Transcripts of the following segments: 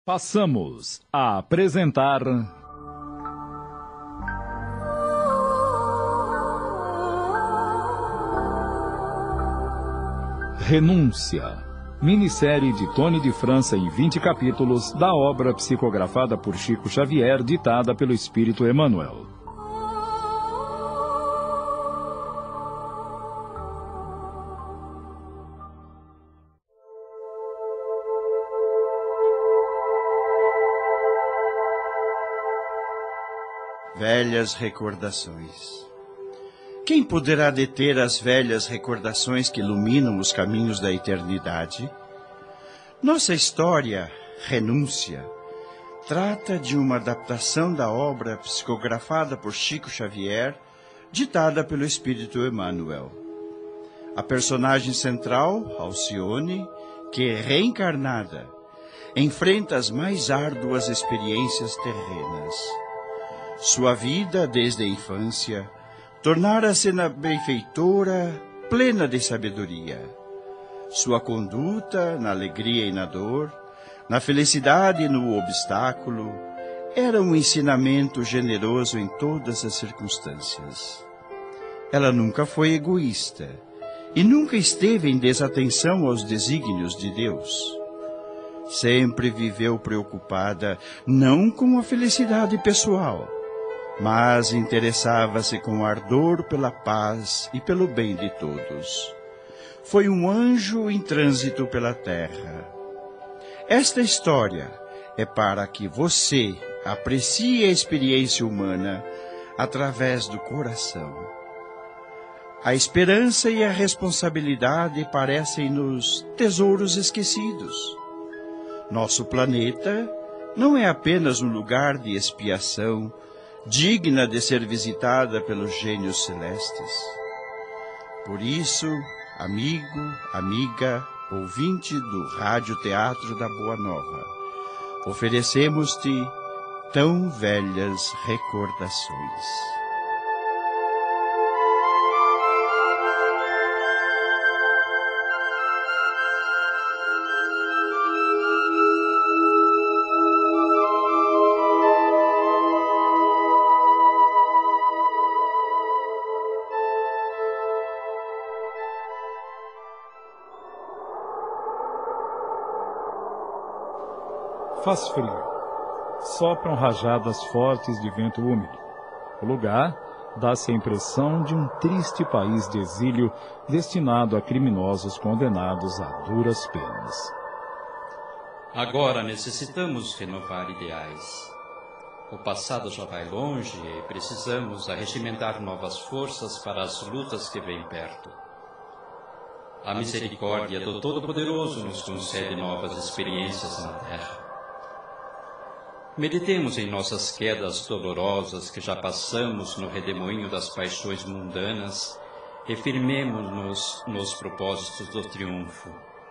Passamos a apresentar Renúncia, minissérie de Tony de França em 20 capítulos da obra psicografada por Chico Xavier, ditada pelo Espírito Emmanuel. Velhas recordações. Quem poderá deter as velhas recordações que iluminam os caminhos da eternidade? Nossa história, Renúncia, trata de uma adaptação da obra psicografada por Chico Xavier, ditada pelo Espírito Emmanuel. A personagem central, Alcione, que, reencarnada, enfrenta as mais árduas experiências terrenas. Sua vida, desde a infância, tornara-se na benfeitora plena de sabedoria. Sua conduta, na alegria e na dor, na felicidade e no obstáculo, era um ensinamento generoso em todas as circunstâncias. Ela nunca foi egoísta e nunca esteve em desatenção aos desígnios de Deus. Sempre viveu preocupada não com a felicidade pessoal, mas interessava-se com ardor pela paz e pelo bem de todos. Foi um anjo em trânsito pela terra. Esta história é para que você aprecie a experiência humana através do coração. A esperança e a responsabilidade parecem-nos tesouros esquecidos. Nosso planeta não é apenas um lugar de expiação, digna de ser visitada pelos gênios celestes. Por isso, amigo, amiga, ouvinte do Rádio Teatro da Boa Nova, oferecemos-te tão velhas recordações. Faz frio. Sopram rajadas fortes de vento úmido. O lugar dá-se a impressão de um triste país de exílio destinado a criminosos condenados a duras penas. Agora necessitamos renovar ideais. O passado já vai longe e precisamos arregimentar novas forças para as lutas que vêm perto. A misericórdia do Todo-Poderoso nos concede novas experiências na terra. Meditemos em nossas quedas dolorosas que já passamos no redemoinho das paixões mundanas e firmemo-nos nos propósitos do triunfo.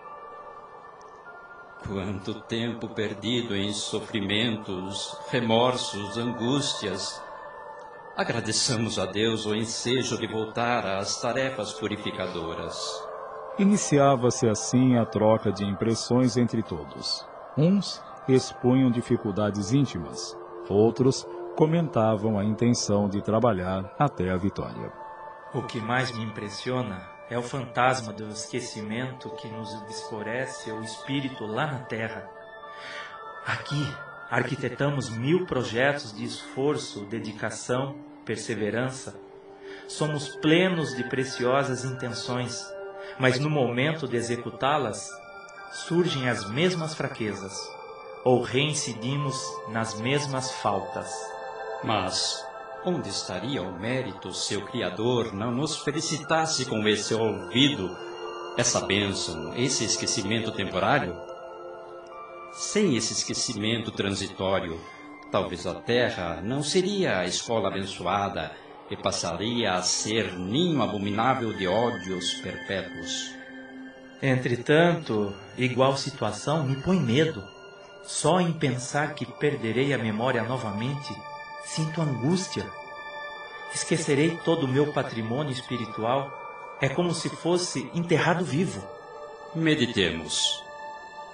Quanto tempo perdido em sofrimentos, remorsos, angústias. Agradeçamos a Deus o ensejo de voltar às tarefas purificadoras. Iniciava-se assim a troca de impressões entre todos. Uns expunham dificuldades íntimas, outros comentavam a intenção de trabalhar até a vitória. O que mais me impressiona é o fantasma do esquecimento que nos escurece o espírito lá na terra. Aqui, arquitetamos 1000 projetos de esforço, dedicação, perseverança. Somos plenos de preciosas intenções, mas no momento de executá-las, surgem as mesmas fraquezas, ou reincidimos nas mesmas faltas. Mas onde estaria o mérito se o Criador não nos felicitasse com esse olvido, essa bênção, esse esquecimento temporário? Sem esse esquecimento transitório, talvez a terra não seria a escola abençoada e passaria a ser ninho abominável de ódios perpétuos. Entretanto, igual situação me põe medo. Só em pensar que perderei a memória novamente, sinto angústia. Esquecerei todo o meu patrimônio espiritual. É como se fosse enterrado vivo. Meditemos.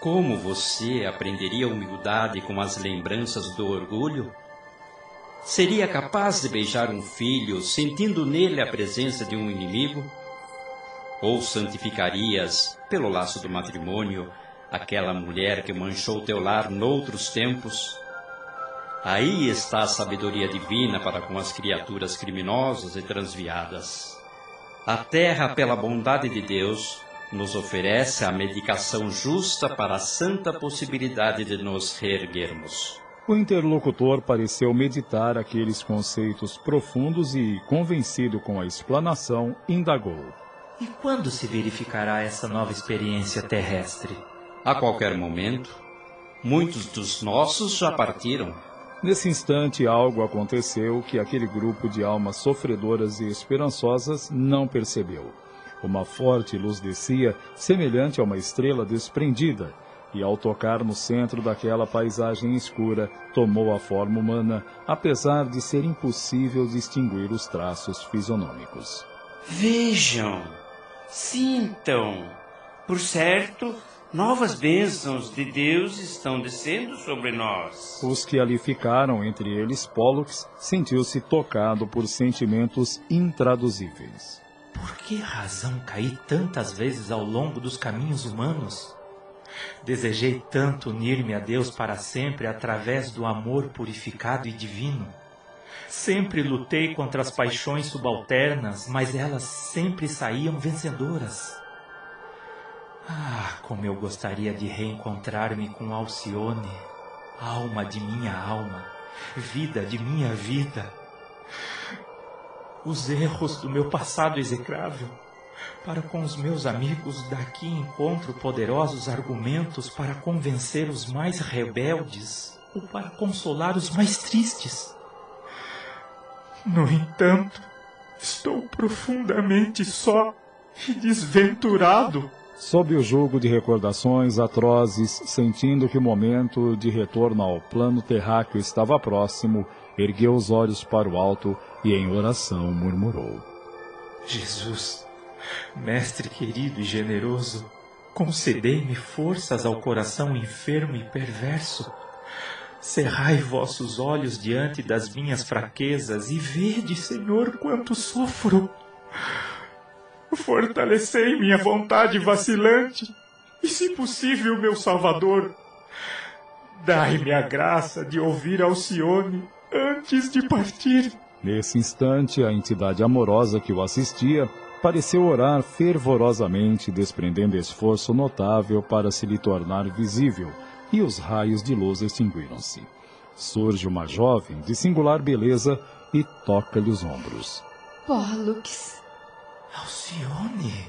Como você aprenderia humildade com as lembranças do orgulho? Seria capaz de beijar um filho, sentindo nele a presença de um inimigo? Ou santificarias, pelo laço do matrimônio, aquela mulher que manchou teu lar noutros tempos? Aí está a sabedoria divina para com as criaturas criminosas e transviadas. A terra, pela bondade de Deus, nos oferece a medicação justa para a santa possibilidade de nos reerguermos. O interlocutor pareceu meditar aqueles conceitos profundos e, convencido com a explanação, indagou. E quando se verificará essa nova experiência terrestre? A qualquer momento. Muitos dos nossos já partiram. Nesse instante, algo aconteceu que aquele grupo de almas sofredoras e esperançosas não percebeu. Uma forte luz descia, semelhante a uma estrela desprendida, e ao tocar no centro daquela paisagem escura, tomou a forma humana, apesar de ser impossível distinguir os traços fisionômicos. Vejam, sintam, por certo, novas bênçãos de Deus estão descendo sobre nós. Os que ali ficaram, entre eles Pollux, sentiu-se tocado por sentimentos intraduzíveis. Por que razão caí tantas vezes ao longo dos caminhos humanos? Desejei tanto unir-me a Deus para sempre através do amor purificado e divino. Sempre lutei contra as paixões subalternas, mas elas sempre saíam vencedoras. Ah, como eu gostaria de reencontrar-me com Alcione, alma de minha alma, vida de minha vida. Os erros do meu passado execrável, para com os meus amigos daqui encontro poderosos argumentos para convencer os mais rebeldes ou para consolar os mais tristes. No entanto, estou profundamente só e desventurado. Sob o jugo de recordações atrozes, sentindo que o momento de retorno ao plano terráqueo estava próximo, ergueu os olhos para o alto e em oração murmurou. Jesus, Mestre querido e generoso, concedei-me forças ao coração enfermo e perverso. Cerrai vossos olhos diante das minhas fraquezas e vede, Senhor, quanto sofro. Fortalecei minha vontade vacilante e, se possível, meu Salvador, dai-me a graça de ouvir Alcione antes de partir. Nesse instante, a entidade amorosa que o assistia pareceu orar fervorosamente, desprendendo esforço notável para se lhe tornar visível, e os raios de luz extinguiram-se. Surge uma jovem de singular beleza e toca-lhe os ombros. Pollux. Alcione!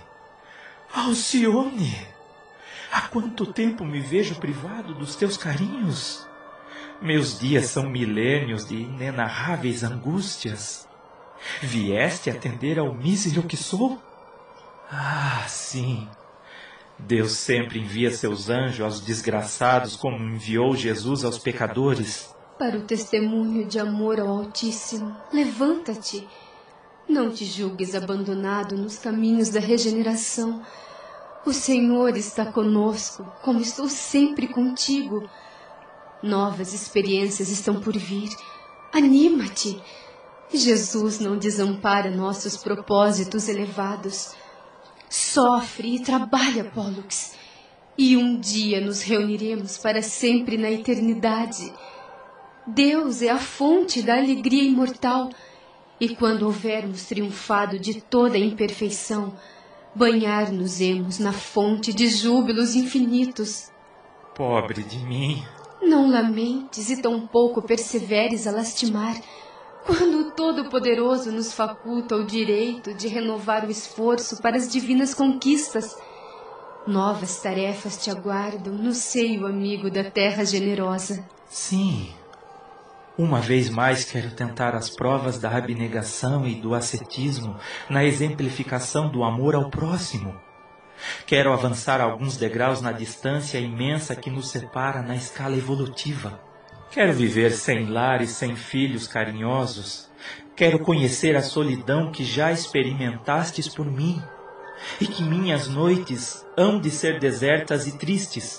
Alcione! Há quanto tempo me vejo privado dos teus carinhos? Meus dias são milênios de inenarráveis angústias. Vieste atender ao mísero que sou? Ah, sim! Deus sempre envia seus anjos aos desgraçados, como enviou Jesus aos pecadores. Para o testemunho de amor ao Altíssimo, levanta-te. Não te julgues abandonado nos caminhos da regeneração. O Senhor está conosco, como estou sempre contigo. Novas experiências estão por vir. Anima-te. Jesus não desampara nossos propósitos elevados. Sofre e trabalha, Pollux, e um dia nos reuniremos para sempre na eternidade. Deus é a fonte da alegria imortal, e quando houvermos triunfado de toda a imperfeição, banhar-nos-emos na fonte de júbilos infinitos. Pobre de mim! Não lamentes e tampouco perseveres a lastimar, quando o Todo-Poderoso nos faculta o direito de renovar o esforço para as divinas conquistas. Novas tarefas te aguardam no seio amigo da terra generosa. Sim. Uma vez mais quero tentar as provas da abnegação e do ascetismo na exemplificação do amor ao próximo. Quero avançar alguns degraus na distância imensa que nos separa na escala evolutiva. Quero viver sem lar e sem filhos carinhosos. Quero conhecer a solidão que já experimentastes por mim, e que minhas noites hão de ser desertas e tristes.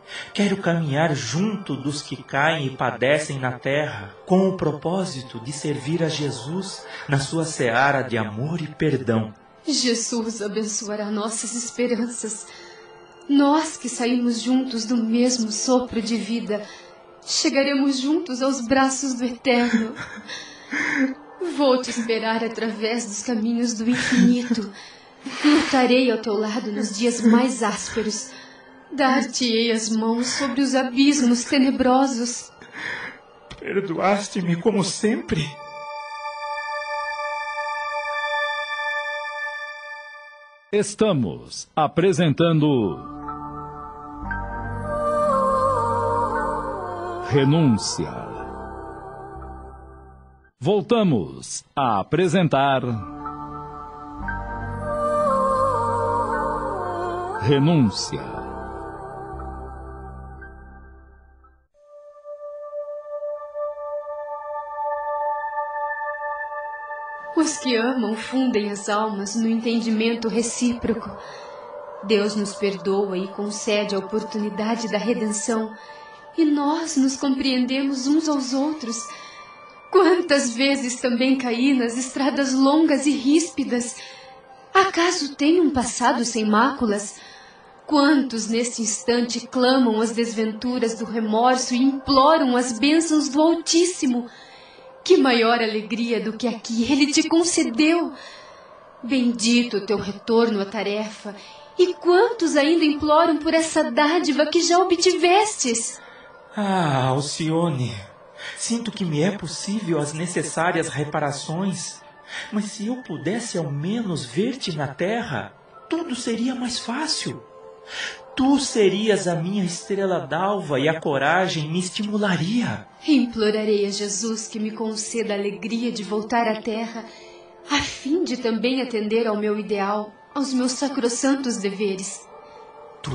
Quero caminhar junto dos que caem e padecem na terra, com o propósito de servir a Jesus na sua seara de amor e perdão. Jesus abençoará nossas esperanças. Nós que saímos juntos do mesmo sopro de vida, chegaremos juntos aos braços do Eterno. Vou te esperar através dos caminhos do infinito. Lutarei ao teu lado nos dias mais ásperos. Dar-te-ei as mãos sobre os abismos tenebrosos. Perdoaste-me como sempre. Estamos apresentando Renúncia. Voltamos a apresentar Renúncia. Os que amam fundem as almas no entendimento recíproco. Deus nos perdoa e concede a oportunidade da redenção, e nós nos compreendemos uns aos outros. Quantas vezes também caí nas estradas longas e ríspidas. Acaso tenho um passado sem máculas? Quantos neste instante clamam as desventuras do remorso e imploram as bênçãos do Altíssimo? Que maior alegria do que a que Ele te concedeu! Bendito o teu retorno à tarefa, e quantos ainda imploram por essa dádiva que já obtivestes? Ah, Alcione, sinto que me é possível as necessárias reparações, mas se eu pudesse ao menos ver-te na terra, tudo seria mais fácil. Tu serias a minha estrela d'alva e a coragem me estimularia. Implorarei a Jesus que me conceda a alegria de voltar à terra, a fim de também atender ao meu ideal, aos meus sacrossantos deveres. Tu?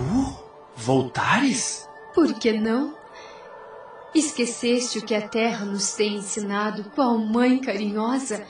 Voltares? Por que não? Esqueceste o que a terra nos tem ensinado, qual mãe carinhosa?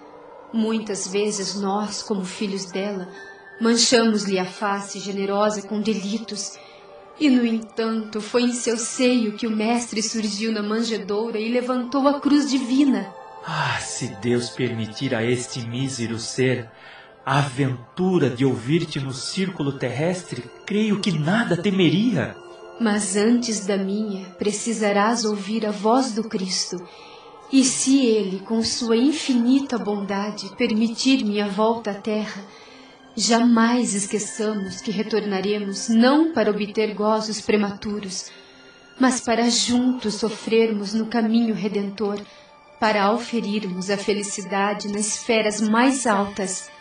Muitas vezes nós, como filhos dela, manchamos-lhe a face generosa com delitos, e, no entanto, foi em seu seio que o Mestre surgiu na manjedoura e levantou a cruz divina. Ah, se Deus permitir a este mísero ser a aventura de ouvir-te no círculo terrestre, creio que nada temeria. Mas antes da minha, precisarás ouvir a voz do Cristo, e se Ele, com sua infinita bondade, permitir minha volta à terra, jamais esqueçamos que retornaremos não para obter gozos prematuros, mas para juntos sofrermos no caminho redentor, para auferirmos a felicidade nas esferas mais altas.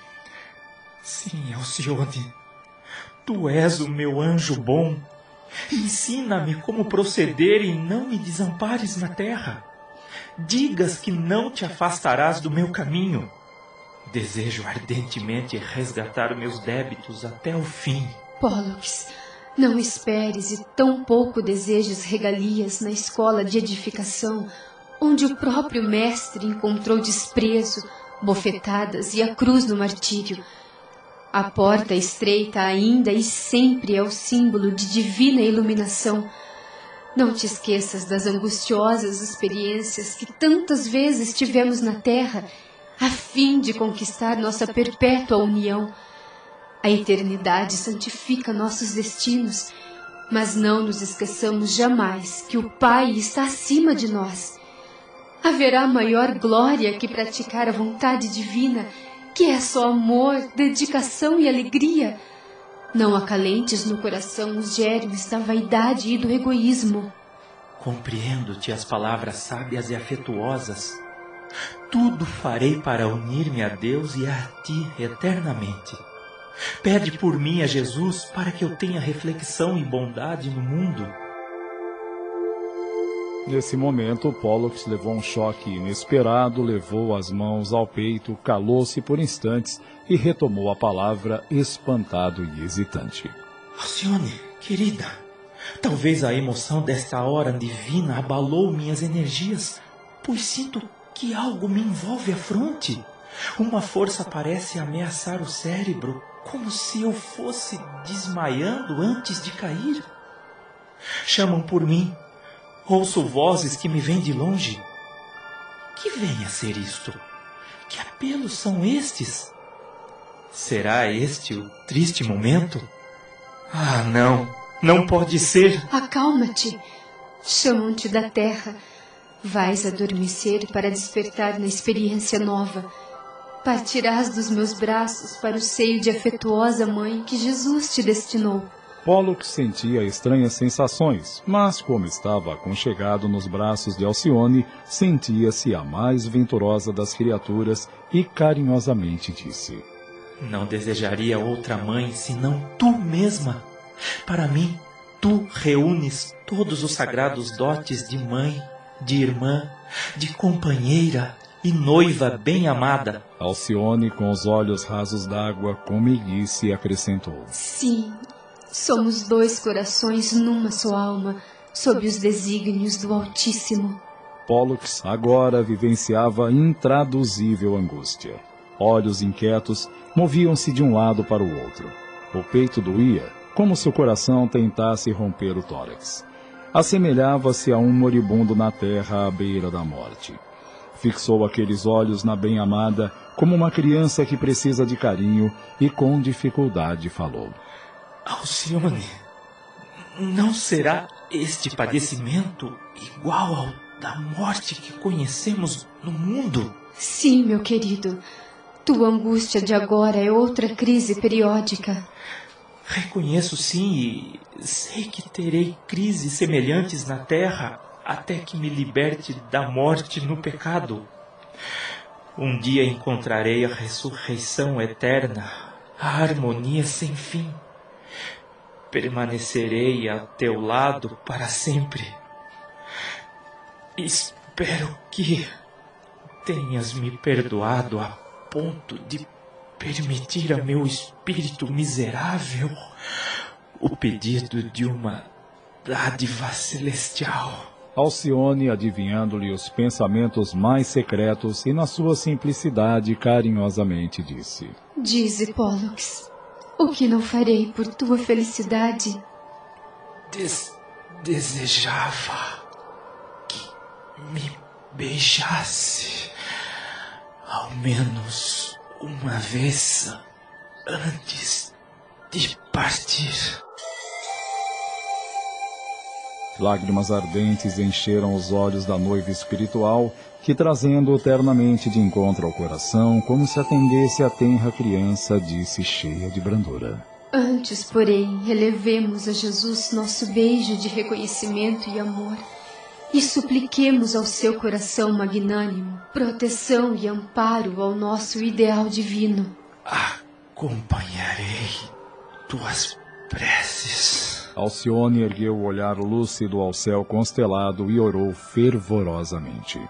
Sim, Alcione, tu és o meu anjo bom. Ensina-me como proceder e não me desampares na terra. Digas que não te afastarás do meu caminho. Desejo ardentemente resgatar meus débitos até o fim. Pólux, não esperes e tão pouco desejes regalias na escola de edificação, onde o próprio Mestre encontrou desprezo, bofetadas e a cruz no martírio. A porta estreita ainda e sempre é o símbolo de divina iluminação. Não te esqueças das angustiosas experiências que tantas vezes tivemos na terra, a fim de conquistar nossa perpétua união. A eternidade santifica nossos destinos, mas não nos esqueçamos jamais que o Pai está acima de nós. Haverá maior glória que praticar a vontade divina, que é só amor, dedicação e alegria. Não acalentes no coração os germes da vaidade e do egoísmo. Compreendo-te as palavras sábias e afetuosas. Tudo farei para unir-me a Deus e a ti eternamente. Pede por mim a Jesus para que eu tenha reflexão e bondade no mundo. Nesse momento, Pólux levou um choque inesperado, levou as mãos ao peito, calou-se por instantes e retomou a palavra espantado e hesitante. Alcione, querida, talvez a emoção desta hora divina abalou minhas energias, pois sinto que algo me envolve a fronte. Uma força parece ameaçar o cérebro, como se eu fosse desmaiando antes de cair. Chamam por mim. Ouço vozes que me vêm de longe. Que vem a ser isto? Que apelos são estes? Será este o triste momento? Ah, não! Não pode ser! Acalma-te. Chamam-te da terra. Vais adormecer para despertar na experiência nova. Partirás dos meus braços para o seio de afetuosa mãe que Jesus te destinou. Pólux sentia estranhas sensações, mas como estava aconchegado nos braços de Alcione, sentia-se a mais venturosa das criaturas e carinhosamente disse: Não desejaria outra mãe senão tu mesma. Para mim, tu reúnes todos os sagrados dotes de mãe, de irmã, de companheira e noiva bem amada. Alcione, com os olhos rasos d'água, com meiguice, acrescentou: Sim, somos dois corações numa só alma, sob os desígnios do Altíssimo. Pólux agora vivenciava intraduzível angústia. Olhos inquietos moviam-se de um lado para o outro. O peito doía, como se o coração tentasse romper o tórax. Assemelhava-se a um moribundo na terra à beira da morte. Fixou aqueles olhos na bem-amada como uma criança que precisa de carinho e com dificuldade falou: Alcione, não será este padecimento igual ao da morte que conhecemos no mundo? Sim, meu querido. Tua angústia de agora é outra crise periódica. Reconheço sim e sei que terei crises semelhantes na terra até que me liberte da morte no pecado. Um dia encontrarei a ressurreição eterna, a harmonia sem fim. Permanecerei a teu lado para sempre. Espero que tenhas me perdoado a ponto de permitir a meu espírito miserável o pedido de uma dádiva celestial. Alcione, adivinhando-lhe os pensamentos mais secretos e na sua simplicidade carinhosamente disse: Dize, Pólux, o que não farei por tua felicidade? Desejava que me beijasse ao menos uma vez antes de partir. Lágrimas ardentes encheram os olhos da noiva espiritual, que, trazendo-o ternamente de encontro ao coração, como se atendesse a tenra criança, disse cheia de brandura: Antes, porém, elevemos a Jesus nosso beijo de reconhecimento e amor, e supliquemos ao seu coração magnânimo proteção e amparo ao nosso ideal divino. Acompanharei tuas preces. Alcione ergueu o olhar lúcido ao céu constelado e orou fervorosamente: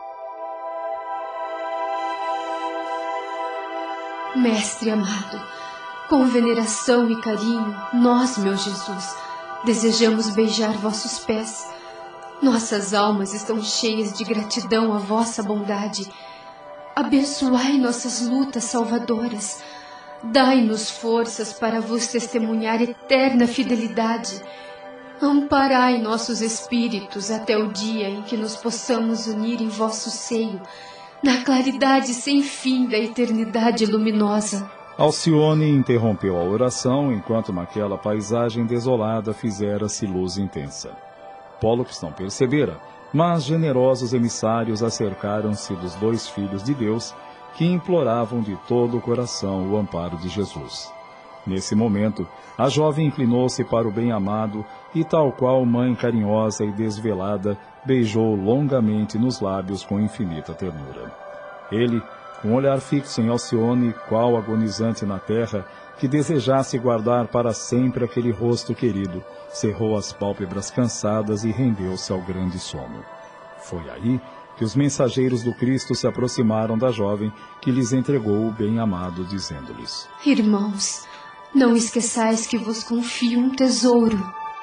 Mestre amado, com veneração e carinho, nós, meu Jesus, desejamos beijar vossos pés. Nossas almas estão cheias de gratidão à vossa bondade. Abençoai nossas lutas salvadoras. Dai-nos forças para vos testemunhar eterna fidelidade. Amparai nossos espíritos até o dia em que nos possamos unir em vosso seio, na claridade sem fim da eternidade luminosa. Alcione interrompeu a oração enquanto naquela paisagem desolada fizera-se luz intensa. Pólux não percebera, mas generosos emissários acercaram-se dos dois filhos de Deus, que imploravam de todo o coração o amparo de Jesus. Nesse momento, a jovem inclinou-se para o bem-amado e, tal qual mãe carinhosa e desvelada, beijou longamente nos lábios com infinita ternura. Ele, com um olhar fixo em Alcione, qual agonizante na terra, que desejasse guardar para sempre aquele rosto querido, cerrou as pálpebras cansadas e rendeu-se ao grande sono. Foi aí que os mensageiros do Cristo se aproximaram da jovem, que lhes entregou o bem-amado, dizendo-lhes: Irmãos, não esqueçais que vos confio um tesouro.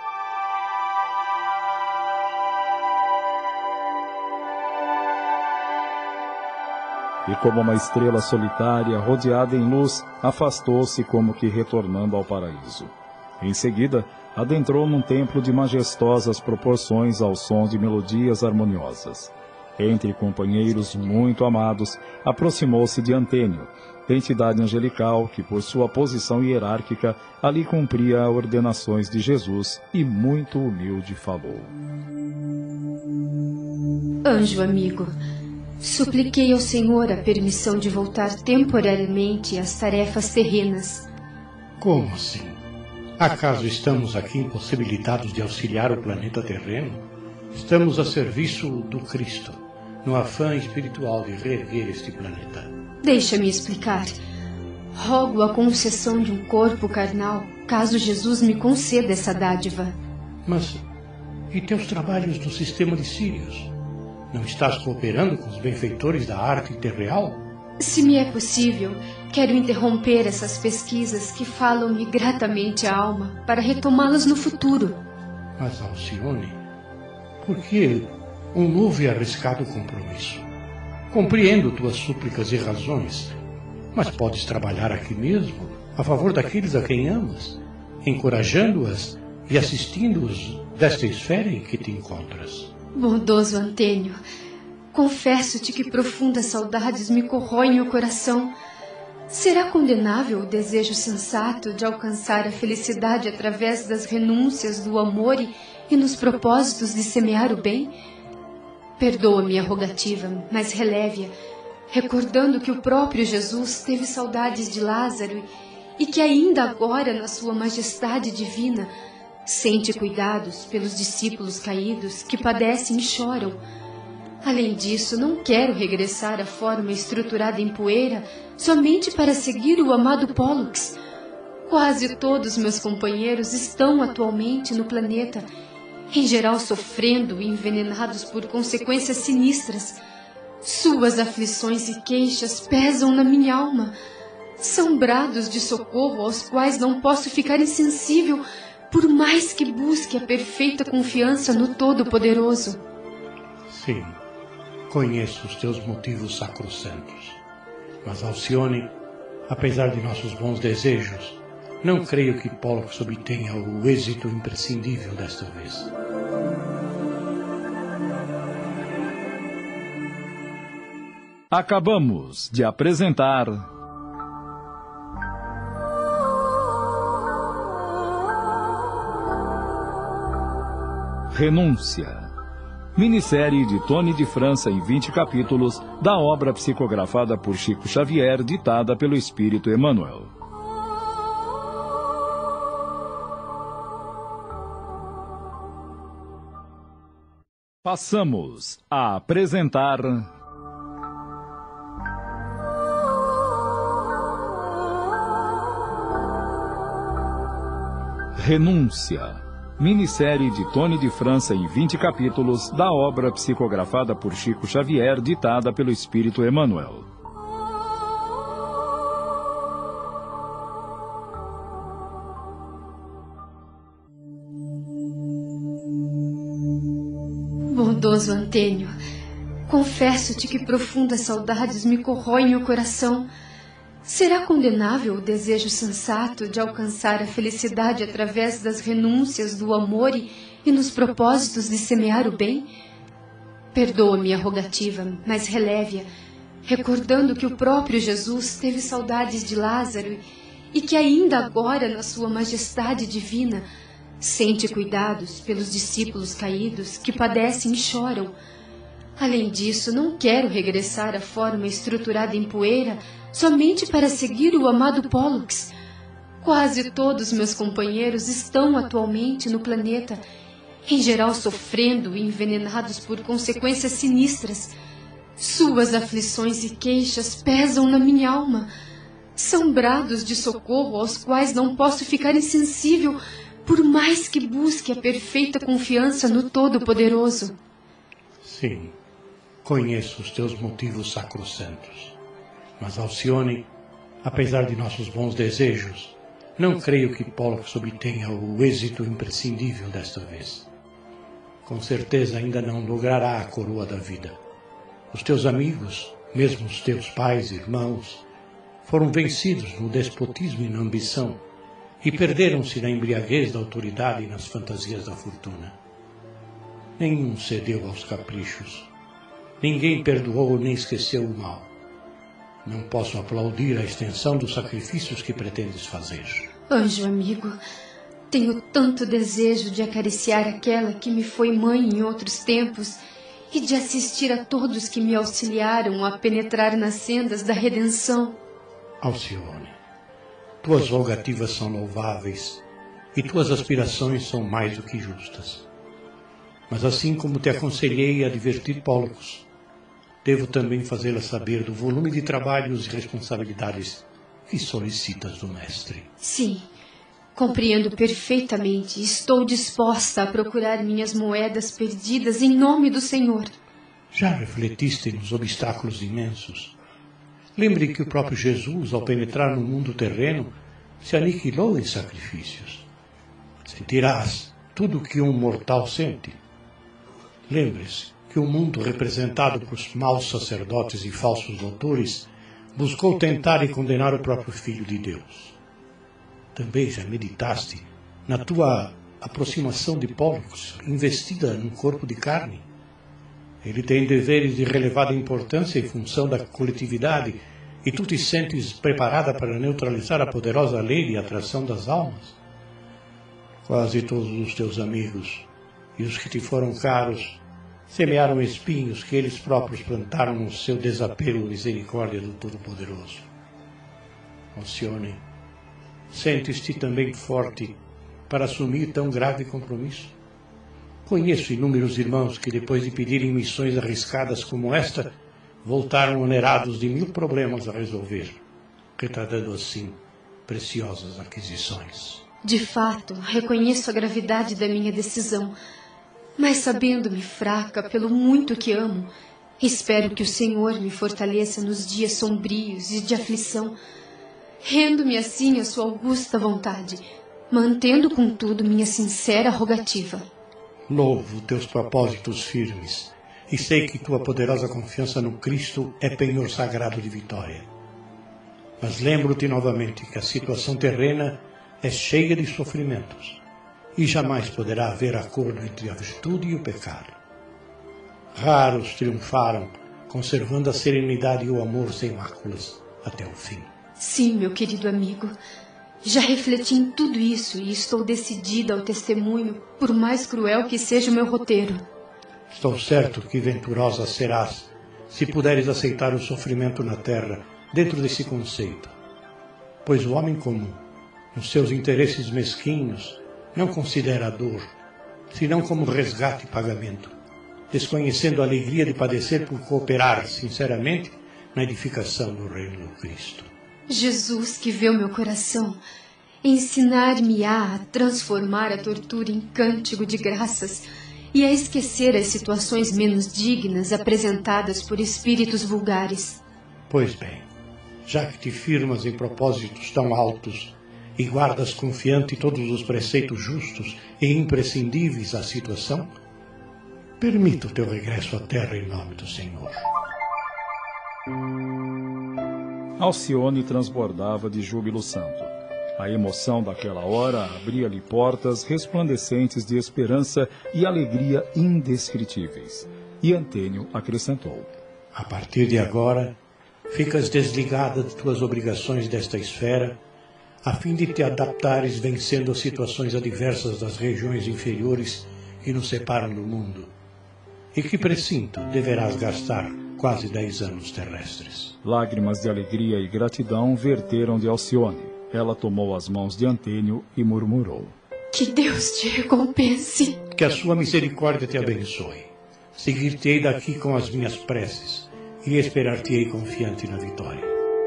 E como uma estrela solitária, rodeada em luz, afastou-se como que retornando ao paraíso. Em seguida, adentrou num templo de majestosas proporções ao som de melodias harmoniosas. Entre companheiros muito amados, aproximou-se de Antênio, entidade angelical que, por sua posição hierárquica, ali cumpria ordenações de Jesus, e muito humilde falou. Anjo amigo, supliquei ao Senhor a permissão de voltar temporariamente às tarefas terrenas. Como assim? Acaso estamos aqui impossibilitados de auxiliar o planeta terreno? Estamos a serviço do Cristo, no afã espiritual de reerguer este planeta. Deixa-me explicar. Rogo a concessão de um corpo carnal, caso Jesus me conceda essa dádiva. Mas, e teus trabalhos no sistema de Sírios? Não estás cooperando com os benfeitores da arte terreal? Se me é possível, quero interromper essas pesquisas que falam-me gratamente a alma para retomá-las no futuro. Mas, Alcione, por que um novo e arriscado compromisso? Compreendo tuas súplicas e razões, mas podes trabalhar aqui mesmo, a favor daqueles a quem amas, encorajando-as e assistindo-os desta esfera em que te encontras. Bondoso Antênio, confesso-te que profundas saudades me corroem o coração. Será condenável o desejo sensato de alcançar a felicidade através das renúncias do amor e nos propósitos de semear o bem? Perdoa-me a rogativa, mas releve-a, recordando que o próprio Jesus teve saudades de Lázaro e que ainda agora, na sua majestade divina, sente cuidados pelos discípulos caídos que padecem e choram. Além disso, não quero regressar à forma estruturada em poeira somente para seguir o amado Pólux. Quase todos meus companheiros estão atualmente no planeta, em geral sofrendo e envenenados por consequências sinistras. Suas aflições e queixas pesam na minha alma. São brados de socorro aos quais não posso ficar insensível, por mais que busque a perfeita confiança no Todo-Poderoso. Sim, conheço os teus motivos sacrossantos. Mas, Alcione, apesar de nossos bons desejos, não creio que Pólux obtenha o êxito imprescindível desta vez. Acabamos de apresentar Renúncia, minissérie de Tony de França em 20 capítulos da obra psicografada por Chico Xavier, ditada pelo Espírito Emmanuel. Passamos a apresentar Renúncia, minissérie de Tony de França em 20 capítulos da obra psicografada por Chico Xavier, ditada pelo Espírito Emmanuel. Bondoso Antênio, confesso-te que profundas saudades me corroem o coração. Será condenável o desejo sensato de alcançar a felicidade através das renúncias do amor e nos propósitos de semear o bem? Perdoa-me a rogativa, mas releve-a, recordando que o próprio Jesus teve saudades de Lázaro e que ainda agora, na sua majestade divina, sente cuidados pelos discípulos caídos que padecem e choram. Além disso, não quero regressar à forma estruturada em poeira somente para seguir o amado Pólux. Quase todos meus companheiros estão atualmente no planeta, em geral sofrendo e envenenados por consequências sinistras. Suas aflições e queixas pesam na minha alma. São brados de socorro aos quais não posso ficar insensível, por mais que busque a perfeita confiança no Todo-Poderoso. Sim, conheço os teus motivos sacrossantos. Mas, Alcione, apesar de nossos bons desejos, não creio que Pólux obtenha o êxito imprescindível desta vez. Com certeza ainda não logrará a coroa da vida. Os teus amigos, mesmo os teus pais e irmãos, foram vencidos no despotismo e na ambição, e perderam-se na embriaguez da autoridade e nas fantasias da fortuna. Nenhum cedeu aos caprichos. Ninguém perdoou nem esqueceu o mal. Não posso aplaudir a extensão dos sacrifícios que pretendes fazer. Anjo amigo, tenho tanto desejo de acariciar aquela que me foi mãe em outros tempos e de assistir a todos que me auxiliaram a penetrar nas sendas da redenção. Alcione, tuas rogativas são louváveis e tuas aspirações são mais do que justas. Mas assim como te aconselhei a divertir Pólux, devo também fazê-la saber do volume de trabalhos e responsabilidades que solicitas do mestre. Sim, compreendo perfeitamente e estou disposta a procurar minhas moedas perdidas em nome do Senhor. Já refletiste nos obstáculos imensos? Lembre que o próprio Jesus, ao penetrar no mundo terreno, se aniquilou em sacrifícios. Sentirás tudo o que um mortal sente. Lembre-se que o mundo representado por maus sacerdotes e falsos doutores buscou tentar e condenar o próprio Filho de Deus. Também já meditaste na tua aproximação de Pólux, investida num corpo de carne? Ele tem deveres de relevada importância em função da coletividade e tu te sentes preparada para neutralizar a poderosa lei de atração das almas? Quase todos os teus amigos e os que te foram caros semearam espinhos que eles próprios plantaram no seu desapego à misericórdia do Todo-Poderoso. Alcione, sentes-te também forte para assumir tão grave compromisso? Conheço inúmeros irmãos que, depois de pedirem missões arriscadas como esta, voltaram onerados de 1000 problemas a resolver, retardando assim preciosas aquisições. De fato, reconheço a gravidade da minha decisão, mas sabendo-me fraca pelo muito que amo, espero que o Senhor me fortaleça nos dias sombrios e de aflição, rendo-me assim à sua augusta vontade, mantendo contudo minha sincera rogativa. Louvo teus propósitos firmes e sei que tua poderosa confiança no Cristo é penhor sagrado de vitória. Mas lembro-te novamente que a situação terrena é cheia de sofrimentos e jamais poderá haver acordo entre a virtude e o pecado. Raros triunfaram, conservando a serenidade e o amor sem máculas até o fim. Sim, meu querido amigo, já refleti em tudo isso e estou decidida ao testemunho, por mais cruel que seja o meu roteiro. Estou certo que venturosa serás se puderes aceitar o sofrimento na terra dentro desse conceito, pois o homem comum, nos seus interesses mesquinhos, não considera a dor, senão como resgate e pagamento, desconhecendo a alegria de padecer por cooperar sinceramente na edificação do reino do Cristo. Jesus, que vê o meu coração, ensinar-me-á a transformar a tortura em cântico de graças e a esquecer as situações menos dignas apresentadas por espíritos vulgares. Pois bem, já que te firmas em propósitos tão altos e guardas confiante todos os preceitos justos e imprescindíveis à situação, permita o teu regresso à terra em nome do Senhor. Alcione transbordava de júbilo santo. A emoção daquela hora abria-lhe portas resplandecentes de esperança e alegria indescritíveis. E Antênio acrescentou: A partir de agora, ficas desligada de tuas obrigações desta esfera, a fim de te adaptares vencendo as situações adversas das regiões inferiores que nos separam do mundo, e que precinto deverás gastar quase 10 anos terrestres. Lágrimas de alegria e gratidão verteram de Alcione. Ela tomou as mãos de Antênio e murmurou: Que Deus te recompense. Que a sua misericórdia te abençoe. Seguir-te-ei daqui com as minhas preces e esperar-te-ei confiante na vitória.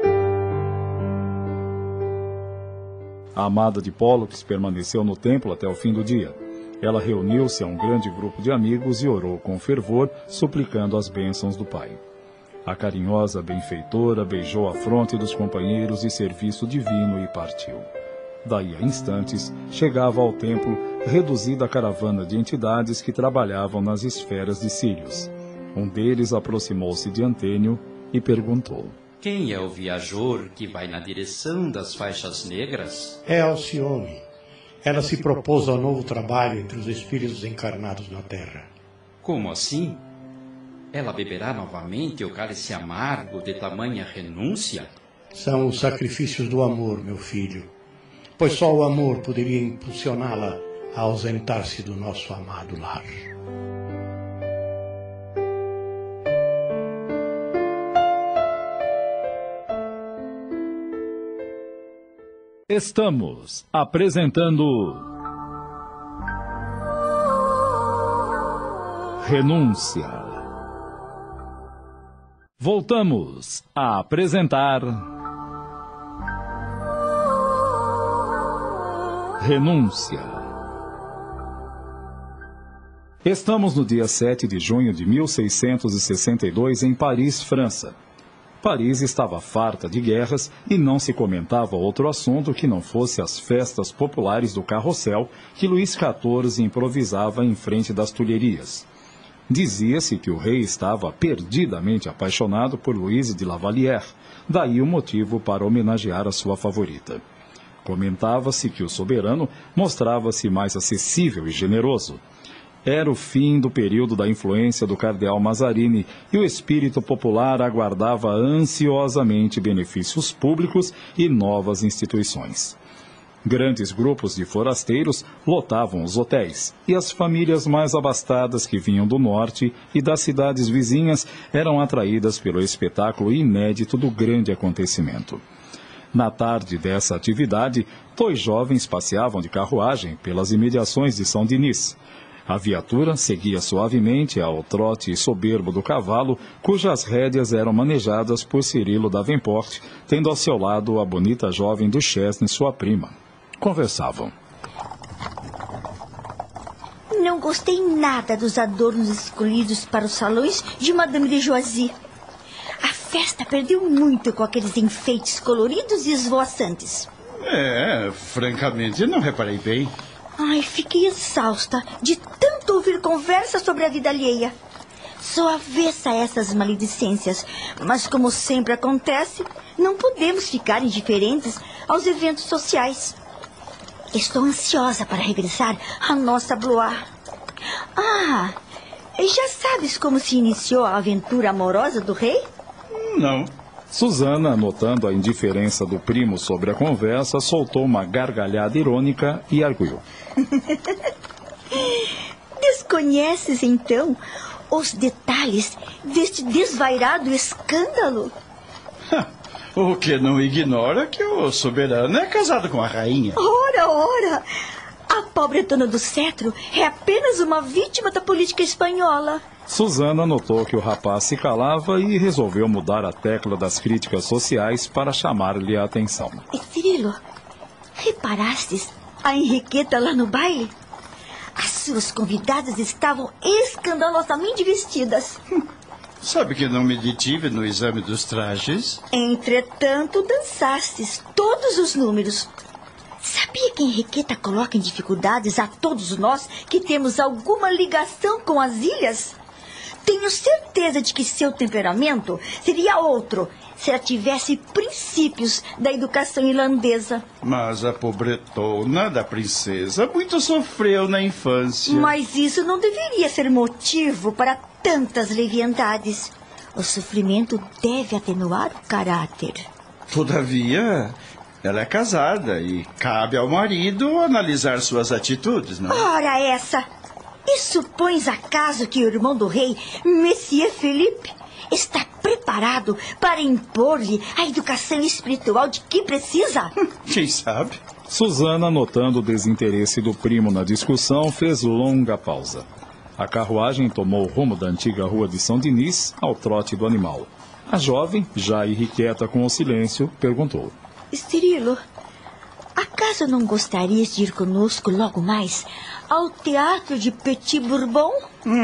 A amada de Pólux permaneceu no templo até o fim do dia. Ela reuniu-se a um grande grupo de amigos e orou com fervor, suplicando as bênçãos do Pai. A carinhosa benfeitora beijou a fronte dos companheiros de serviço divino e partiu. Daí a instantes, chegava ao templo reduzida a caravana de entidades que trabalhavam nas esferas de cílios. Um deles aproximou-se de Antênio e perguntou: Quem é o viajor que vai na direção das faixas negras? É Alcione. Ela se propôs ao novo trabalho entre os espíritos encarnados na Terra. Como assim? Ela beberá novamente o cálice amargo de tamanha renúncia? São os sacrifícios do amor, meu filho. Pois só o amor poderia impulsioná-la a ausentar-se do nosso amado lar. Estamos apresentando Renúncia. Voltamos a apresentar Renúncia. Estamos no dia 7 de junho de 1662 em Paris, França. Paris estava farta de guerras e não se comentava outro assunto que não fosse as festas populares do Carrossel que Luís XIV improvisava em frente das Tulherias. Dizia-se que o rei estava perdidamente apaixonado por Louise de La Vallière, daí o motivo para homenagear a sua favorita. Comentava-se que o soberano mostrava-se mais acessível e generoso. Era o fim do período da influência do cardeal Mazarini e o espírito popular aguardava ansiosamente benefícios públicos e novas instituições. Grandes grupos de forasteiros lotavam os hotéis e as famílias mais abastadas que vinham do norte e das cidades vizinhas eram atraídas pelo espetáculo inédito do grande acontecimento. Na tarde dessa atividade, 2 jovens passeavam de carruagem pelas imediações de São Denis. A viatura seguia suavemente ao trote soberbo do cavalo, cujas rédeas eram manejadas por Cirilo Davenport, tendo ao seu lado a bonita jovem Duchesne, sua prima. Conversavam. Não gostei nada dos adornos escolhidos para os salões de Madame de Joisy. A festa perdeu muito com aqueles enfeites coloridos e esvoaçantes. Francamente, não reparei bem. Ai, fiquei exausta de tanto ouvir conversas sobre a vida alheia. Sou avessa a essas maledicências, mas como sempre acontece, não podemos ficar indiferentes aos eventos sociais. Estou ansiosa para regressar à nossa Blois. Já sabes como se iniciou a aventura amorosa do rei? Não. Susana, notando a indiferença do primo sobre a conversa, soltou uma gargalhada irônica e arguiu. Desconheces, então, os detalhes deste desvairado escândalo? O que não ignora que o soberano é casado com a rainha. Ora! A pobre dona do cetro é apenas uma vítima da política espanhola. Susana notou que o rapaz se calava e resolveu mudar a tecla das críticas sociais para chamar-lhe a atenção. Cirilo, reparastes a Henriqueta lá no baile? As suas convidadas estavam escandalosamente vestidas. Sabe que não me detive no exame dos trajes? Entretanto, dançastes todos os números. Sabia que Henriqueta coloca em dificuldades a todos nós que temos alguma ligação com as ilhas? Tenho certeza de que seu temperamento seria outro se ela tivesse princípios da educação irlandesa. Mas a pobretona da princesa muito sofreu na infância. Mas isso não deveria ser motivo para tantas leviandades. O sofrimento deve atenuar o caráter. Todavia, ela é casada e cabe ao marido analisar suas atitudes, não? Ora essa! E supões acaso que o irmão do rei, Monsieur Philippe, está preparado para impor-lhe a educação espiritual de que precisa? Quem sabe? Susana, notando o desinteresse do primo na discussão, fez longa pausa. A carruagem tomou o rumo da antiga rua de São Denis ao trote do animal. A jovem, já irrequieta com o silêncio, perguntou. Cirilo, acaso não gostarias de ir conosco logo mais ao Teatro de Petit Bourbon?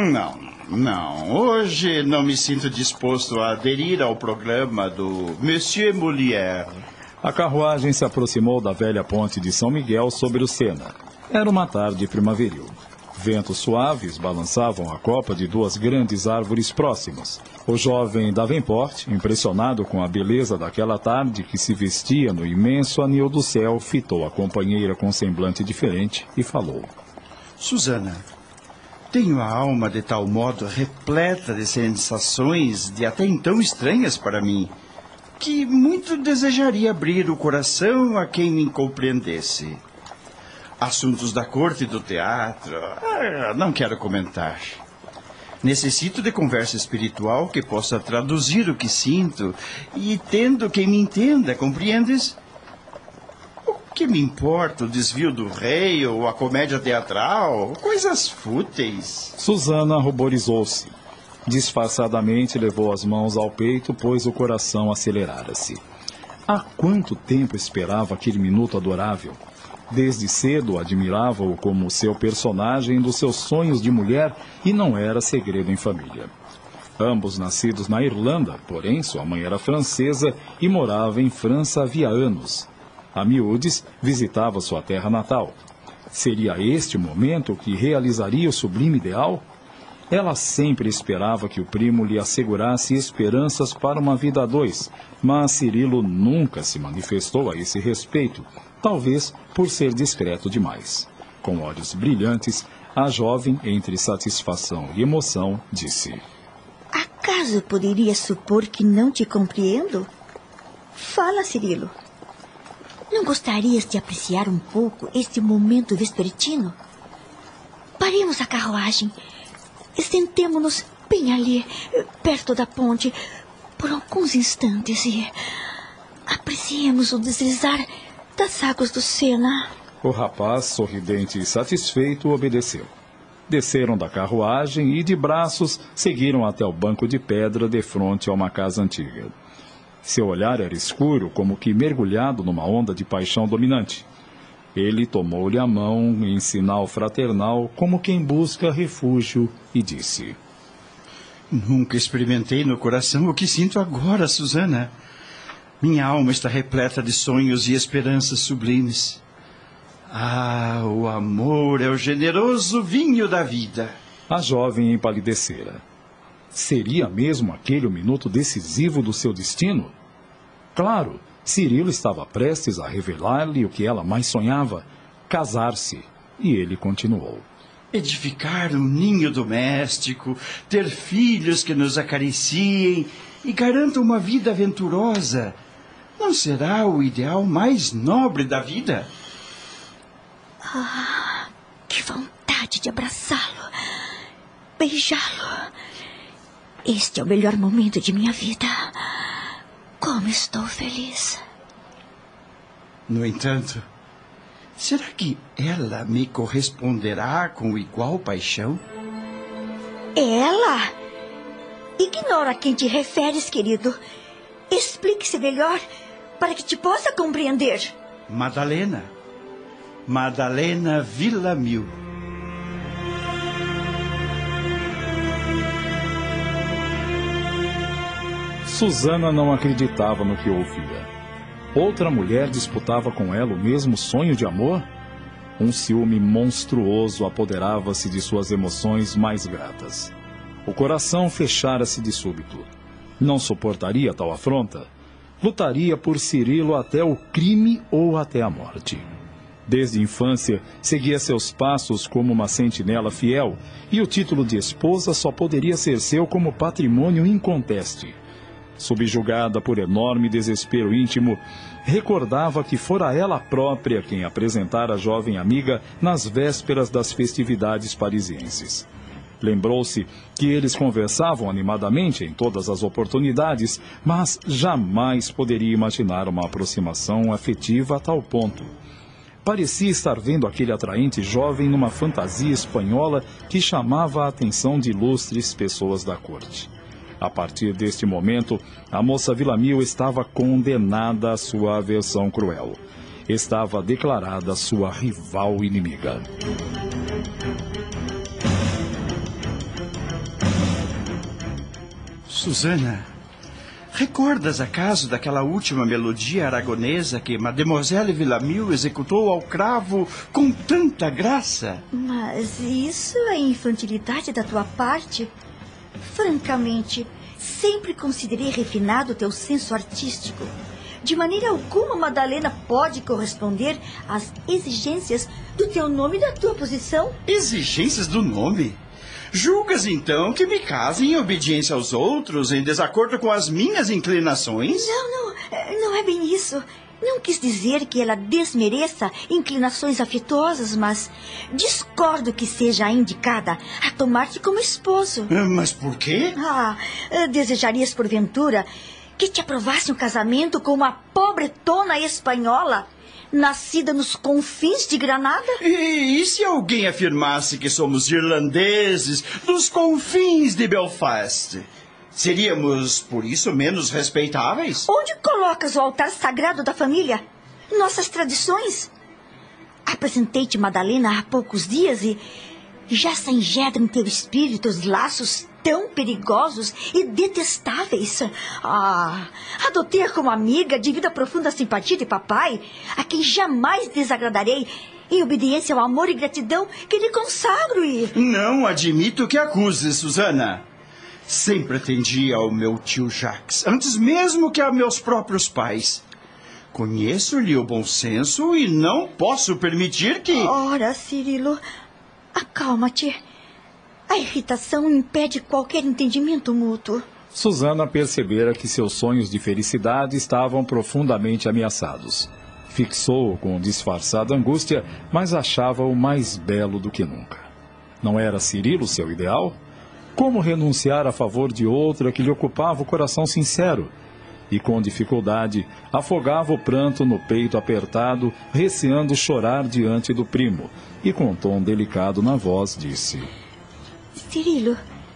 Não. Hoje não me sinto disposto a aderir ao programa do Monsieur Molière. A carruagem se aproximou da velha ponte de São Miguel sobre o Sena. Era uma tarde primaveril. Ventos suaves balançavam a copa de duas grandes árvores próximas. O jovem Davenport, impressionado com a beleza daquela tarde que se vestia no imenso anil do céu, fitou a companheira com semblante diferente e falou: Susana, tenho a alma de tal modo repleta de sensações de até então estranhas para mim, que muito desejaria abrir o coração a quem me compreendesse. Assuntos da corte e do teatro, não quero comentar. Necessito de conversa espiritual que possa traduzir o que sinto e tendo quem me entenda, compreendes? O que me importa o desvio do rei ou a comédia teatral? Coisas fúteis. Susana ruborizou-se. Disfarçadamente levou as mãos ao peito, pois o coração acelerara-se. Há quanto tempo esperava aquele minuto adorável? Desde cedo admirava-o como seu personagem dos seus sonhos de mulher e não era segredo em família. Ambos nascidos na Irlanda, porém sua mãe era francesa e morava em França havia anos. A miúdes visitava sua terra natal. Seria este o momento que realizaria o sublime ideal? Ela sempre esperava que o primo lhe assegurasse esperanças para uma vida a dois, mas Cirilo nunca se manifestou a esse respeito, talvez por ser discreto demais. Com olhos brilhantes, a jovem, entre satisfação e emoção, disse: Acaso poderia supor que não te compreendo? Fala, Cirilo. Não gostarias de apreciar um pouco este momento vespertino? Paremos a carruagem e sentemo-nos bem ali, perto da ponte, por alguns instantes e apreciemos o deslizar das águas do Sena. O rapaz, sorridente e satisfeito, obedeceu. Desceram da carruagem e, de braços, seguiram até o banco de pedra defronte a uma casa antiga. Seu olhar era escuro, como que mergulhado numa onda de paixão dominante. Ele tomou-lhe a mão em sinal fraternal, como quem busca refúgio, e disse: Nunca experimentei no coração o que sinto agora, Susana. Minha alma está repleta de sonhos e esperanças sublimes. Ah, o amor é o generoso vinho da vida. A jovem empalidecera. Seria mesmo aquele o minuto decisivo do seu destino? Claro, Cirilo estava prestes a revelar-lhe o que ela mais sonhava: casar-se. E ele continuou: Edificar um ninho doméstico, ter filhos que nos acariciem e garantam uma vida aventurosa. Não será o ideal mais nobre da vida? Ah, que vontade de abraçá-lo, beijá-lo. Este é o melhor momento de minha vida. Como estou feliz. No entanto, será que ela me corresponderá com igual paixão? Ela? Ignora a quem te referes, querido. Explique-se melhor para que te possa compreender. Madalena Villamil. Susana não acreditava no que ouvia. Outra mulher disputava com ela o mesmo sonho de amor? Um ciúme monstruoso apoderava-se de suas emoções mais gratas. O coração fechara-se de súbito. Não suportaria tal afronta. Lutaria por Cirilo até o crime ou até a morte. Desde a infância, seguia seus passos como uma sentinela fiel, e o título de esposa só poderia ser seu como patrimônio inconteste. Subjugada por enorme desespero íntimo, recordava que fora ela própria quem apresentara a jovem amiga nas vésperas das festividades parisienses. Lembrou-se que eles conversavam animadamente em todas as oportunidades, mas jamais poderia imaginar uma aproximação afetiva a tal ponto. Parecia estar vendo aquele atraente jovem numa fantasia espanhola que chamava a atenção de ilustres pessoas da corte. A partir deste momento, a moça Villamil estava condenada à sua aversão cruel. Estava declarada sua rival inimiga. Susana, Recordas, acaso, daquela última melodia aragonesa que Mademoiselle Villamil executou ao cravo com tanta graça? Mas isso é infantilidade da tua parte. Francamente, sempre considerei refinado teu senso artístico. De maneira alguma, Madalena pode corresponder às exigências do teu nome e da tua posição. Exigências do nome? Julgas, então, que me case em obediência aos outros, em desacordo com as minhas inclinações? Não é bem isso. Não quis dizer que ela desmereça inclinações afetuosas, mas discordo que seja a indicada a tomar-te como esposo. Mas por quê? Desejarias, porventura, que te aprovasse um casamento com uma pobretona espanhola, nascida nos confins de Granada? E se alguém afirmasse que somos irlandeses dos confins de Belfast? Seríamos, por isso, menos respeitáveis? Onde colocas o altar sagrado da família? Nossas tradições? Apresentei-te Madalena há poucos dias e já se enjedram em teu espírito os laços tão perigosos e detestáveis. Adotei-a como amiga devido à profunda simpatia de papai, a quem jamais desagradarei, em obediência ao amor e gratidão que lhe consagro e... Não admito que acuses, Susana. Sempre atendi ao meu tio Jacques, antes mesmo que a meus próprios pais. Conheço-lhe o bom senso e não posso permitir que... Ora, Cirilo, acalma-te. A irritação impede qualquer entendimento mútuo. Susana percebera que seus sonhos de felicidade estavam profundamente ameaçados. Fixou-o com disfarçada angústia, mas achava-o mais belo do que nunca. Não era Cirilo seu ideal? Como renunciar a favor de outra que lhe ocupava o coração sincero? E com dificuldade, afogava o pranto no peito apertado, receando chorar diante do primo, e com um tom delicado na voz disse: Cirilo,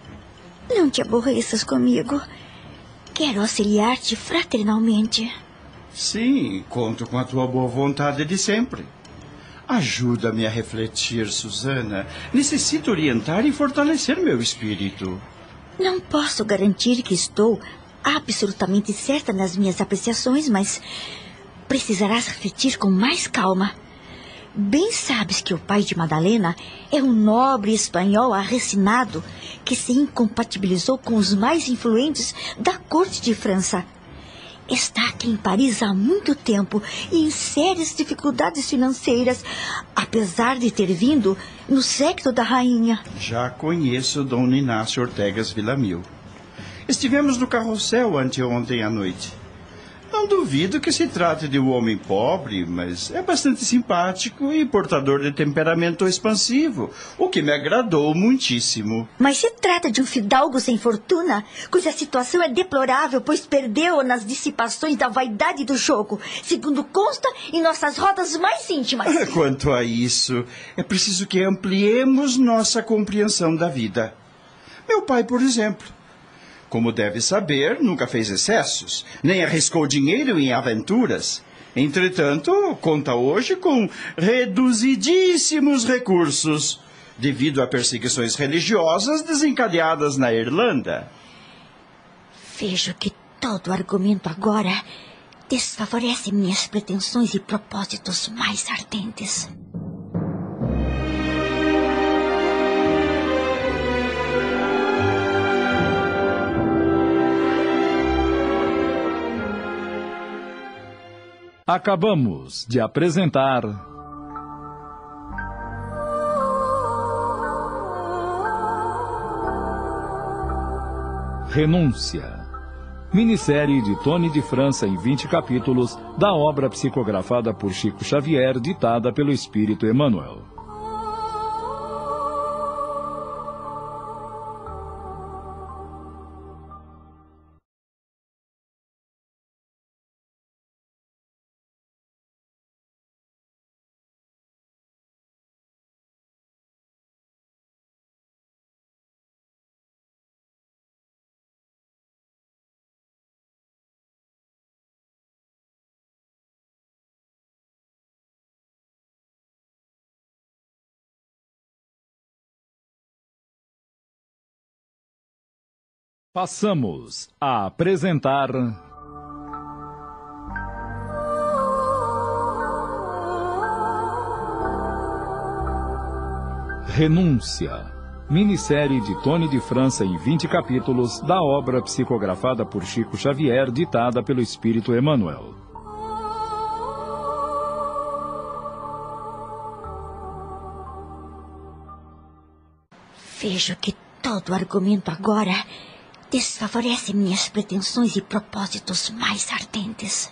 não te aborreças comigo. Quero auxiliar-te fraternalmente. Sim, conto com a tua boa vontade de sempre. Ajuda-me a refletir, Susana. Necessito orientar e fortalecer meu espírito. Não posso garantir que estou absolutamente certa nas minhas apreciações, mas precisarás refletir com mais calma. Bem sabes que o pai de Madalena é um nobre espanhol arrecinado que se incompatibilizou com os mais influentes da corte de França. Está aqui em Paris há muito tempo e em sérias dificuldades financeiras, apesar de ter vindo no séquito da rainha. Já conheço Dom Inácio Ortegas Villamil. Estivemos no carrossel anteontem à noite. Não duvido que se trate de um homem pobre, mas é bastante simpático e portador de temperamento expansivo, o que me agradou muitíssimo. Mas se trata de um fidalgo sem fortuna, cuja situação é deplorável, pois perdeu nas dissipações da vaidade do jogo, segundo consta em nossas rodas mais íntimas. Quanto a isso, é preciso que ampliemos nossa compreensão da vida. Meu pai, por exemplo, como deve saber, nunca fez excessos, nem arriscou dinheiro em aventuras. Entretanto, conta hoje com reduzidíssimos recursos, devido a perseguições religiosas desencadeadas na Irlanda. Vejo que todo argumento agora desfavorece minhas pretensões e propósitos mais ardentes. Acabamos de apresentar Renúncia, minissérie de Tony de França em 20 capítulos da obra psicografada por Chico Xavier, ditada pelo Espírito Emmanuel. Passamos a apresentar... Renúncia, minissérie de Tony de França em 20 capítulos da obra psicografada por Chico Xavier, ditada pelo Espírito Emmanuel. Vejo que todo argumento agora desfavorece minhas pretensões e propósitos mais ardentes.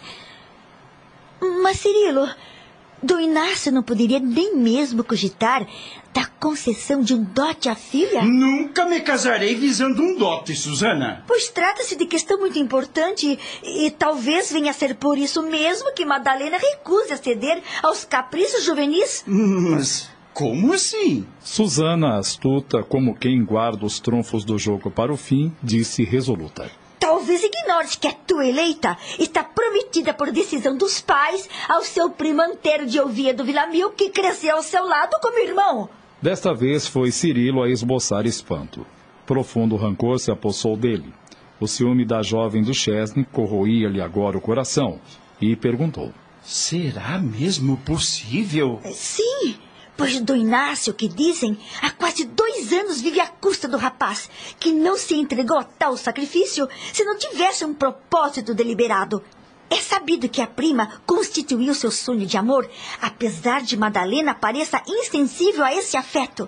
Mas, Cirilo, Dom Inácio não poderia nem mesmo cogitar da concessão de um dote à filha? Nunca me casarei visando um dote, Susana. Pois trata-se de questão muito importante e talvez venha a ser por isso mesmo que Madalena recuse a ceder aos caprichos juvenis. Mas como assim? Susana, astuta, como quem guarda os trunfos do jogo para o fim, disse resoluta. Talvez ignores que a tua eleita está prometida por decisão dos pais ao seu primo Antero de Oviedo Villamil, que cresceu ao seu lado como irmão. Desta vez foi Cirilo a esboçar espanto. Profundo rancor se apossou dele. O ciúme da jovem do Chesney corroía-lhe agora o coração e perguntou. Será mesmo possível? Sim, pois Dom Inácio, que dizem, há quase 2 anos vive à custa do rapaz, que não se entregou a tal sacrifício se não tivesse um propósito deliberado. É sabido que a prima constituiu seu sonho de amor, apesar de Madalena pareça insensível a esse afeto.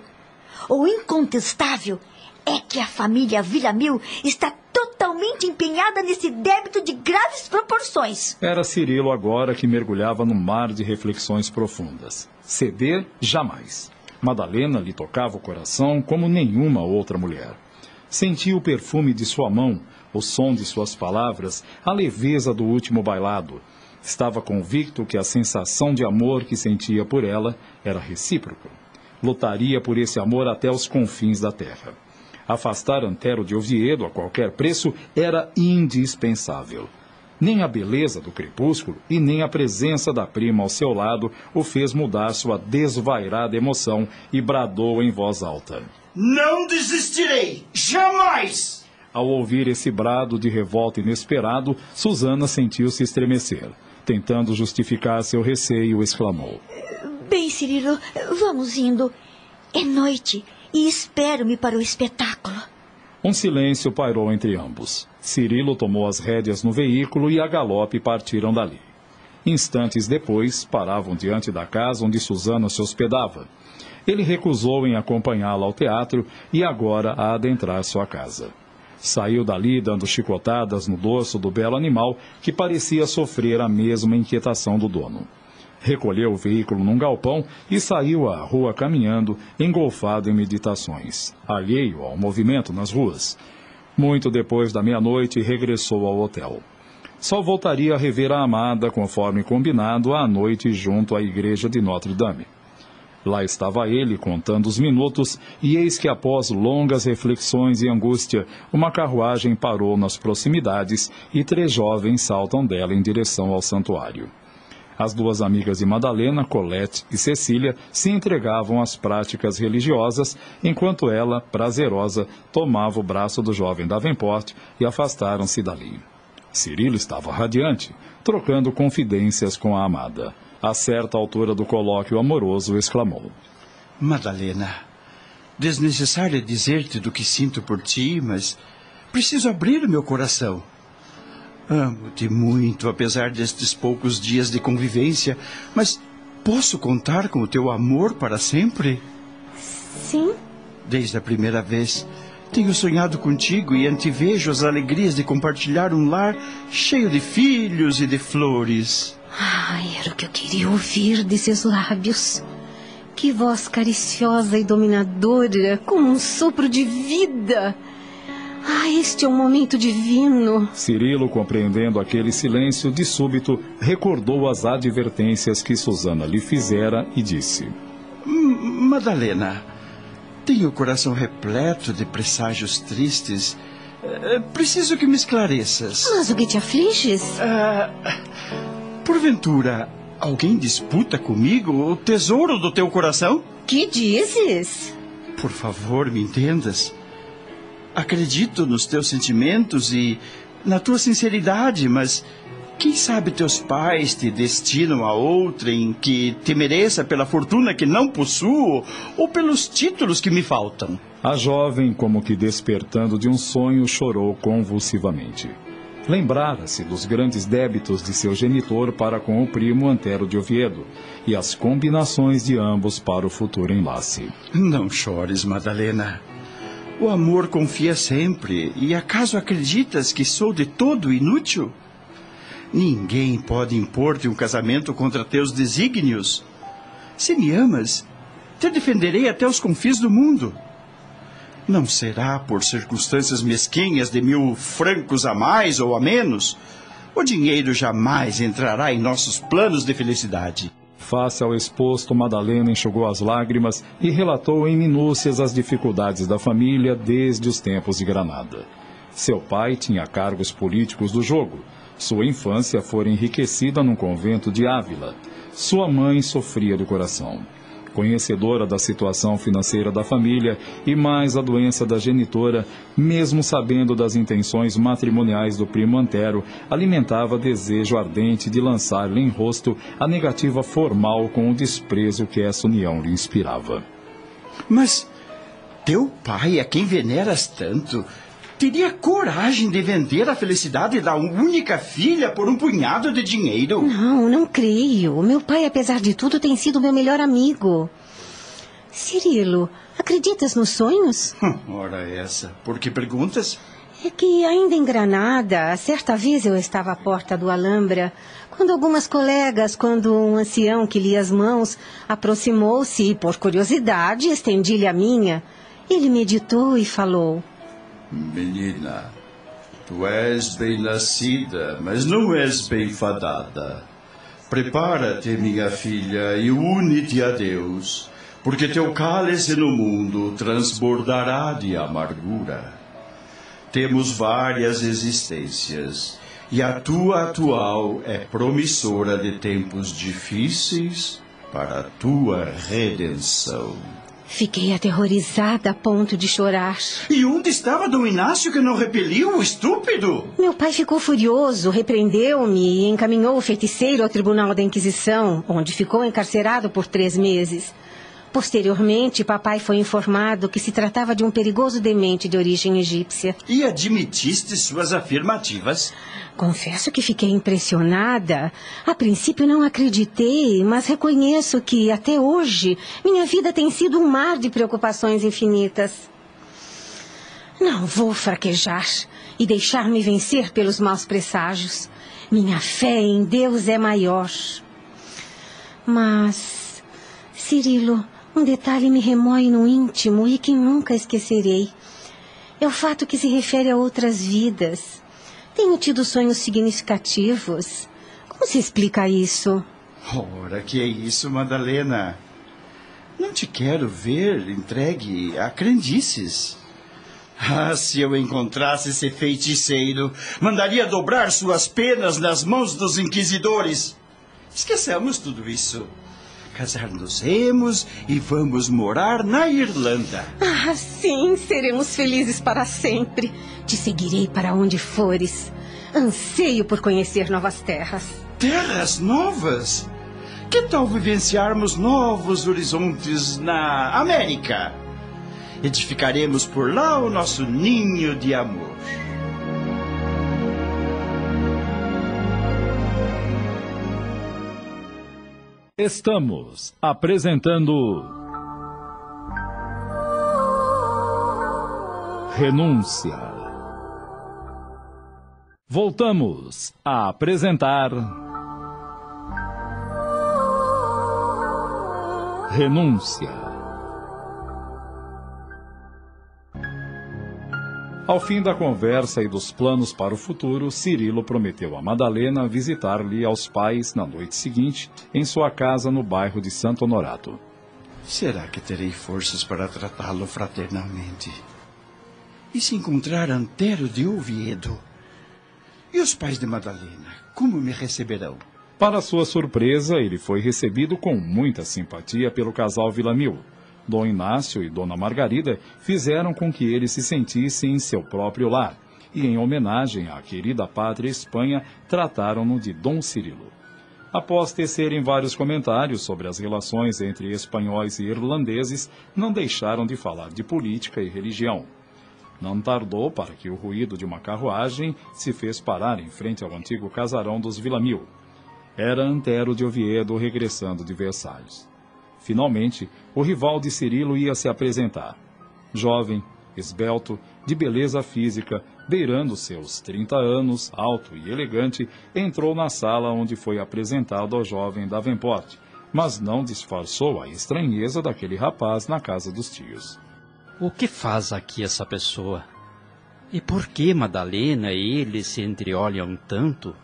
O incontestável é que a família Villamil está totalmente empenhada nesse débito de graves proporções. Era Cirilo agora que mergulhava num mar de reflexões profundas. Ceder, jamais. Madalena lhe tocava o coração como nenhuma outra mulher. Sentia o perfume de sua mão, o som de suas palavras, a leveza do último bailado. Estava convicto que a sensação de amor que sentia por ela era recíproca. Lutaria por esse amor até os confins da terra. Afastar Antero de Oviedo a qualquer preço era indispensável. Nem a beleza do crepúsculo e nem a presença da prima ao seu lado o fez mudar sua desvairada emoção e bradou em voz alta. Não desistirei! Jamais! Ao ouvir esse brado de revolta inesperado, Susana sentiu-se estremecer. Tentando justificar seu receio, exclamou. Bem, Cirilo, vamos indo. É noite e espero-me para o espetáculo. Um silêncio pairou entre ambos. Cirilo tomou as rédeas no veículo e a galope partiram dali. Instantes depois, paravam diante da casa onde Susana se hospedava. Ele recusou em acompanhá-la ao teatro e agora a adentrar sua casa. Saiu dali dando chicotadas no dorso do belo animal que parecia sofrer a mesma inquietação do dono. Recolheu o veículo num galpão e saiu à rua caminhando, engolfado em meditações, alheio ao movimento nas ruas. Muito depois da meia-noite, regressou ao hotel. Só voltaria a rever a amada, conforme combinado, à noite junto à igreja de Notre-Dame. Lá estava ele, contando os minutos, e eis que após longas reflexões e angústia, uma carruagem parou nas proximidades e 3 jovens saltam dela em direção ao santuário. As 2 amigas de Madalena, Colette e Cecília, se entregavam às práticas religiosas, enquanto ela, prazerosa, tomava o braço do jovem Davenport e afastaram-se dali. Cirilo estava radiante, trocando confidências com a amada. A certa altura do colóquio amoroso, exclamou. Madalena, desnecessário é dizer-te do que sinto por ti, mas preciso abrir o meu coração. Amo-te muito, apesar destes poucos dias de convivência, mas posso contar com o teu amor para sempre? Sim. Desde a primeira vez, tenho sonhado contigo e antevejo as alegrias de compartilhar um lar cheio de filhos e de flores. Ai, era o que eu queria ouvir de seus lábios. Que voz cariciosa e dominadora, como um sopro de vida. Ah, este é um momento divino. Cirilo, compreendendo aquele silêncio, de súbito, recordou as advertências que Susana lhe fizera e disse. Madalena, tenho o coração repleto de presságios tristes. Preciso que me esclareças. Mas o que te afliges? Porventura, alguém disputa comigo o tesouro do teu coração? Que dizes? Por favor, me entendas. acredito nos teus sentimentos e na tua sinceridade, mas quem sabe teus pais te destinam a outrem que te mereça pela fortuna que não possuo ou pelos títulos que me faltam. A jovem, como que despertando de um sonho, chorou convulsivamente. Lembrara-se dos grandes débitos de seu genitor para com o primo Antero de Oviedo e as combinações de ambos para o futuro enlace. Não chores, Madalena. O amor confia sempre, e acaso acreditas que sou de todo inútil? Ninguém pode impor-te um casamento contra teus desígnios. Se me amas, te defenderei até os confins do mundo. Não será por circunstâncias mesquinhas de 1000 francos a mais ou a menos. O dinheiro jamais entrará em nossos planos de felicidade. Face ao exposto, Madalena enxugou as lágrimas e relatou em minúcias as dificuldades da família desde os tempos de Granada. Seu pai tinha cargos políticos do jogo. Sua infância fora enriquecida num convento de Ávila. Sua mãe sofria do coração. Conhecedora da situação financeira da família e mais a doença da genitora, mesmo sabendo das intenções matrimoniais do primo Antero, alimentava desejo ardente de lançar-lhe em rosto a negativa formal com o desprezo que essa união lhe inspirava. Mas teu pai, a quem veneras tanto, teria coragem de vender a felicidade da única filha por um punhado de dinheiro? Não creio. Meu pai, apesar de tudo, tem sido meu melhor amigo. Cirilo, acreditas nos sonhos? Ora essa, por que perguntas? É que ainda em Granada, certa vez eu estava à porta do Alhambra, quando um ancião que lia as mãos, aproximou-se e, por curiosidade, estendi-lhe a minha. Ele meditou e falou: Menina, tu és bem nascida, mas não és bem fadada. Prepara-te, minha filha, e une-te a Deus, porque teu cálice no mundo transbordará de amargura. Temos várias existências, e a tua atual é promissora de tempos difíceis para a tua redenção. Fiquei aterrorizada a ponto de chorar. E onde estava Dom Inácio que não repeliu o estúpido? Meu pai ficou furioso, repreendeu-me e encaminhou o feiticeiro ao Tribunal da Inquisição, onde ficou encarcerado por 3 meses. Posteriormente, papai foi informado que se tratava de um perigoso demente de origem egípcia. E admitiste suas afirmativas? Confesso que fiquei impressionada. A princípio não acreditei, mas reconheço que, até hoje, minha vida tem sido um mar de preocupações infinitas. Não vou fraquejar e deixar-me vencer pelos maus presságios. Minha fé em Deus é maior. Mas, Cirilo, um detalhe me remoe no íntimo e que nunca esquecerei. É o fato que se refere a outras vidas. Tenho tido sonhos significativos. Como se explica isso? Ora, que é isso, Madalena? Não te quero ver entregue a crendices. Ah, se eu encontrasse esse feiticeiro, mandaria dobrar suas penas nas mãos dos inquisidores. Esqueçamos tudo isso. Casar-nos-emos e vamos morar na Irlanda. Ah, sim, seremos felizes para sempre. Te seguirei para onde fores. Anseio por conhecer novas terras. Terras novas? Que tal vivenciarmos novos horizontes na América? Edificaremos por lá o nosso ninho de amor. Estamos apresentando Renúncia. Voltamos a apresentar Renúncia. Ao fim da conversa e dos planos para o futuro, Cirilo prometeu a Madalena visitar-lhe aos pais na noite seguinte, em sua casa no bairro de Santo Honorato. Será que terei forças para tratá-lo fraternalmente? E se encontrar Antero de Oviedo? E os pais de Madalena, como me receberão? Para sua surpresa, ele foi recebido com muita simpatia pelo casal Villamil. Dom Inácio e Dona Margarida fizeram com que ele se sentisse em seu próprio lar, e em homenagem à querida pátria Espanha, trataram-no de Dom Cirilo. Após tecerem vários comentários sobre as relações entre espanhóis e irlandeses, não deixaram de falar de política e religião. Não tardou para que o ruído de uma carruagem se fez parar em frente ao antigo casarão dos Villamil. Era Antero de Oviedo regressando de Versalhes. Finalmente, o rival de Cirilo ia se apresentar. Jovem, esbelto, de beleza física, beirando seus 30 anos, alto e elegante, entrou na sala onde foi apresentado ao jovem Davenport, mas não disfarçou a estranheza daquele rapaz na casa dos tios. O que faz aqui essa pessoa? E por que Madalena e ele se entreolham tanto?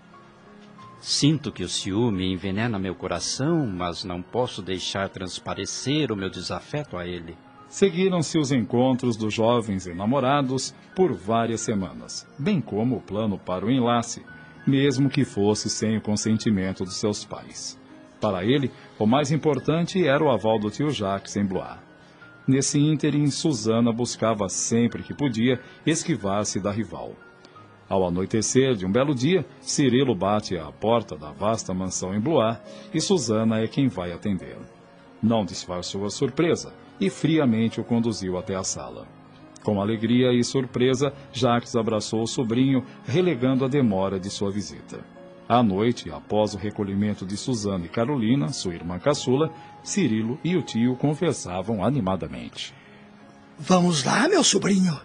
Sinto que o ciúme envenena meu coração, mas não posso deixar transparecer o meu desafeto a ele. Seguiram-se os encontros dos jovens enamorados por várias semanas, bem como o plano para o enlace, mesmo que fosse sem o consentimento dos seus pais. Para ele, o mais importante era o aval do tio Jacques em Blois. Nesse ínterim, Susana buscava sempre que podia esquivar-se da rival. Ao anoitecer de um belo dia, Cirilo bate à porta da vasta mansão em Blois e Susana é quem vai atender. Não disfarçou a surpresa e friamente o conduziu até a sala. Com alegria e surpresa, Jacques abraçou o sobrinho, relegando a demora de sua visita. À noite, após o recolhimento de Susana e Carolina, sua irmã caçula, Cirilo e o tio conversavam animadamente. Vamos lá, meu sobrinho.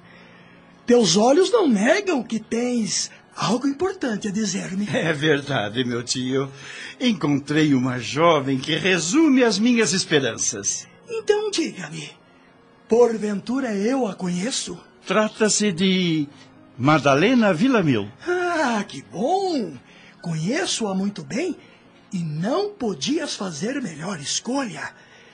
Teus olhos não negam que tens algo importante a dizer-me. É verdade, meu tio. Encontrei uma jovem que resume as minhas esperanças. Então diga-me, porventura eu a conheço? Trata-se de Madalena Villamil. Ah, que bom! Conheço-a muito bem e não podias fazer melhor escolha.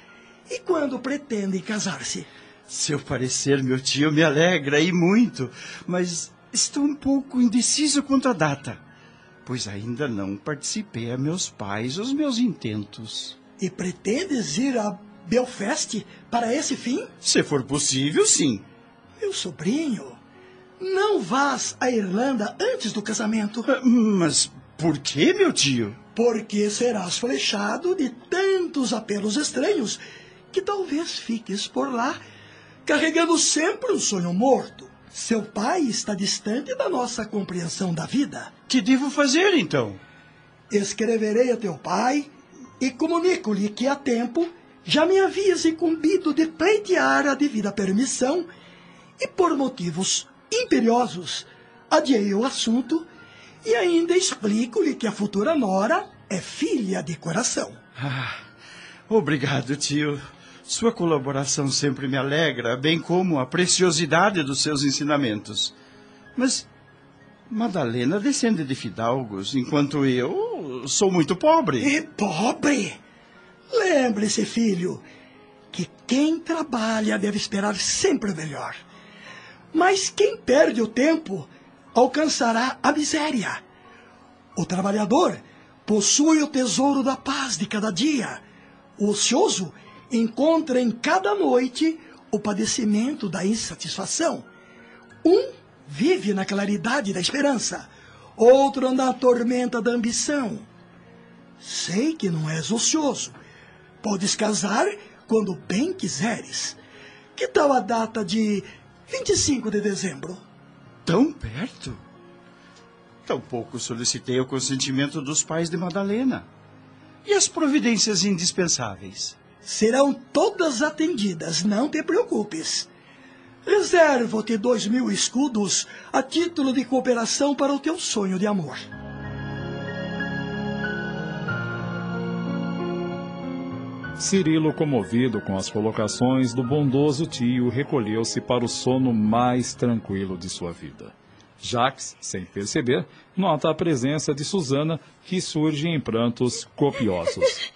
E quando pretendem casar-se? Seu parecer, meu tio, me alegra e muito, mas estou um pouco indeciso quanto à data, pois ainda não participei a meus pais os meus intentos. E pretendes ir a Belfast para esse fim? Se for possível, sim. Meu sobrinho, não vás à Irlanda antes do casamento. Mas por que, meu tio? Porque serás flechado de tantos apelos estranhos que talvez fiques por lá carregando sempre um sonho morto. Seu pai está distante da nossa compreensão da vida. Que devo fazer, então? Escreverei a teu pai e comunico-lhe que há tempo já me havias incumbido de pleitear a devida permissão e, por motivos imperiosos, adiei o assunto e ainda explico-lhe que a futura nora é filha de coração. Ah, obrigado, tio. Sua colaboração sempre me alegra, bem como a preciosidade dos seus ensinamentos. Mas Madalena descende de fidalgos, enquanto eu sou muito pobre. E pobre? Lembre-se, filho, que quem trabalha deve esperar sempre o melhor. Mas quem perde o tempo alcançará a miséria. O trabalhador possui o tesouro da paz de cada dia. O ocioso encontra em cada noite o padecimento da insatisfação. Um vive na claridade da esperança, outro na tormenta da ambição. Sei que não és ocioso. Podes casar quando bem quiseres. Que tal a data de 25 de dezembro? Tão perto? Tampouco solicitei o consentimento dos pais de Madalena. E as providências indispensáveis? Serão todas atendidas, não te preocupes. Reservo-te 2.000 escudos a título de cooperação para o teu sonho de amor. Cirilo, comovido com as colocações do bondoso tio, recolheu-se para o sono mais tranquilo de sua vida. Jacques, sem perceber, nota a presença de Susana, que surge em prantos copiosos.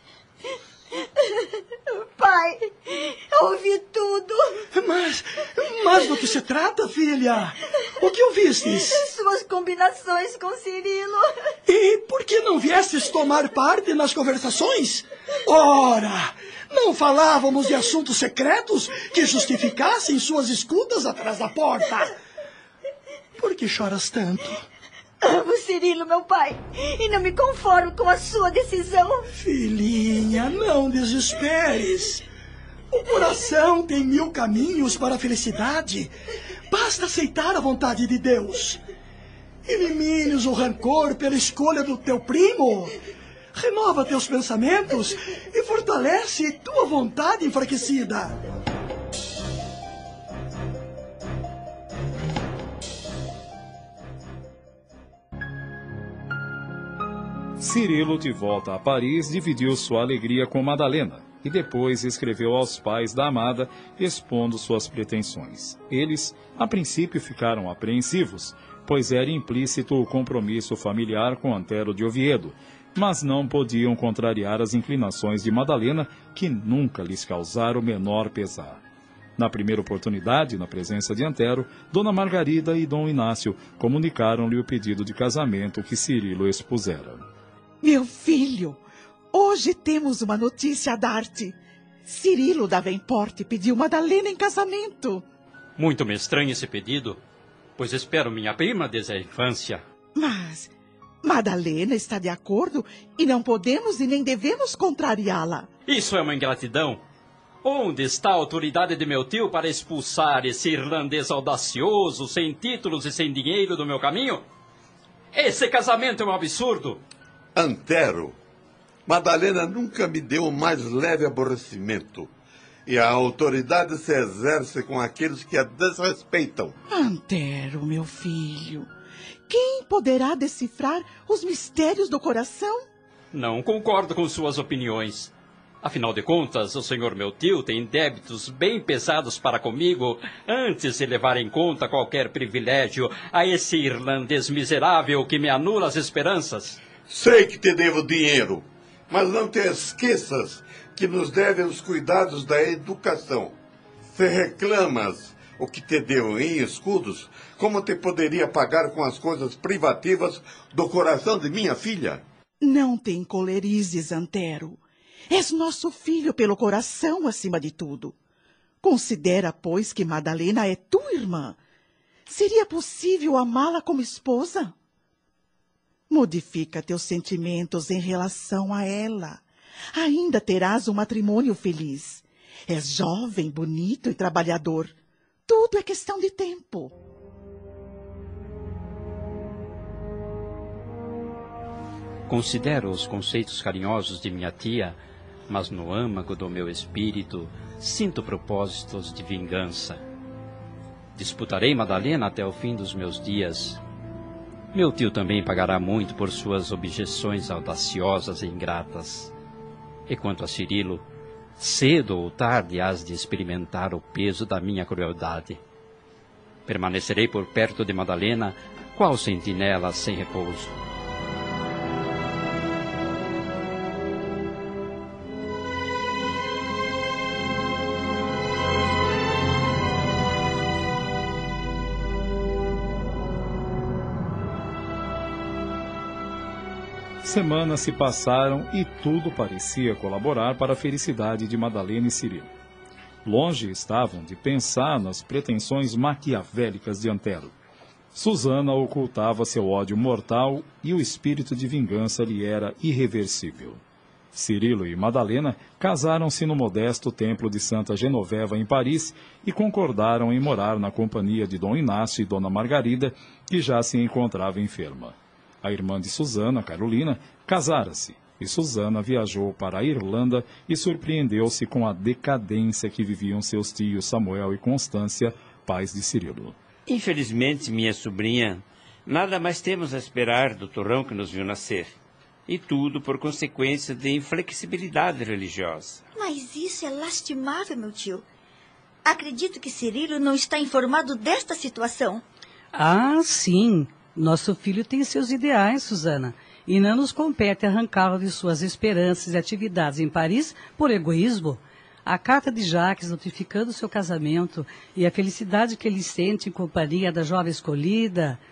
Pai, eu ouvi tudo. Mas do que se trata, filha? O que ouvistes? Sua suas combinações com Cirilo. E por que não viesses tomar parte nas conversações? Ora, não falávamos de assuntos secretos que justificassem suas escutas atrás da porta. Por que choras tanto? Amo Cirilo, meu pai, e não me conformo com a sua decisão. Filhinha, não desesperes. O coração tem 1000 caminhos para a felicidade. Basta aceitar a vontade de Deus. Elimines o rancor pela escolha do teu primo. Renova teus pensamentos e fortalece tua vontade enfraquecida. Cirilo, de volta a Paris, dividiu sua alegria com Madalena e depois escreveu aos pais da amada, expondo suas pretensões. Eles, a princípio, ficaram apreensivos, pois era implícito o compromisso familiar com Antero de Oviedo, mas não podiam contrariar as inclinações de Madalena, que nunca lhes causaram o menor pesar. Na primeira oportunidade, na presença de Antero, Dona Margarida e Dom Inácio comunicaram-lhe o pedido de casamento que Cirilo expusera. Meu filho, hoje temos uma notícia a dar-te. Cirilo Davenport pediu Madalena em casamento. Muito me estranha esse pedido, pois espero minha prima desde a infância. Mas Madalena está de acordo e não podemos e nem devemos contrariá-la. Isso é uma ingratidão. Onde está a autoridade de meu tio para expulsar esse irlandês audacioso, sem títulos e sem dinheiro do meu caminho? Esse casamento é um absurdo. Antero, Madalena nunca me deu o mais leve aborrecimento. E a autoridade se exerce com aqueles que a desrespeitam. Antero, meu filho, quem poderá decifrar os mistérios do coração? Não concordo com suas opiniões. Afinal de contas, o senhor meu tio tem débitos bem pesados para comigo antes de levar em conta qualquer privilégio a esse irlandês miserável que me anula as esperanças. Sei que te devo dinheiro, mas não te esqueças que nos devem os cuidados da educação. Se reclamas o que te deu em escudos, como te poderia pagar com as coisas privativas do coração de minha filha? Não te encolerizes, Antero. És nosso filho pelo coração acima de tudo. Considera, pois, que Madalena é tua irmã. Seria possível amá-la como esposa? Modifica teus sentimentos em relação a ela. Ainda terás um matrimônio feliz. És jovem, bonito e trabalhador. Tudo é questão de tempo. Considero os conceitos carinhosos de minha tia, mas no âmago do meu espírito sinto propósitos de vingança. Disputarei Madalena até o fim dos meus dias. Meu tio também pagará muito por suas objeções audaciosas e ingratas. E quanto a Cirilo, cedo ou tarde hás de experimentar o peso da minha crueldade. Permanecerei por perto de Madalena, qual sentinela sem repouso. Semanas se passaram e tudo parecia colaborar para a felicidade de Madalena e Cirilo. Longe estavam de pensar nas pretensões maquiavélicas de Antero. Susana ocultava seu ódio mortal e o espírito de vingança lhe era irreversível. Cirilo e Madalena casaram-se no modesto templo de Santa Genoveva em Paris e concordaram em morar na companhia de Dom Inácio e Dona Margarida, que já se encontrava enferma. A irmã de Susana, Carolina, casara-se, e Susana viajou para a Irlanda e surpreendeu-se com a decadência que viviam seus tios Samuel e Constância, pais de Cirilo. Infelizmente, minha sobrinha, nada mais temos a esperar do torrão que nos viu nascer. E tudo por consequência de inflexibilidade religiosa. Mas isso é lastimável, meu tio. Acredito que Cirilo não está informado desta situação. Ah, sim. Nosso filho tem seus ideais, Susana, e não nos compete arrancá-lo de suas esperanças e atividades em Paris por egoísmo. A carta de Jacques notificando seu casamento e a felicidade que ele sente em companhia da jovem escolhida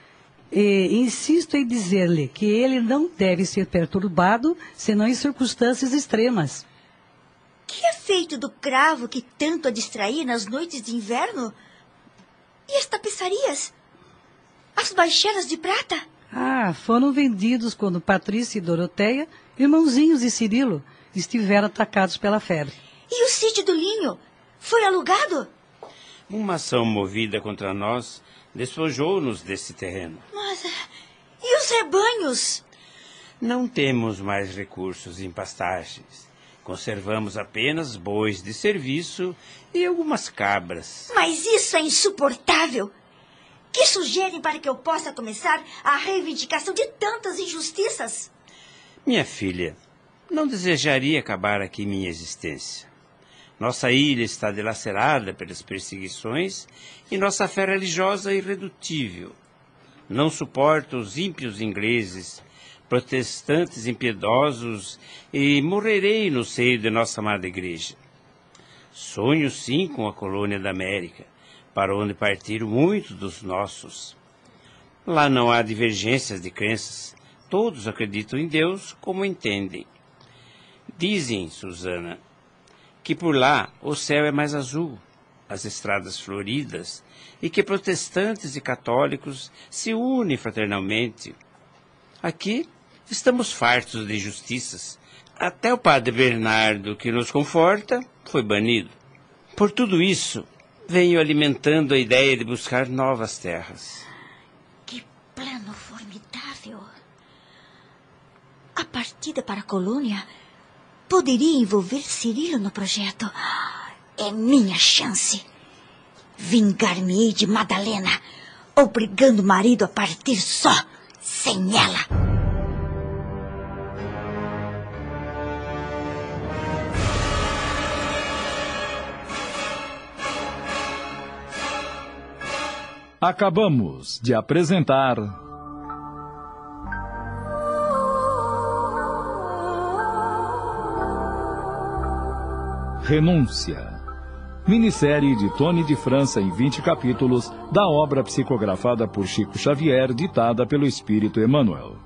E insisto em dizer-lhe que ele não deve ser perturbado, senão em circunstâncias extremas. Que é feito do cravo que tanto a distraía nas noites de inverno? E as tapeçarias? As baixelas de prata? Ah, foram vendidos quando Patrícia e Doroteia, irmãozinhos de Cirilo, estiveram atacados pela febre. E o sítio do Linho? Foi alugado? Uma ação movida contra nós despojou-nos desse terreno. Mas e os rebanhos? Não temos mais recursos em pastagens. Conservamos apenas bois de serviço e algumas cabras. Mas isso é insuportável. Que sugerem para que eu possa começar a reivindicação de tantas injustiças? Minha filha, não desejaria acabar aqui minha existência. Nossa ilha está dilacerada pelas perseguições e nossa fé religiosa é irredutível. Não suporto os ímpios ingleses, protestantes impiedosos, e morrerei no seio de nossa amada igreja. Sonho sim com a colônia da América, para onde partiram muitos dos nossos. Lá não há divergências de crenças, todos acreditam em Deus como entendem. Dizem, Susana, que por lá o céu é mais azul, as estradas floridas, e que protestantes e católicos se unem fraternalmente. Aqui estamos fartos de injustiças. Até o padre Bernardo, que nos conforta, foi banido. Por tudo isso, venho alimentando a ideia de buscar novas terras. Que plano formidável! A partida para a colônia poderia envolver Cirilo no projeto. É minha chance. Vingar-me-ei de Madalena, obrigando o marido a partir só, sem ela. Acabamos de apresentar Renúncia, minissérie de Tony de França em 20 capítulos da obra psicografada por Chico Xavier, ditada pelo Espírito Emmanuel.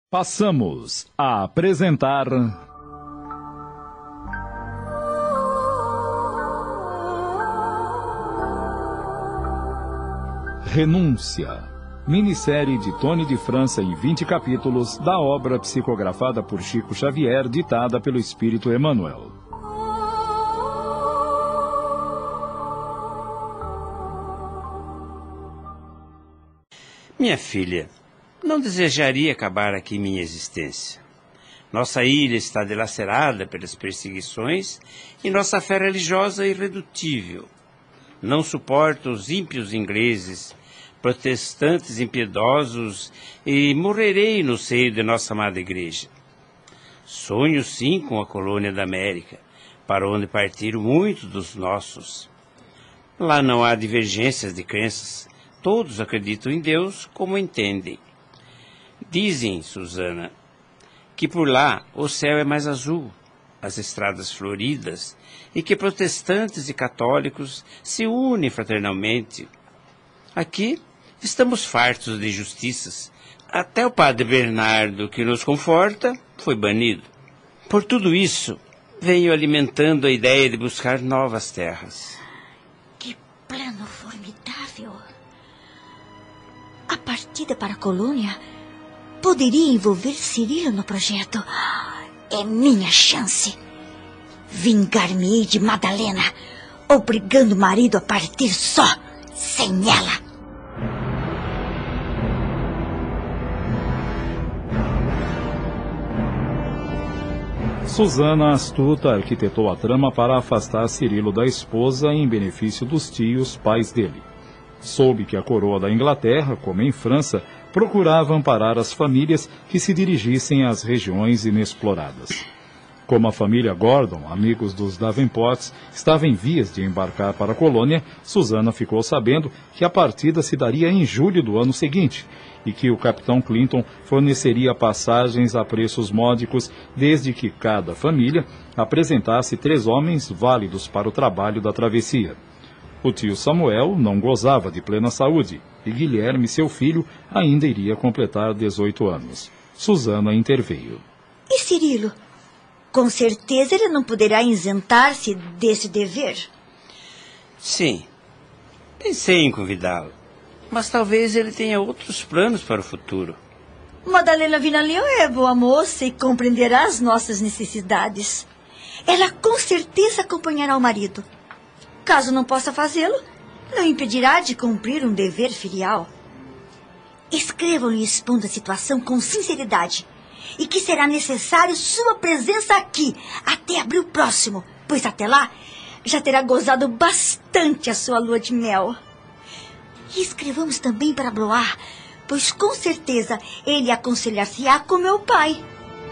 Passamos a apresentar... Renúncia, minissérie de Tony de França em 20 capítulos da obra psicografada por Chico Xavier, ditada pelo Espírito Emmanuel. Minha filha, não desejaria acabar aqui minha existência. Nossa ilha está dilacerada pelas perseguições e nossa fé religiosa é irredutível. Não suporto os ímpios ingleses, protestantes impiedosos, e morrerei no seio de nossa amada igreja. Sonho sim com a colônia da América, para onde partiram muitos dos nossos. Lá não há divergências de crenças, todos acreditam em Deus como entendem. Dizem, Susana, que por lá o céu é mais azul, as estradas floridas, e que protestantes e católicos se unem fraternalmente. Aqui estamos fartos de injustiças. Até o padre Bernardo, que nos conforta, foi banido. Por tudo isso, venho alimentando a ideia de buscar novas terras. Que plano formidável! A partida para a colônia poderia envolver Cirilo no projeto. É minha chance. Vingar-me-ei de Madalena, obrigando o marido a partir só, sem ela. Susana, astuta, arquitetou a trama para afastar Cirilo da esposa em benefício dos tios, pais dele. Soube que a coroa da Inglaterra, como em França, procurava amparar as famílias que se dirigissem às regiões inexploradas. Como a família Gordon, amigos dos Davenports, estava em vias de embarcar para a colônia, Susana ficou sabendo que a partida se daria em julho do ano seguinte e que o capitão Clinton forneceria passagens a preços módicos desde que cada família apresentasse 3 homens válidos para o trabalho da travessia. O tio Samuel não gozava de plena saúde e Guilherme, seu filho, ainda iria completar 18 anos. Susana interveio. E Cirilo? Com certeza ele não poderá isentar-se desse dever. Sim, pensei em convidá-lo, mas talvez ele tenha outros planos para o futuro. Madalena Vinalhão é boa moça e compreenderá as nossas necessidades. Ela com certeza acompanhará o marido. Caso não possa fazê-lo, não impedirá de cumprir um dever filial. Escrevam-lhe expondo a situação com sinceridade e que será necessário sua presença aqui até abril próximo, pois até lá já terá gozado bastante a sua lua de mel. E escrevamos também para Blois, pois com certeza ele aconselhar-se-á com meu pai.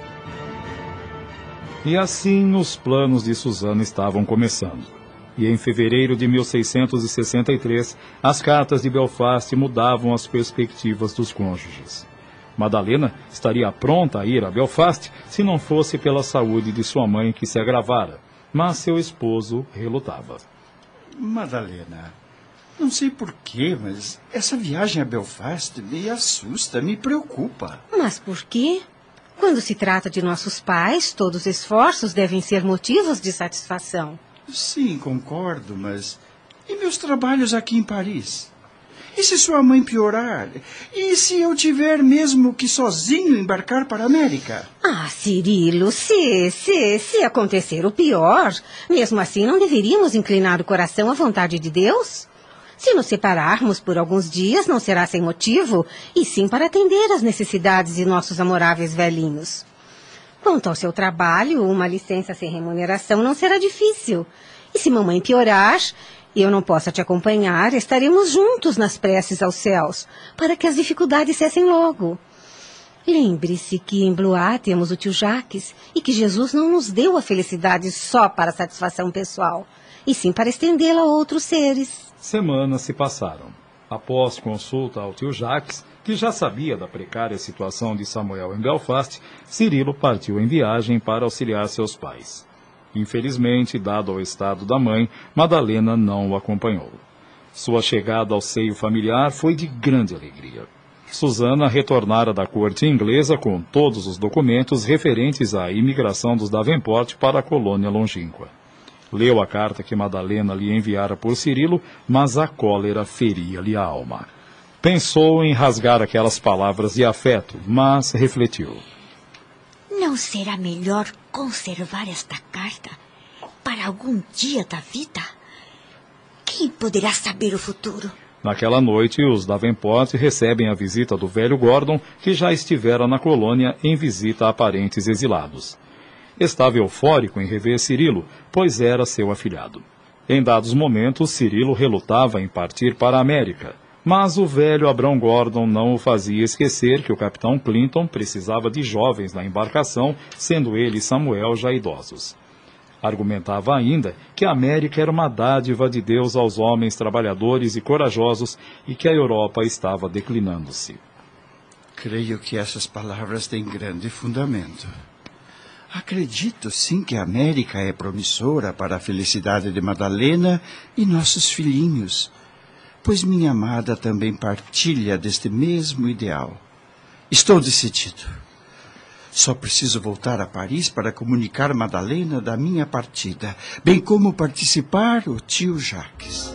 E assim os planos de Susana estavam começando. E em fevereiro de 1663, as cartas de Belfast mudavam as perspectivas dos cônjuges. Madalena estaria pronta a ir a Belfast se não fosse pela saúde de sua mãe que se agravara, mas seu esposo relutava. Madalena, não sei porquê, mas essa viagem a Belfast me assusta, me preocupa. Mas por quê? Quando se trata de nossos pais, todos os esforços devem ser motivos de satisfação. Sim, concordo, mas... E meus trabalhos aqui em Paris? E se sua mãe piorar? E se eu tiver mesmo que sozinho embarcar para a América? Ah, Cirilo, se acontecer o pior, mesmo assim não deveríamos inclinar o coração à vontade de Deus? Se nos separarmos por alguns dias, não será sem motivo, e sim para atender às necessidades de nossos amoráveis velhinhos. Quanto ao seu trabalho, uma licença sem remuneração não será difícil. E se mamãe piorar e eu não possa te acompanhar, estaremos juntos nas preces aos céus, para que as dificuldades cessem logo. Lembre-se que em Blois temos o tio Jacques e que Jesus não nos deu a felicidade só para satisfação pessoal, e sim para estendê-la a outros seres. Semanas se passaram. Após consulta ao tio Jacques, que já sabia da precária situação de Samuel em Belfast, Cirilo partiu em viagem para auxiliar seus pais. Infelizmente, dado o estado da mãe, Madalena não o acompanhou. Sua chegada ao seio familiar foi de grande alegria. Susana retornara da corte inglesa com todos os documentos referentes à imigração dos Davenport para a colônia longínqua. Leu a carta que Madalena lhe enviara por Cirilo, mas a cólera feria-lhe a alma. Pensou em rasgar aquelas palavras de afeto, mas refletiu. Não será melhor conservar esta carta para algum dia da vida? Quem poderá saber o futuro? Naquela noite, os Davenport recebem a visita do velho Gordon, que já estivera na colônia em visita a parentes exilados. Estava eufórico em rever Cirilo, pois era seu afilhado. Em dados momentos, Cirilo relutava em partir para a América, mas o velho Abrão Gordon não o fazia esquecer que o capitão Clinton precisava de jovens na embarcação, sendo ele e Samuel já idosos. Argumentava ainda que a América era uma dádiva de Deus aos homens trabalhadores e corajosos e que a Europa estava declinando-se. Creio que essas palavras têm grande fundamento. Acredito sim que a América é promissora para a felicidade de Madalena e nossos filhinhos, pois minha amada também partilha deste mesmo ideal. Estou decidido. Só preciso voltar a Paris para comunicar Madalena da minha partida, bem como participar o tio Jacques.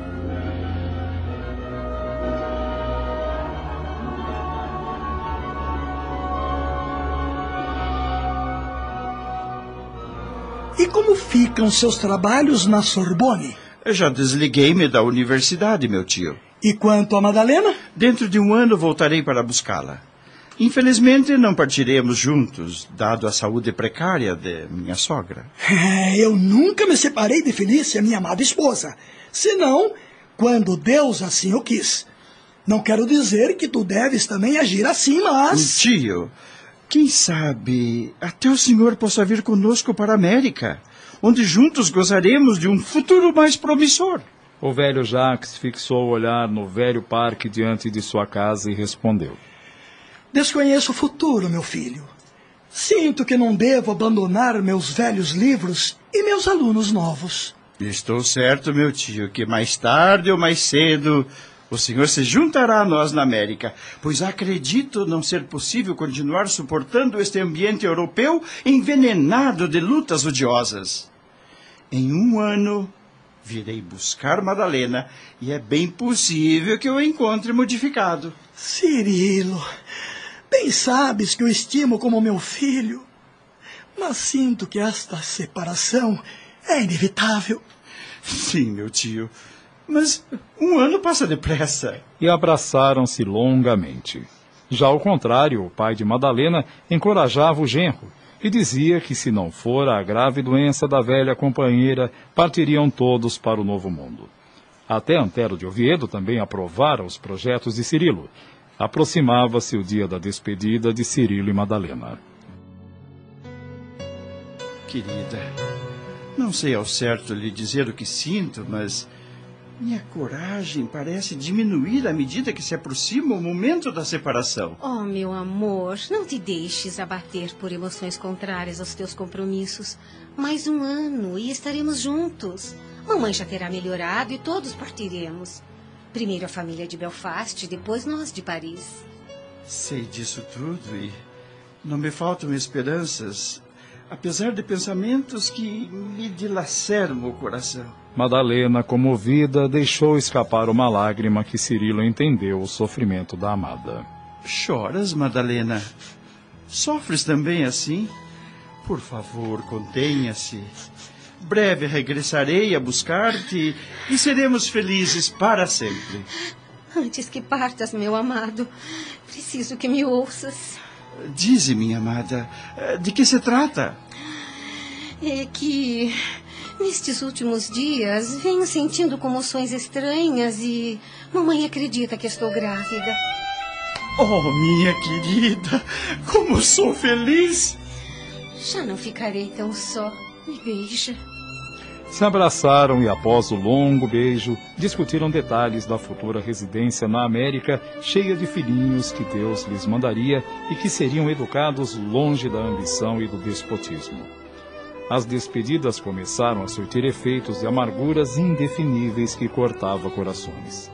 E como ficam seus trabalhos na Sorbonne? Eu já desliguei-me da universidade, meu tio. E quanto a Madalena? Dentro de um ano voltarei para buscá-la. Infelizmente, não partiremos juntos, dado a saúde precária de minha sogra. Eu nunca me separei de Felícia, minha amada esposa. Senão, quando Deus assim o quis. Não quero dizer que tu deves também agir assim, mas... Tio, quem sabe até o senhor possa vir conosco para a América, onde juntos gozaremos de um futuro mais promissor. O velho Jacques fixou o olhar no velho parque diante de sua casa e respondeu. Desconheço o futuro, meu filho. Sinto que não devo abandonar meus velhos livros e meus alunos novos. Estou certo, meu tio, que mais tarde ou mais cedo o senhor se juntará a nós na América, pois acredito não ser possível continuar suportando este ambiente europeu envenenado de lutas odiosas. Em um ano, virei buscar Madalena e é bem possível que eu a encontre modificado. Cirilo... Bem sabes que o estimo como meu filho, mas sinto que esta separação é inevitável. Sim, meu tio, mas um ano passa depressa. E abraçaram-se longamente. Já ao contrário, o pai de Madalena encorajava o genro e dizia que se não fora a grave doença da velha companheira, partiriam todos para o novo mundo. Até Antero de Oviedo também aprovara os projetos de Cirilo. Aproximava-se o dia da despedida de Cirilo e Madalena. Querida, não sei ao certo lhe dizer o que sinto, mas minha coragem parece diminuir à medida que se aproxima o momento da separação. Oh, meu amor, não te deixes abater por emoções contrárias aos teus compromissos. Mais um ano e estaremos juntos. Mamãe já terá melhorado e todos partiremos. Primeiro a família de Belfast, depois nós de Paris. Sei disso tudo e não me faltam esperanças, apesar de pensamentos que me dilaceram o coração. Madalena, comovida, deixou escapar uma lágrima que Cirilo entendeu o sofrimento da amada. Choras, Madalena? Sofres também assim? Por favor, contenha-se. Breve regressarei a buscar-te e seremos felizes para sempre. Antes que partas, meu amado, preciso que me ouças. Dize, minha amada, de que se trata? É que nestes últimos dias venho sentindo comoções estranhas e mamãe acredita que estou grávida. Oh, minha querida, como sou feliz! Já não ficarei tão só. Me beija. Se abraçaram e, após o longo beijo, discutiram detalhes da futura residência na América, cheia de filhinhos que Deus lhes mandaria e que seriam educados longe da ambição e do despotismo. As despedidas começaram a surtir efeitos de amarguras indefiníveis que cortavam corações.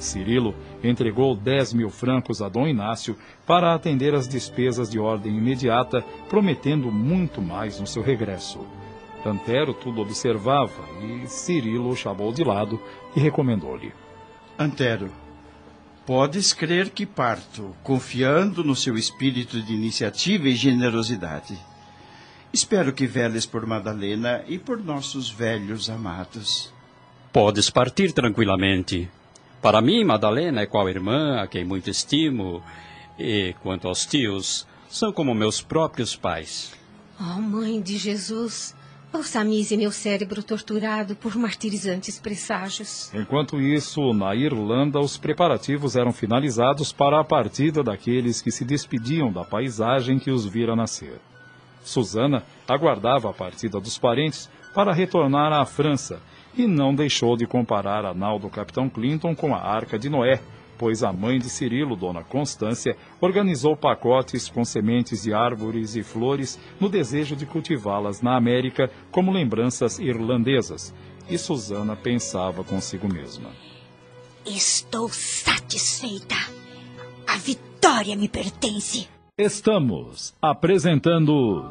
Cirilo entregou 10.000 francos a Dom Inácio para atender às despesas de ordem imediata, prometendo muito mais no seu regresso. Antero tudo observava e Cirilo o chamou de lado e recomendou-lhe. Antero, podes crer que parto, confiando no seu espírito de iniciativa e generosidade. Espero que veles por Madalena e por nossos velhos amados. Podes partir tranquilamente. Para mim, Madalena é qual irmã, a quem muito estimo, e, quanto aos tios, são como meus próprios pais. Oh, Mãe de Jesus, balsamize meu cérebro torturado por martirizantes presságios. Enquanto isso, na Irlanda, os preparativos eram finalizados para a partida daqueles que se despediam da paisagem que os vira nascer. Susana aguardava a partida dos parentes para retornar à França e não deixou de comparar a nau do Capitão Clinton com a Arca de Noé, pois a mãe de Cirilo, Dona Constância, organizou pacotes com sementes de árvores e flores no desejo de cultivá-las na América como lembranças irlandesas. E Susana pensava consigo mesma. Estou satisfeita. A vitória me pertence. Estamos apresentando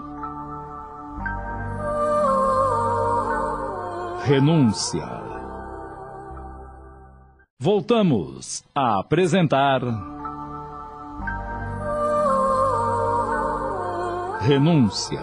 Renúncia. Voltamos a apresentar Renúncia.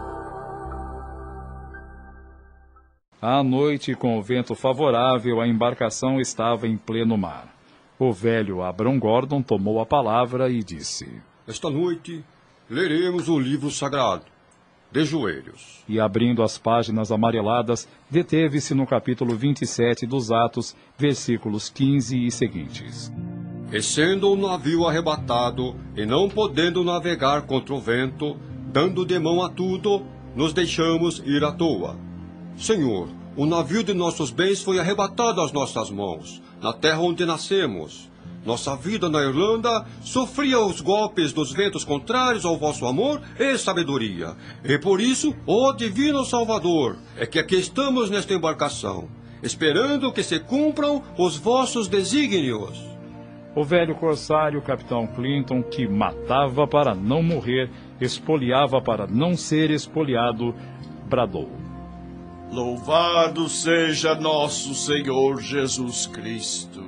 À noite, com o vento favorável, a embarcação estava em pleno mar. O velho Abram Gordon tomou a palavra e disse: Esta noite leremos o livro sagrado, de joelhos. E abrindo as páginas amareladas, deteve-se no capítulo 27 dos Atos, versículos 15 e seguintes. E sendo o navio arrebatado, e não podendo navegar contra o vento, dando de mão a tudo, nos deixamos ir à toa. Senhor, o navio de nossos bens foi arrebatado às nossas mãos, na terra onde nascemos. Nossa vida na Irlanda sofria os golpes dos ventos contrários ao vosso amor e sabedoria. E por isso, ó Divino Salvador, é que aqui estamos nesta embarcação, esperando que se cumpram os vossos desígnios. O velho corsário, Capitão Clinton, que matava para não morrer, espoliava para não ser espoliado, bradou: Louvado seja nosso Senhor Jesus Cristo.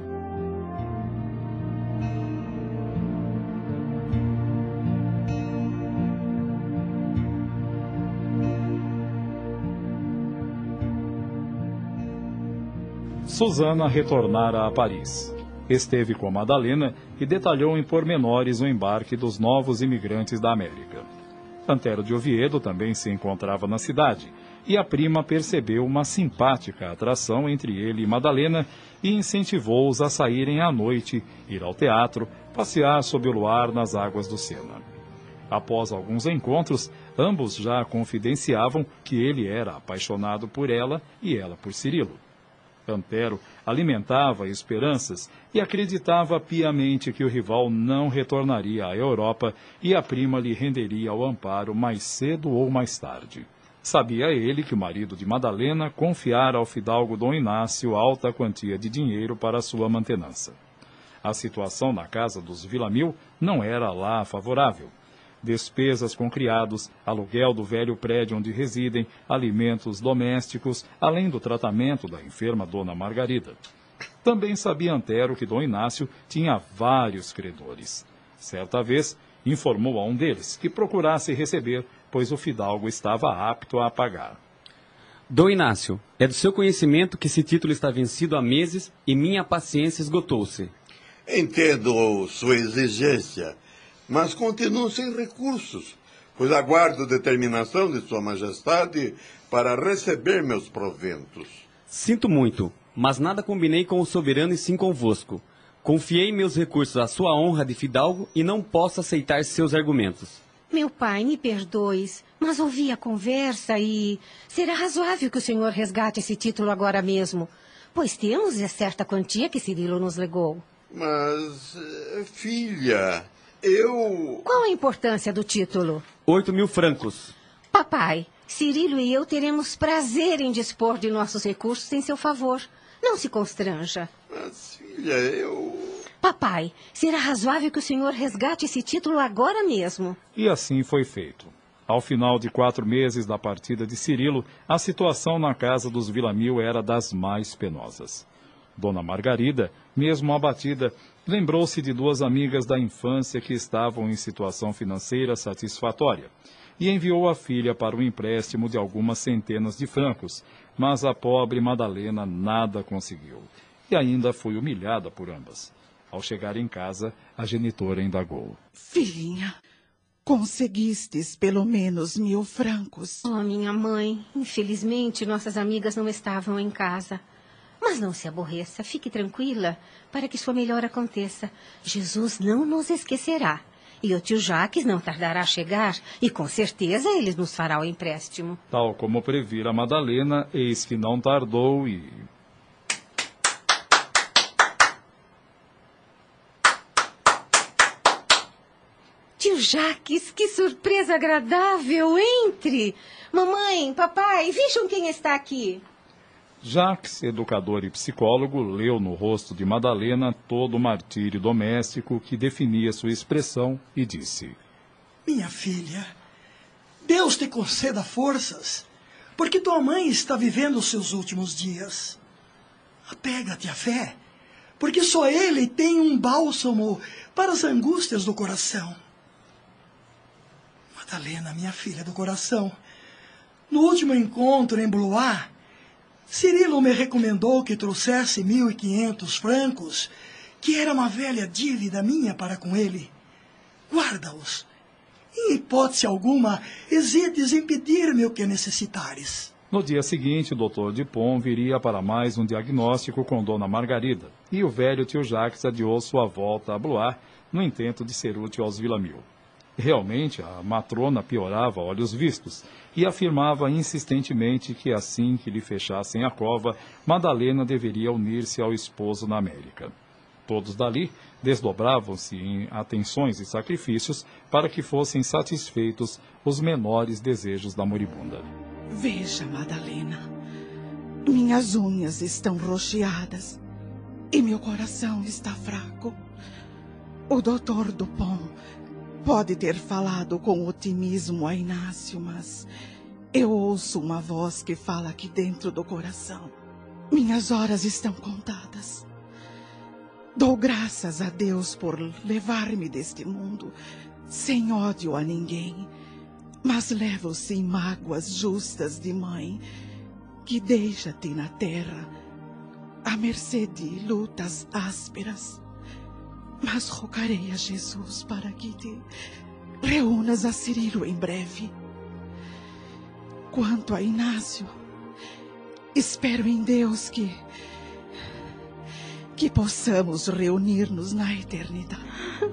Susana retornara a Paris. Esteve com Madalena e detalhou em pormenores o embarque dos novos imigrantes da América. Antero de Oviedo também se encontrava na cidade, e a prima percebeu uma simpática atração entre ele e Madalena e incentivou-os a saírem à noite, ir ao teatro, passear sob o luar nas águas do Sena. Após alguns encontros, ambos já confidenciavam que ele era apaixonado por ela e ela por Cirilo. Antero alimentava esperanças e acreditava piamente que o rival não retornaria à Europa e a prima lhe renderia o amparo mais cedo ou mais tarde. Sabia ele que o marido de Madalena confiara ao fidalgo Dom Inácio alta quantia de dinheiro para sua mantenança. A situação na casa dos Villamil não era lá favorável. Despesas com criados, aluguel do velho prédio onde residem, alimentos domésticos, além do tratamento da enferma Dona Margarida. Também sabia Antero que Dom Inácio tinha vários credores. Certa vez, informou a um deles que procurasse receber, pois o fidalgo estava apto a pagar. Dom Inácio, é do seu conhecimento que esse título está vencido há meses e minha paciência esgotou-se. Entendo sua exigência, mas continuo sem recursos, pois aguardo determinação de Sua Majestade para receber meus proventos. Sinto muito, mas nada combinei com o soberano e sim convosco. Confiei meus recursos à sua honra de fidalgo e não posso aceitar seus argumentos. Meu pai, me perdoes, mas ouvi a conversa e será razoável que o senhor resgate esse título agora mesmo, pois temos certa quantia que Cirilo nos legou. Mas, filha... Qual a importância do título? 8.000 francos. Papai, Cirilo e eu teremos prazer em dispor de nossos recursos em seu favor. Não se constranja. Mas, filha, Papai, será razoável que o senhor resgate esse título agora mesmo. E assim foi feito. Ao final de 4 meses da partida de Cirilo, a situação na casa dos Villamil era das mais penosas. Dona Margarida, mesmo abatida, lembrou-se de 2 amigas da infância que estavam em situação financeira satisfatória e enviou a filha para um empréstimo de algumas centenas de francos, mas a pobre Madalena nada conseguiu e ainda foi humilhada por ambas. Ao chegar em casa, a genitora indagou. Filhinha, conseguistes pelo menos 1000 francos? Oh, minha mãe, infelizmente nossas amigas não estavam em casa. Mas não se aborreça, fique tranquila, para que sua melhora aconteça. Jesus não nos esquecerá. E o tio Jacques não tardará a chegar, e com certeza ele nos fará o empréstimo. Tal como previra Madalena, eis que não tardou e... Tio Jacques, que surpresa agradável! Entre! Mamãe, papai, vejam quem está aqui. Jacques, educador e psicólogo, leu no rosto de Madalena todo o martírio doméstico que definia sua expressão e disse: Minha filha, Deus te conceda forças, porque tua mãe está vivendo os seus últimos dias. Apega-te à fé, porque só Ele tem um bálsamo para as angústias do coração. Madalena, minha filha do coração, no último encontro em Blois, Cirilo me recomendou que trouxesse 1.500 francos, que era uma velha dívida minha para com ele. Guarda-os. Em hipótese alguma, hesites em pedir-me o que necessitares. No dia seguinte, o Dr. Dupont viria para mais um diagnóstico com Dona Margarida, e o velho tio Jacques adiou sua volta a Blois no intento de ser útil aos Villamil. Realmente, a matrona piorava a olhos vistos e afirmava insistentemente que assim que lhe fechassem a cova, Madalena deveria unir-se ao esposo na América. Todos dali desdobravam-se em atenções e sacrifícios para que fossem satisfeitos os menores desejos da moribunda. Veja, Madalena, minhas unhas estão roxeadas e meu coração está fraco. O Dr. Dupont pode ter falado com otimismo a Inácio, mas eu ouço uma voz que fala aqui dentro do coração. Minhas horas estão contadas. Dou graças a Deus por levar-me deste mundo sem ódio a ninguém, mas levo sim mágoas justas de mãe que deixa-te na terra à mercê de lutas ásperas. Mas rogarei a Jesus para que te reúnas a Cirilo em breve. Quanto a Inácio, espero em Deus que possamos reunir-nos na eternidade.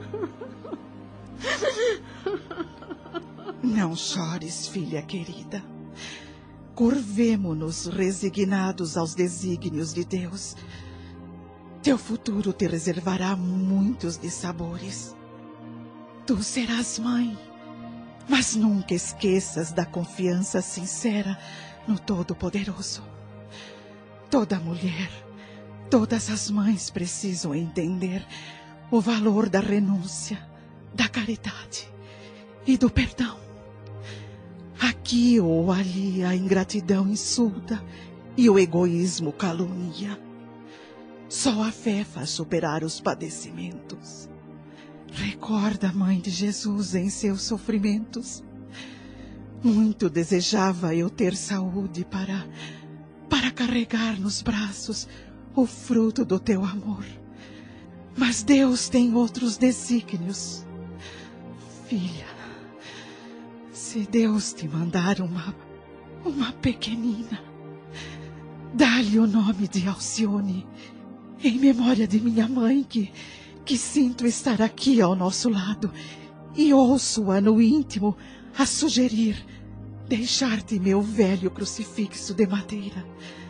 Não chores, filha querida. Curvemo-nos resignados aos desígnios de Deus. Teu futuro te reservará muitos dissabores. Tu serás mãe, mas nunca esqueças da confiança sincera no Todo-Poderoso. Toda mulher, todas as mães precisam entender o valor da renúncia, da caridade e do perdão. Aqui ou ali a ingratidão insulta e o egoísmo calunia. Só a fé faz superar os padecimentos. Recorda a mãe de Jesus em seus sofrimentos. Muito desejava eu ter saúde para carregar nos braços o fruto do teu amor. Mas Deus tem outros desígnios. Filha, se Deus te mandar uma pequenina, dá-lhe o nome de Alcione, em memória de minha mãe, que sinto estar aqui ao nosso lado, e ouço-a no íntimo a sugerir deixar-te meu velho crucifixo de madeira,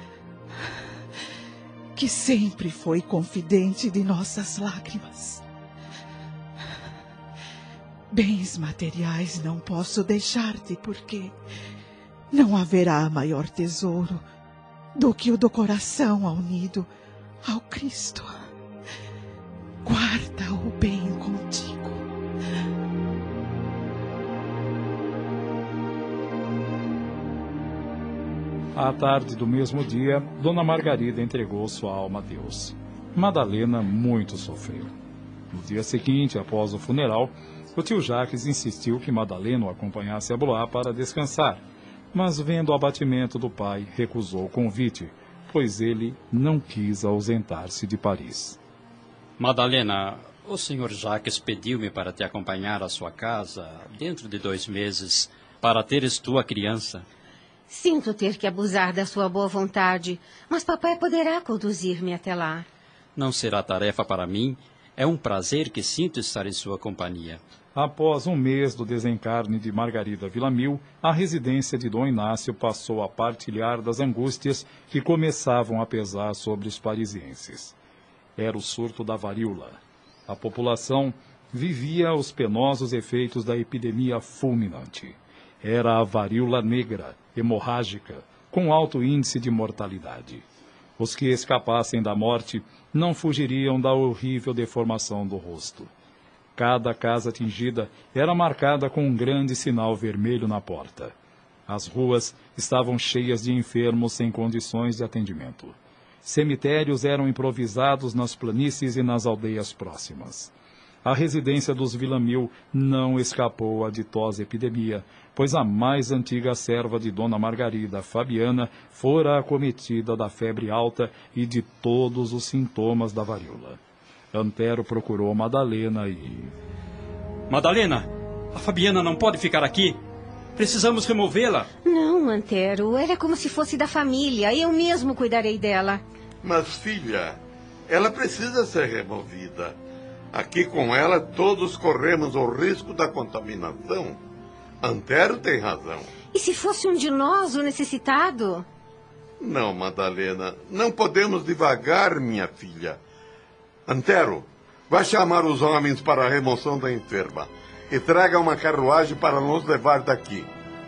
que sempre foi confidente de nossas lágrimas. Bens materiais não posso deixar-te, porque não haverá maior tesouro do que o do coração unido ao Cristo. Guarda-o bem contigo. À tarde do mesmo dia, Dona Margarida entregou sua alma a Deus. Madalena muito sofreu. No dia seguinte, após o funeral, o tio Jacques insistiu que Madalena o acompanhasse a Blois para descansar, mas vendo o abatimento do pai, recusou o convite, pois ele não quis ausentar-se de Paris. Madalena, o senhor Jacques pediu-me para te acompanhar à sua casa dentro de 2 meses, para teres tua criança. Sinto ter que abusar da sua boa vontade, mas papai poderá conduzir-me até lá. Não será tarefa para mim. É um prazer que sinto estar em sua companhia. Após 1 mês do desencarne de Margarida Villamil, a residência de Dom Inácio passou a partilhar das angústias que começavam a pesar sobre os parisienses. Era o surto da varíola. A população vivia os penosos efeitos da epidemia fulminante. Era a varíola negra, hemorrágica, com alto índice de mortalidade. Os que escapassem da morte não fugiriam da horrível deformação do rosto. Cada casa atingida era marcada com um grande sinal vermelho na porta. As ruas estavam cheias de enfermos sem condições de atendimento. Cemitérios eram improvisados nas planícies e nas aldeias próximas. A residência dos Villamil não escapou à ditosa epidemia, pois a mais antiga serva de Dona Margarida, Fabiana, fora acometida da febre alta e de todos os sintomas da varíola. Antero procurou Madalena e... Madalena, a Fabiana não pode ficar aqui. Precisamos removê-la. Não, Antero, ela é como se fosse da família. Eu mesmo cuidarei dela. Mas, filha, ela precisa ser removida. Aqui com ela todos corremos o risco da contaminação. Antero tem razão. E se fosse um de nós o necessitado? Não, Madalena, não podemos divagar, minha filha. Antero, vá chamar os homens para a remoção da enferma e traga uma carruagem para nos levar daqui.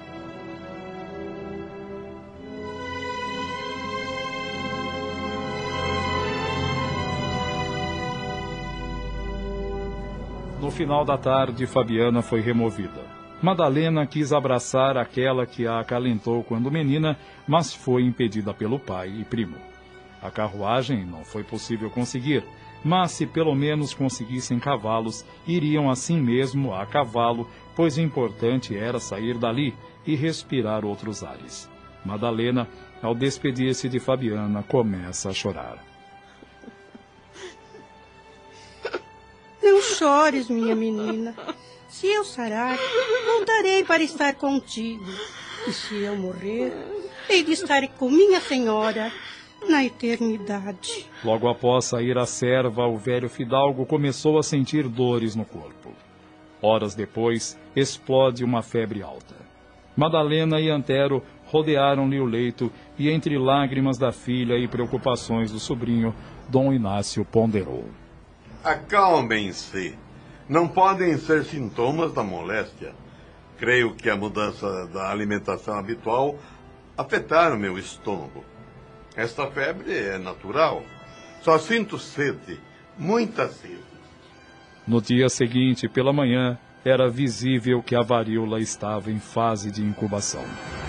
No final da tarde, Fabiana foi removida. Madalena quis abraçar aquela que a acalentou quando menina, mas foi impedida pelo pai e primo. A carruagem não foi possível conseguir, mas se pelo menos conseguissem cavalos, iriam assim mesmo a cavalo, pois o importante era sair dali e respirar outros ares. Madalena, ao despedir-se de Fabiana, começa a chorar. Não chores, minha menina. Se eu sarar, voltarei para estar contigo. E se eu morrer, hei de estar com minha senhora na eternidade. Logo após sair a serva, o velho fidalgo começou a sentir dores no corpo. Horas depois, explode uma febre alta. Madalena e Antero rodearam-lhe o leito e, entre lágrimas da filha e preocupações do sobrinho, Dom Inácio ponderou. Acalmem-se. Não podem ser sintomas da moléstia. Creio que a mudança da alimentação habitual afetaram meu estômago. Esta febre é natural. Só sinto sede, muita sede. No dia seguinte, pela manhã, era visível que a varíola estava em fase de incubação.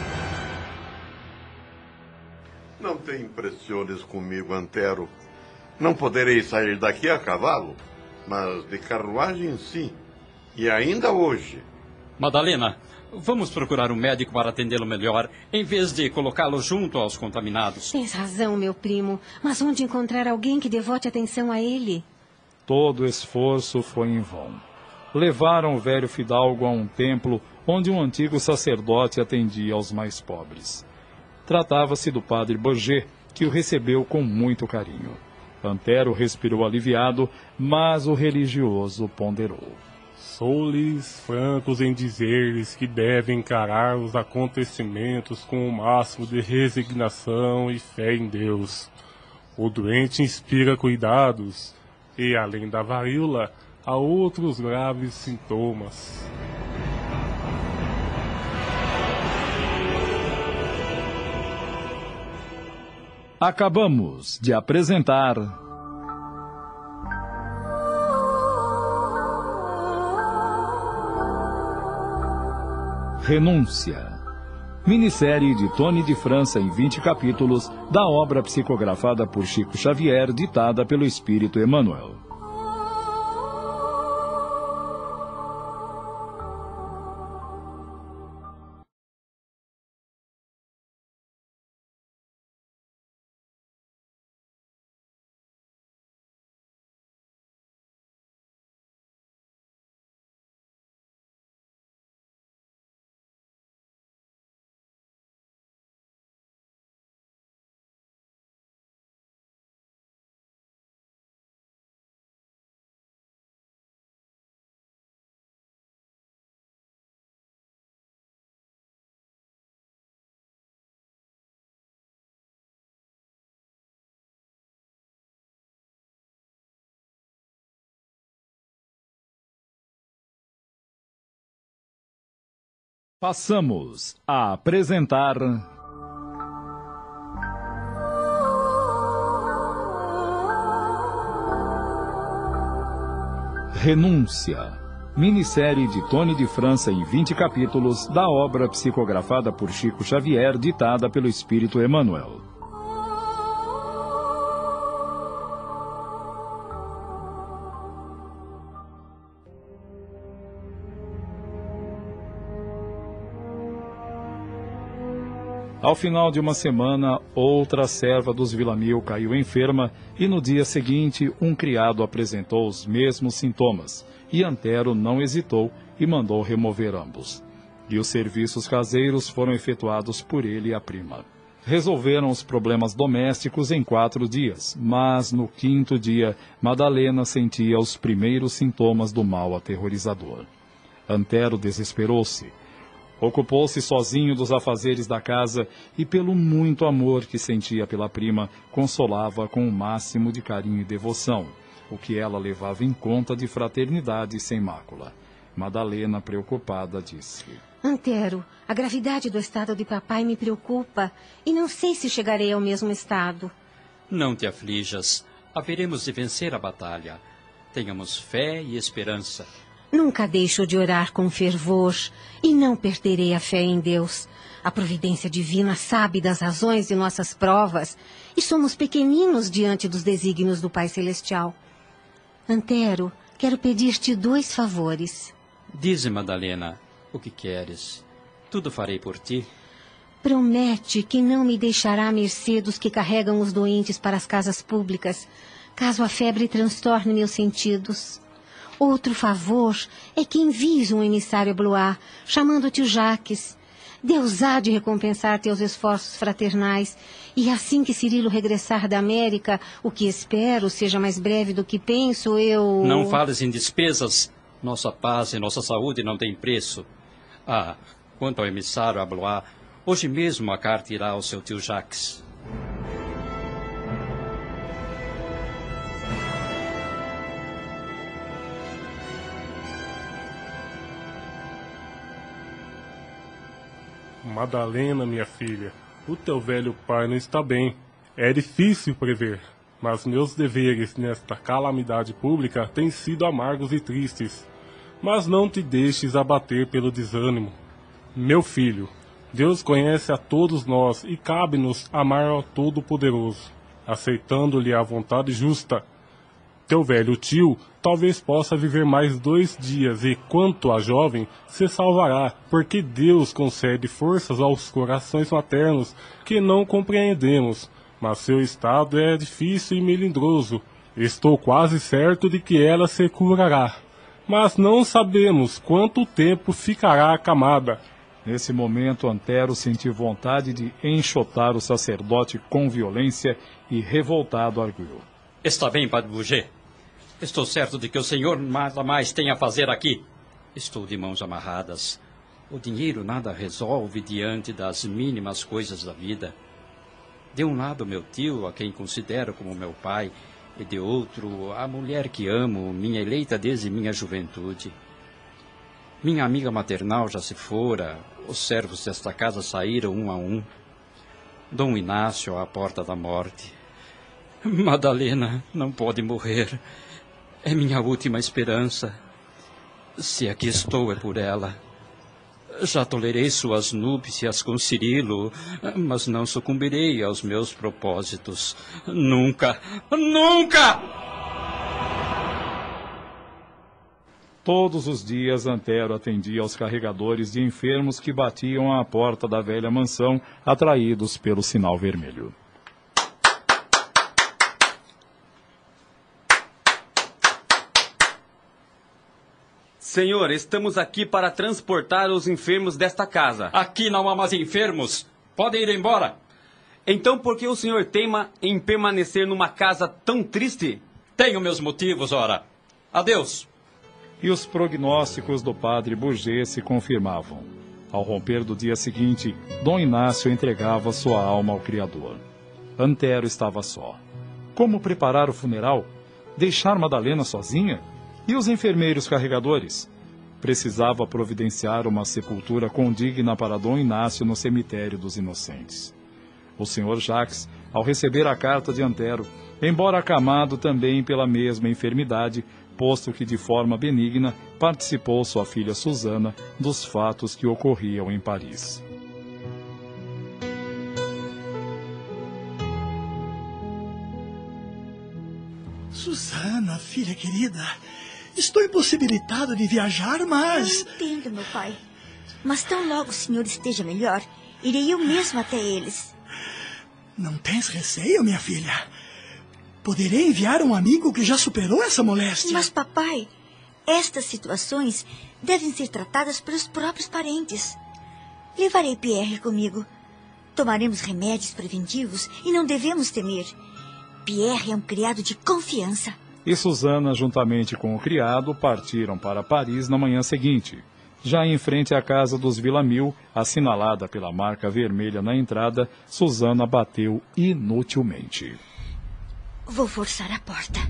Não te impressiones comigo, Antero. Não poderei sair daqui a cavalo, mas de carruagem sim. E ainda hoje. Madalena, vamos procurar um médico para atendê-lo melhor, em vez de colocá-lo junto aos contaminados. Tens razão, meu primo. Mas onde encontrar alguém que devote atenção a ele? Todo o esforço foi em vão. Levaram o velho fidalgo a um templo onde um antigo sacerdote atendia aos mais pobres. Tratava-se do padre Bourget, que o recebeu com muito carinho. Antero respirou aliviado, mas o religioso ponderou. Sou-lhes francos em dizer-lhes que devem encarar os acontecimentos com o máximo de resignação e fé em Deus. O doente inspira cuidados e, além da varíola, há outros graves sintomas. Acabamos de apresentar Renúncia. Minissérie de Tony de França em 20 capítulos da obra psicografada por Chico Xavier, ditada pelo Espírito Emmanuel. Passamos a apresentar Renúncia, minissérie de Tony de França em 20 capítulos da obra psicografada por Chico Xavier, ditada pelo Espírito Emmanuel. Ao final de uma semana, outra serva dos Villamil caiu enferma e no dia seguinte um criado apresentou os mesmos sintomas e Antero não hesitou e mandou remover ambos. E os serviços caseiros foram efetuados por ele e a prima. Resolveram os problemas domésticos em 4 dias, mas no 5º dia, Madalena sentia os primeiros sintomas do mal aterrorizador. Antero desesperou-se. Ocupou-se sozinho dos afazeres da casa e, pelo muito amor que sentia pela prima, consolava com o máximo de carinho e devoção, o que ela levava em conta de fraternidade sem mácula. Madalena, preocupada, disse: Antero, a gravidade do estado de papai me preocupa e não sei se chegarei ao mesmo estado. Não te aflijas. Haveremos de vencer a batalha. Tenhamos fé e esperança. Nunca deixo de orar com fervor e não perderei a fé em Deus. A providência divina sabe das razões de nossas provas e somos pequeninos diante dos desígnios do Pai Celestial. Antero, quero pedir-te 2 favores. Dize, Madalena, o que queres. Tudo farei por ti. Promete que não me deixará à mercê dos que carregam os doentes para as casas públicas, caso a febre transtorne meus sentidos. Outro favor é que envies um emissário a Blois, chamando-te o Jaques. Deus há de recompensar teus esforços fraternais, e assim que Cirilo regressar da América, o que espero seja mais breve do que penso, eu... Não fales em despesas. Nossa paz e nossa saúde não têm preço. Ah, quanto ao emissário a Blois, hoje mesmo a carta irá ao seu tio Jaques. Madalena, minha filha, o teu velho pai não está bem. É difícil prever, mas meus deveres nesta calamidade pública têm sido amargos e tristes. Mas não te deixes abater pelo desânimo. Meu filho, Deus conhece a todos nós e cabe-nos amar ao Todo-Poderoso, aceitando-lhe a vontade justa. Teu velho tio talvez possa viver mais 2 dias e, quanto a jovem, se salvará, porque Deus concede forças aos corações maternos que não compreendemos, mas seu estado é difícil e melindroso. Estou quase certo de que ela se curará, mas não sabemos quanto tempo ficará acamada. Nesse momento, Antero sentiu vontade de enxotar o sacerdote com violência e, revoltado, arguiu: Está bem, Padre Bouget. Estou certo de que o senhor nada mais tem a fazer aqui. Estou de mãos amarradas. O dinheiro nada resolve diante das mínimas coisas da vida. De um lado, meu tio, a quem considero como meu pai, e de outro, a mulher que amo, minha eleita desde minha juventude. Minha amiga maternal já se fora, os servos desta casa saíram um a um. Dom Inácio à porta da morte. Madalena não pode morrer. É minha última esperança. Se aqui estou, é por ela. Já tolerei suas núpcias com Cirilo, mas não sucumbirei aos meus propósitos. Nunca, nunca! Todos os dias, Antero atendia aos carregadores de enfermos que batiam à porta da velha mansão, atraídos pelo sinal vermelho. Senhor, estamos aqui para transportar os enfermos desta casa. Aqui não há mais enfermos. Podem ir embora. Então por que o senhor teima em permanecer numa casa tão triste? Tenho meus motivos, ora. Adeus. E os prognósticos do padre Bourget se confirmavam. Ao romper do dia seguinte, Dom Inácio entregava sua alma ao Criador. Antero estava só. Como preparar o funeral? Deixar Madalena sozinha? E os enfermeiros carregadores? Precisava providenciar uma sepultura condigna para Dom Inácio no cemitério dos Inocentes. O Sr. Jacques, ao receber a carta de Antero, embora acamado também pela mesma enfermidade, posto que de forma benigna participou sua filha Susana dos fatos que ocorriam em Paris. Susana, filha querida, estou impossibilitado de viajar, mas... Eu entendo, meu pai. Mas tão logo o senhor esteja melhor, irei eu mesmo até eles. Não tens receio, minha filha? Poderei enviar um amigo que já superou essa moléstia. Mas, papai, estas situações devem ser tratadas pelos próprios parentes. Levarei Pierre comigo. Tomaremos remédios preventivos e não devemos temer. Pierre é um criado de confiança. E Susana, juntamente com o criado, partiram para Paris na manhã seguinte. Já em frente à casa dos Villamil, assinalada pela marca vermelha na entrada, Susana bateu inutilmente. Vou forçar a porta.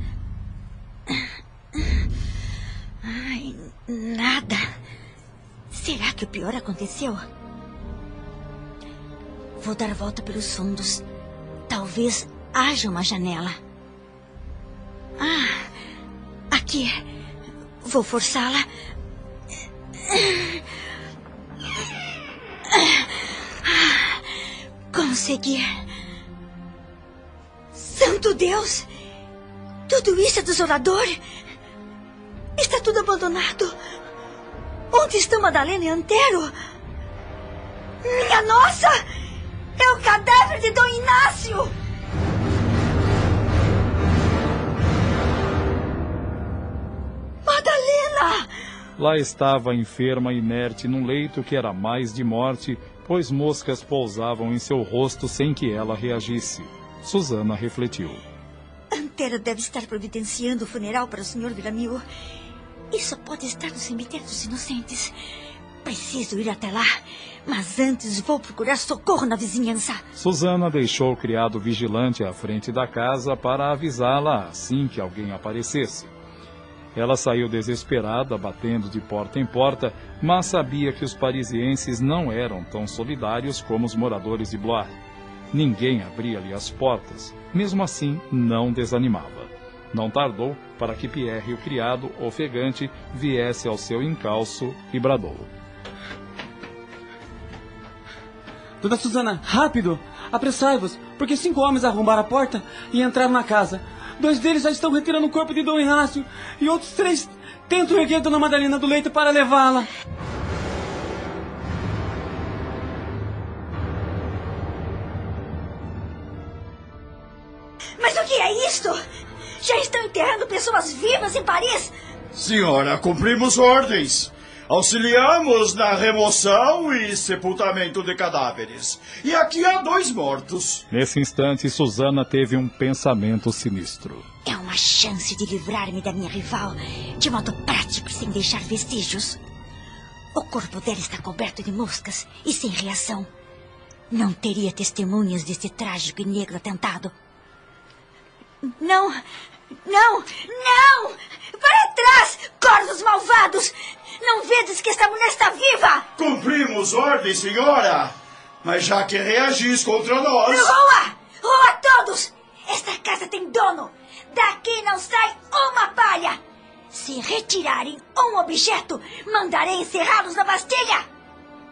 Ai, nada. Será que o pior aconteceu? Vou dar volta pelos fundos. Talvez haja uma janela. Ah, aqui. Vou forçá-la. Consegui. Santo Deus! Tudo isso é desolador? Está tudo abandonado. Onde estão Madalena e Antero? Minha nossa! É o cadáver de Dom Inácio! Madalena! Lá estava enferma, inerte, num leito que era mais de morte, pois moscas pousavam em seu rosto sem que ela reagisse. Susana refletiu. Antero deve estar providenciando o funeral para o Sr. Villamil. Isso pode estar no cemitério dos Inocentes. Preciso ir até lá, mas antes vou procurar socorro na vizinhança. Susana deixou o criado vigilante à frente da casa para avisá-la assim que alguém aparecesse. Ela saiu desesperada, batendo de porta em porta, mas sabia que os parisienses não eram tão solidários como os moradores de Blois. Ninguém abria-lhe as portas. Mesmo assim, não desanimava. Não tardou para que Pierre, o criado, ofegante, viesse ao seu encalço e bradou. Dona Susana, rápido! Apressai-vos, porque 5 homens arrombaram a porta e entraram na casa. 2 deles já estão retirando o corpo de Dom Inácio e outros 3 tentam erguer Dona Madalena do leito para levá-la. Mas o que é isto? Já estão enterrando pessoas vivas em Paris? Senhora, cumprimos ordens. Auxiliamos na remoção e sepultamento de cadáveres. E aqui há 2 mortos. Nesse instante, Susana teve um pensamento sinistro. É uma chance de livrar-me da minha rival, de modo prático e sem deixar vestígios. O corpo dela está coberto de moscas e sem reação. Não teria testemunhas deste trágico e negro atentado. Não! Não! Não! Para trás, corvos malvados! Não vedes que esta mulher está viva? Cumprimos ordem, senhora. Mas já que reagis contra nós... Rua! Rua todos! Esta casa tem dono. Daqui não sai uma palha. Se retirarem um objeto, mandarei encerrá-los na Bastilha.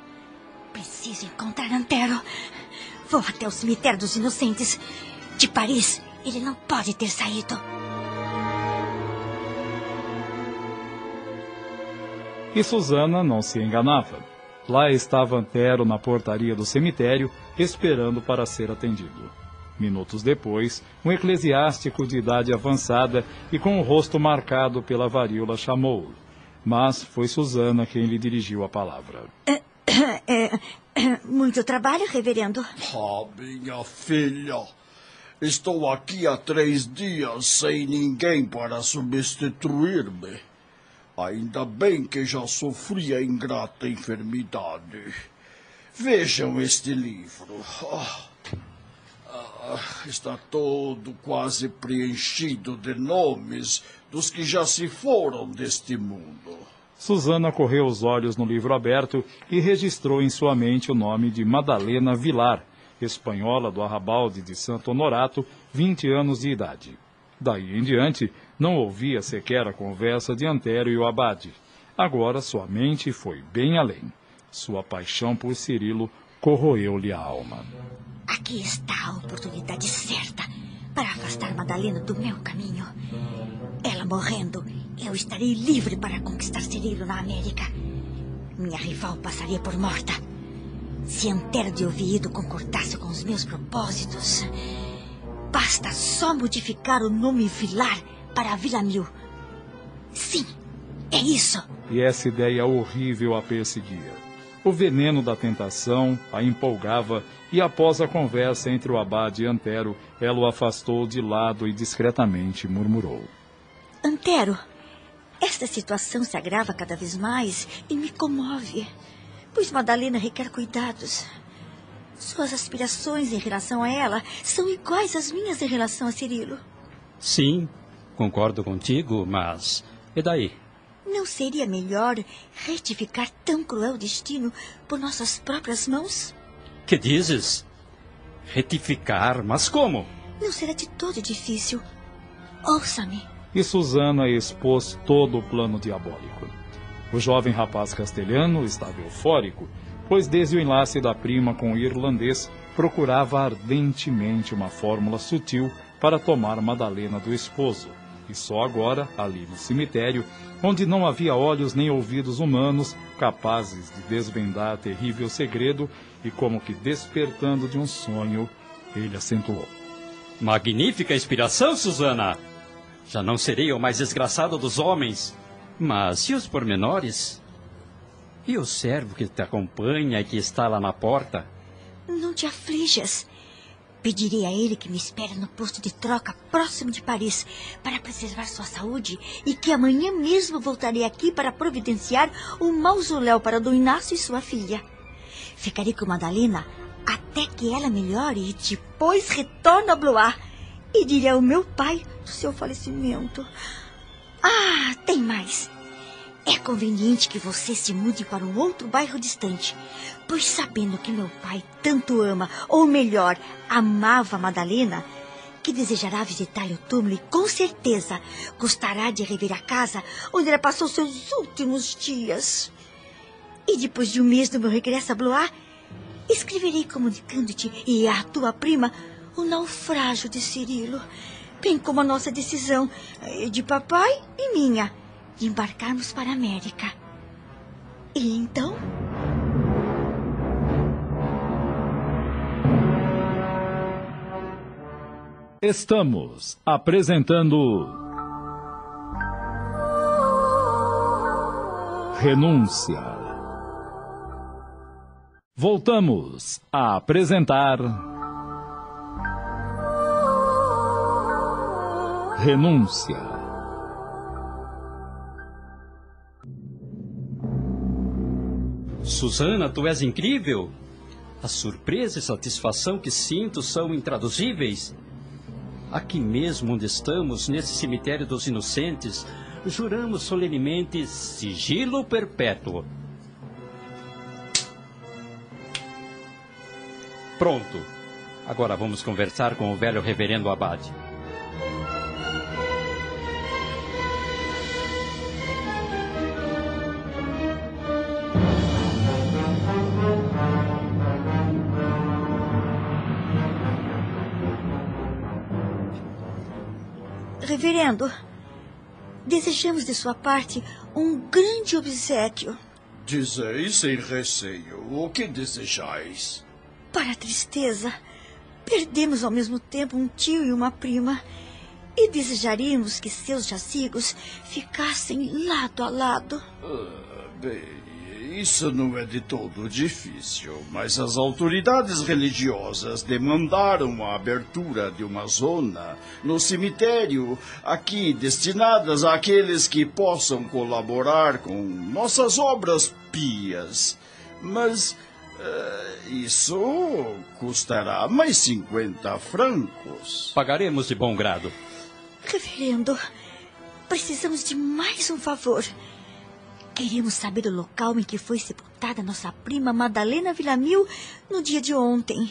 Preciso encontrar Antero. Vou até o cemitério dos inocentes. De Paris, ele não pode ter saído. E Susana não se enganava. Lá estava Antero na portaria do cemitério, esperando para ser atendido. Minutos depois, um eclesiástico de idade avançada e com o rosto marcado pela varíola chamou-o. Mas foi Susana quem lhe dirigiu a palavra. Muito trabalho, reverendo? Minha filha, estou aqui há 3 dias sem ninguém para substituir-me. Ainda bem que já sofri a ingrata enfermidade. Vejam este livro. Está todo quase preenchido de nomes dos que já se foram deste mundo. Susana correu os olhos no livro aberto e registrou em sua mente o nome de Madalena Vilar, espanhola do arrabalde de Santo Honorato, 20 anos de idade. Daí em diante, não ouvia sequer a conversa de Antero e o abade. Agora sua mente foi bem além. Sua paixão por Cirilo corroeu-lhe a alma. Aqui está a oportunidade certa para afastar Madalena do meu caminho. Ela morrendo, eu estarei livre para conquistar Cirilo na América. Minha rival passaria por morta. Se Antero de Oviedo concordasse com os meus propósitos, basta só modificar o nome Vilar para Villamil. Sim, é isso. E essa ideia horrível a perseguia. O veneno da tentação a empolgava e após a conversa entre o abade e Antero, ela o afastou de lado e discretamente murmurou. Antero, esta situação se agrava cada vez mais e me comove, pois Madalena requer cuidados. Suas aspirações em relação a ela são iguais às minhas em relação a Cirilo. Sim, concordo contigo, mas e daí? Não seria melhor retificar tão cruel destino por nossas próprias mãos? Que dizes? Retificar? Mas como? Não será de todo difícil. Ouça-me. E Susana expôs todo o plano diabólico. O jovem rapaz castelhano estava eufórico, pois desde o enlace da prima com o irlandês, procurava ardentemente uma fórmula sutil para tomar Madalena do esposo. E só agora, ali no cemitério, onde não havia olhos nem ouvidos humanos capazes de desvendar terrível segredo, e como que despertando de um sonho, ele acentuou. Magnífica inspiração, Susana! Já não serei o mais desgraçado dos homens. Mas e os pormenores? E o servo que te acompanha e que está lá na porta? Não te aflijas. Pedirei a ele que me espere no posto de troca próximo de Paris para preservar sua saúde e que amanhã mesmo voltarei aqui para providenciar um mausoléu para Dom Inácio e sua filha. Ficarei com Madalena até que ela melhore e depois retorno a Blois e direi ao meu pai do seu falecimento. Tem mais. É conveniente que você se mude para um outro bairro distante, pois sabendo que meu pai tanto ama, ou melhor, amava Madalena, que desejará visitar-lhe o túmulo e com certeza gostará de rever a casa onde ela passou seus últimos dias. E depois de um mês do meu regresso a Blois, escreverei comunicando-te e à tua prima o naufrágio de Cirilo, bem como a nossa decisão, de papai e minha, de embarcarmos para a América. E então? Estamos apresentando Renúncia. Voltamos a apresentar Renúncia. Susana, tu és incrível. A surpresa e satisfação que sinto são intraduzíveis. Aqui mesmo onde estamos, nesse cemitério dos inocentes, juramos solenemente sigilo perpétuo. Pronto. Agora vamos conversar com o velho reverendo abade. Reverendo, desejamos de sua parte um grande obséquio. Dizei sem receio o que desejais. Para a tristeza, perdemos ao mesmo tempo um tio e uma prima. E desejaríamos que seus jazigos ficassem lado a lado. Bem, isso não é de todo difícil, mas as autoridades religiosas demandaram a abertura de uma zona no cemitério aqui destinadas àqueles que possam colaborar com nossas obras pias. Mas isso custará mais 50 francos. Pagaremos de bom grado. Reverendo, precisamos de mais um favor. Queremos saber o local em que foi sepultada nossa prima Madalena Villamil no dia de ontem.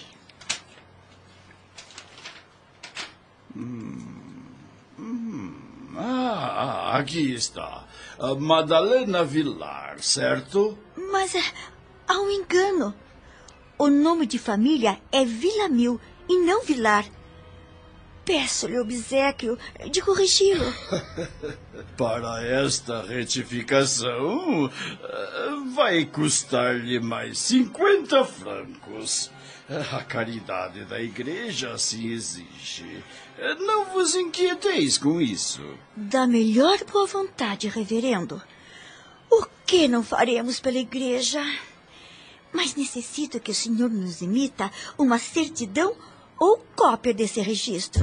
Aqui está. A Madalena Villar, certo? Mas há um engano. O nome de família é Villamil e não Villar. Peço-lhe o obséquio de corrigi-lo. Para esta retificação, vai custar-lhe mais 50 francos. A caridade da igreja assim exige. Não vos inquieteis com isso. Da melhor boa vontade, reverendo. O que não faremos pela igreja? Mas necessito que o senhor nos emita uma certidão ou cópia desse registro.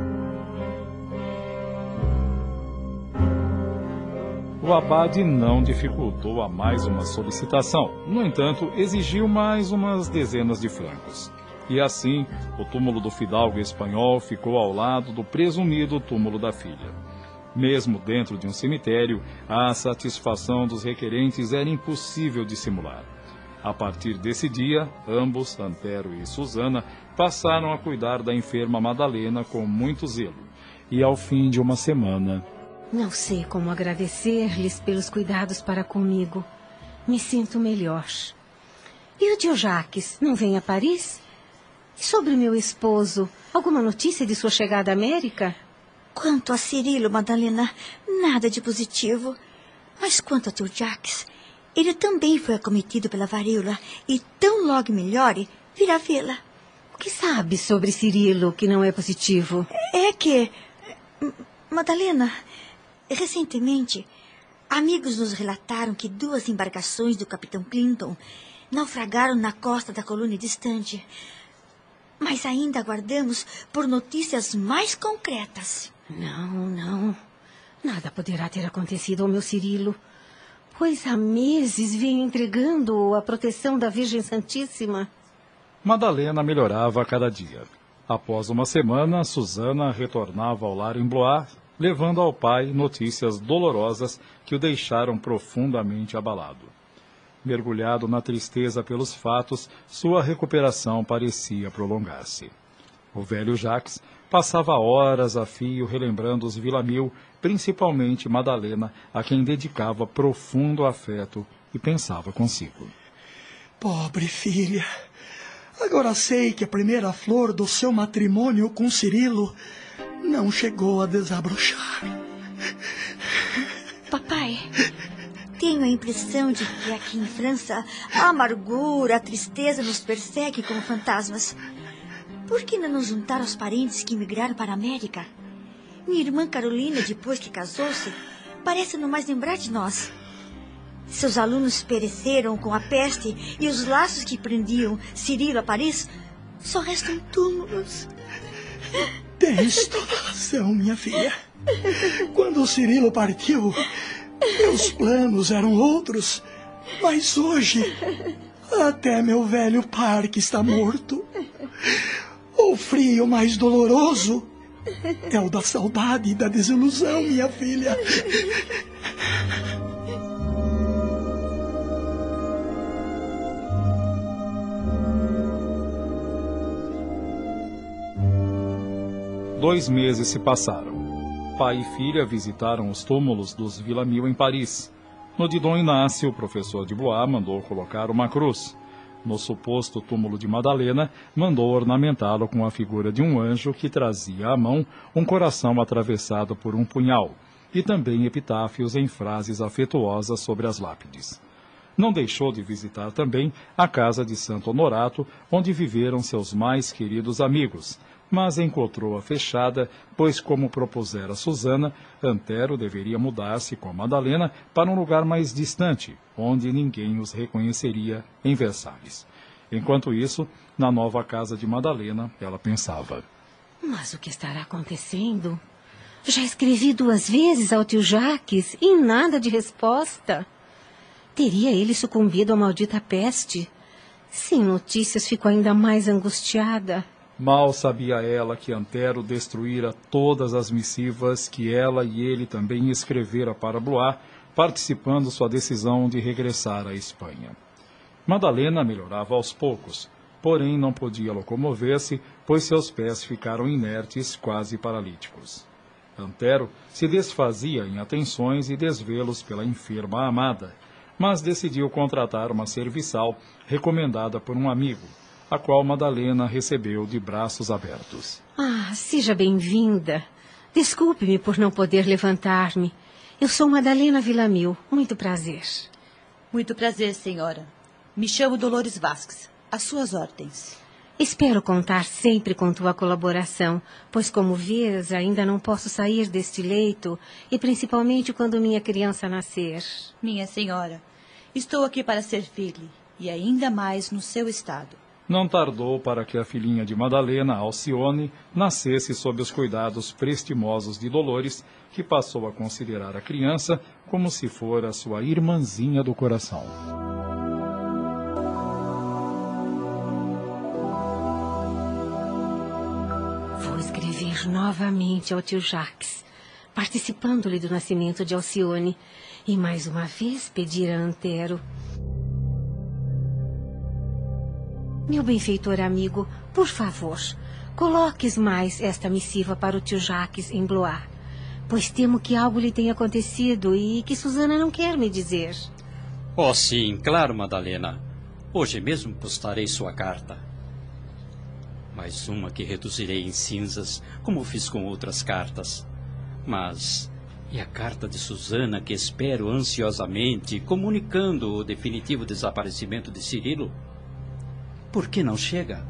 O abade não dificultou a mais uma solicitação. No entanto, exigiu mais umas dezenas de francos. E assim, o túmulo do fidalgo espanhol ficou ao lado do presumido túmulo da filha. Mesmo dentro de um cemitério, a satisfação dos requerentes era impossível de simular. A partir desse dia, ambos, Antero e Susana, passaram a cuidar da enferma Madalena com muito zelo. E ao fim de uma semana... Não sei como agradecer-lhes pelos cuidados para comigo. Me sinto melhor. E o tio Jacques não vem a Paris? E sobre meu esposo, alguma notícia de sua chegada à América? Quanto a Cirilo, Madalena, nada de positivo. Mas quanto a tio Jacques, ele também foi acometido pela varíola e tão logo melhore, virá vê-la. O que sabe sobre Cirilo que não é positivo? É que... Madalena, recentemente, amigos nos relataram que 2 embarcações do capitão Clinton naufragaram na costa da colônia distante. Mas ainda aguardamos por notícias mais concretas. Não. Nada poderá ter acontecido ao meu Cirilo, pois há meses venho entregando-o à proteção da Virgem Santíssima. Madalena melhorava a cada dia. Após uma semana, Susana retornava ao lar em Blois, levando ao pai notícias dolorosas que o deixaram profundamente abalado. Mergulhado na tristeza pelos fatos, sua recuperação parecia prolongar-se. O velho Jacques passava horas a fio relembrando os Villamil, principalmente Madalena, a quem dedicava profundo afeto, e pensava consigo. Pobre filha, agora sei que a primeira flor do seu matrimônio com Cirilo não chegou a desabrochar. Papai, tenho a impressão de que aqui em França a amargura, a tristeza nos persegue como fantasmas. Por que não nos juntar aos parentes que emigraram para a América? Minha irmã Carolina, depois que casou-se, parece não mais lembrar de nós. Seus alunos pereceram com a peste e os laços que prendiam Cirilo a Paris só restam túmulos. Tens toda razão, minha filha. Quando o Cirilo partiu, meus planos eram outros. Mas hoje, até meu velho parque está morto. O frio mais doloroso é o da saudade e da desilusão, minha filha. Dois meses se passaram. Pai e filha visitaram os túmulos dos Villamil em Paris. No de Dom Inácio, o professor de Blois mandou colocar uma cruz. No suposto túmulo de Madalena, mandou ornamentá-lo com a figura de um anjo que trazia à mão um coração atravessado por um punhal, e também epitáfios em frases afetuosas sobre as lápides. Não deixou de visitar também a casa de Santo Honorato, onde viveram seus mais queridos amigos, mas encontrou-a fechada, pois, como propusera Susana, Antero deveria mudar-se com Madalena para um lugar mais distante, onde ninguém os reconheceria em Versalhes. Enquanto isso, na nova casa de Madalena, ela pensava: Mas o que estará acontecendo? Já escrevi 2 vezes ao tio Jacques e nada de resposta. Teria ele sucumbido à maldita peste? Sem notícias, ficou ainda mais angustiada. Mal sabia ela que Antero destruíra todas as missivas que ela e ele também escrevera para Blois, participando sua decisão de regressar à Espanha. Madalena melhorava aos poucos, porém não podia locomover-se, pois seus pés ficaram inertes, quase paralíticos. Antero se desfazia em atenções e desvelos pela enferma amada, mas decidiu contratar uma serviçal recomendada por um amigo, a qual Madalena recebeu de braços abertos. Seja bem-vinda. Desculpe-me por não poder levantar-me. Eu sou Madalena Villamil. Muito prazer. Muito prazer, senhora. Me chamo Dolores Vasques. Às suas ordens. Espero contar sempre com tua colaboração, pois, como vês, ainda não posso sair deste leito, e principalmente quando minha criança nascer. Minha senhora, estou aqui para servir-lhe, e ainda mais no seu estado. Não tardou para que a filhinha de Madalena, Alcione, nascesse sob os cuidados prestimosos de Dolores, que passou a considerar a criança como se fora sua irmãzinha do coração. Vou escrever novamente ao tio Jacques, participando-lhe do nascimento de Alcione, e mais uma vez pedir a Antero. Meu benfeitor amigo, por favor, coloques mais esta missiva para o tio Jacques em Blois, pois temo que algo lhe tenha acontecido e que Susana não quer me dizer. Oh, sim, claro, Madalena. Hoje mesmo postarei sua carta. Mais uma que reduzirei em cinzas, como fiz com outras cartas. Mas e a carta de Susana que espero ansiosamente, comunicando o definitivo desaparecimento de Cirilo? Por que não chega?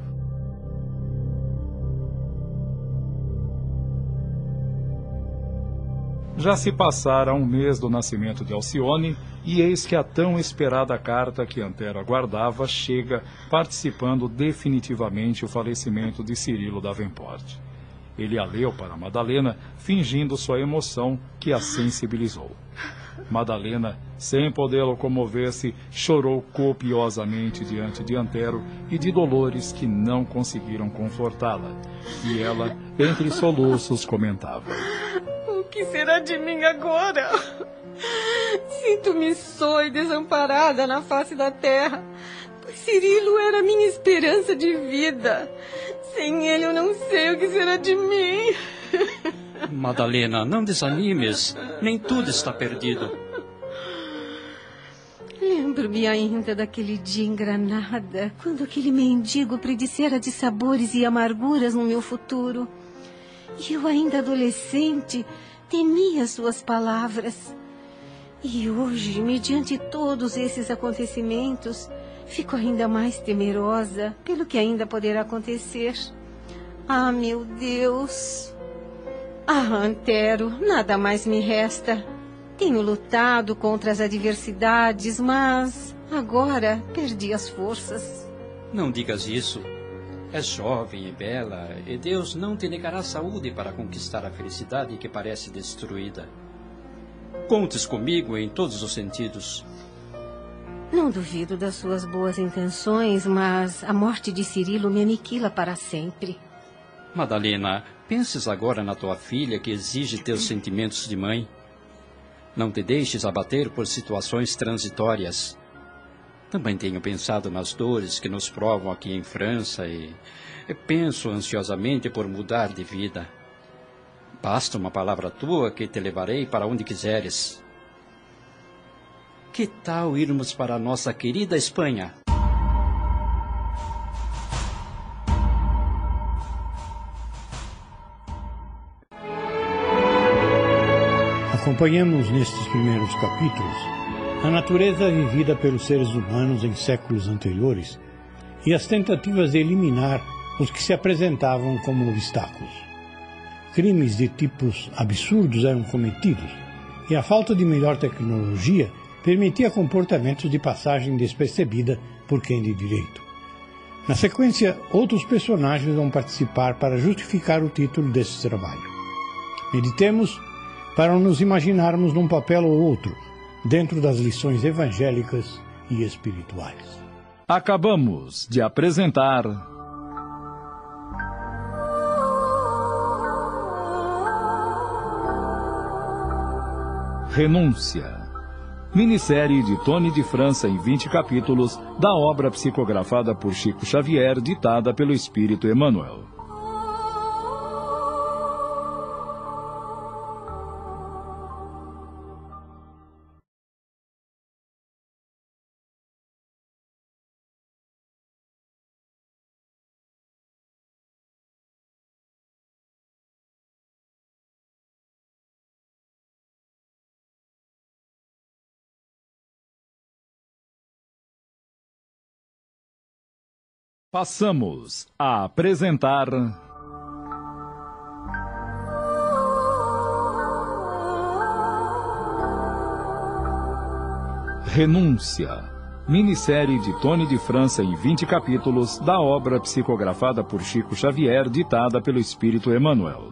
Já se passara 1 mês do nascimento de Alcione, e eis que a tão esperada carta que Antero aguardava chega, participando definitivamente o falecimento de Cirilo Davenport. Ele a leu para Madalena, fingindo sua emoção, que a sensibilizou. Madalena, sem poder locomover-se, chorou copiosamente diante de Antero e de Dolores, que não conseguiram confortá-la. E ela, entre soluços, comentava: O que será de mim agora? Sinto-me só e desamparada na face da terra, pois Cirilo era minha esperança de vida. Sem ele eu não sei o que será de mim. Madalena, não desanimes. Nem tudo está perdido. Lembro-me ainda daquele dia em Granada, quando aquele mendigo predissera de sabores e amarguras no meu futuro. E eu, ainda adolescente, temia suas palavras. E hoje, mediante todos esses acontecimentos, fico ainda mais temerosa pelo que ainda poderá acontecer. Ah, meu Deus! Antero, nada mais me resta. Tenho lutado contra as adversidades, mas agora perdi as forças. Não digas isso. És jovem e bela, e Deus não te negará saúde para conquistar a felicidade que parece destruída. Contes comigo em todos os sentidos. Não duvido das suas boas intenções, mas a morte de Cirilo me aniquila para sempre. Madalena, penses agora na tua filha que exige teus sentimentos de mãe. Não te deixes abater por situações transitórias. Também tenho pensado nas dores que nos provam aqui em França e penso ansiosamente por mudar de vida. Basta uma palavra tua que te levarei para onde quiseres. Que tal irmos para a nossa querida Espanha? Acompanhamos nestes primeiros capítulos a natureza vivida pelos seres humanos em séculos anteriores e as tentativas de eliminar os que se apresentavam como obstáculos. Crimes de tipos absurdos eram cometidos e a falta de melhor tecnologia permitia comportamentos de passagem despercebida por quem de direito. Na sequência, outros personagens vão participar para justificar o título desse trabalho. Meditemos para nos imaginarmos num papel ou outro, dentro das lições evangélicas e espirituais. Acabamos de apresentar Renúncia, minissérie de Tony de França em 20 capítulos da obra psicografada por Chico Xavier, ditada pelo Espírito Emmanuel. Passamos a apresentar Renúncia, minissérie de Tony de França em 20 capítulos da obra psicografada por Chico Xavier, ditada pelo Espírito Emmanuel.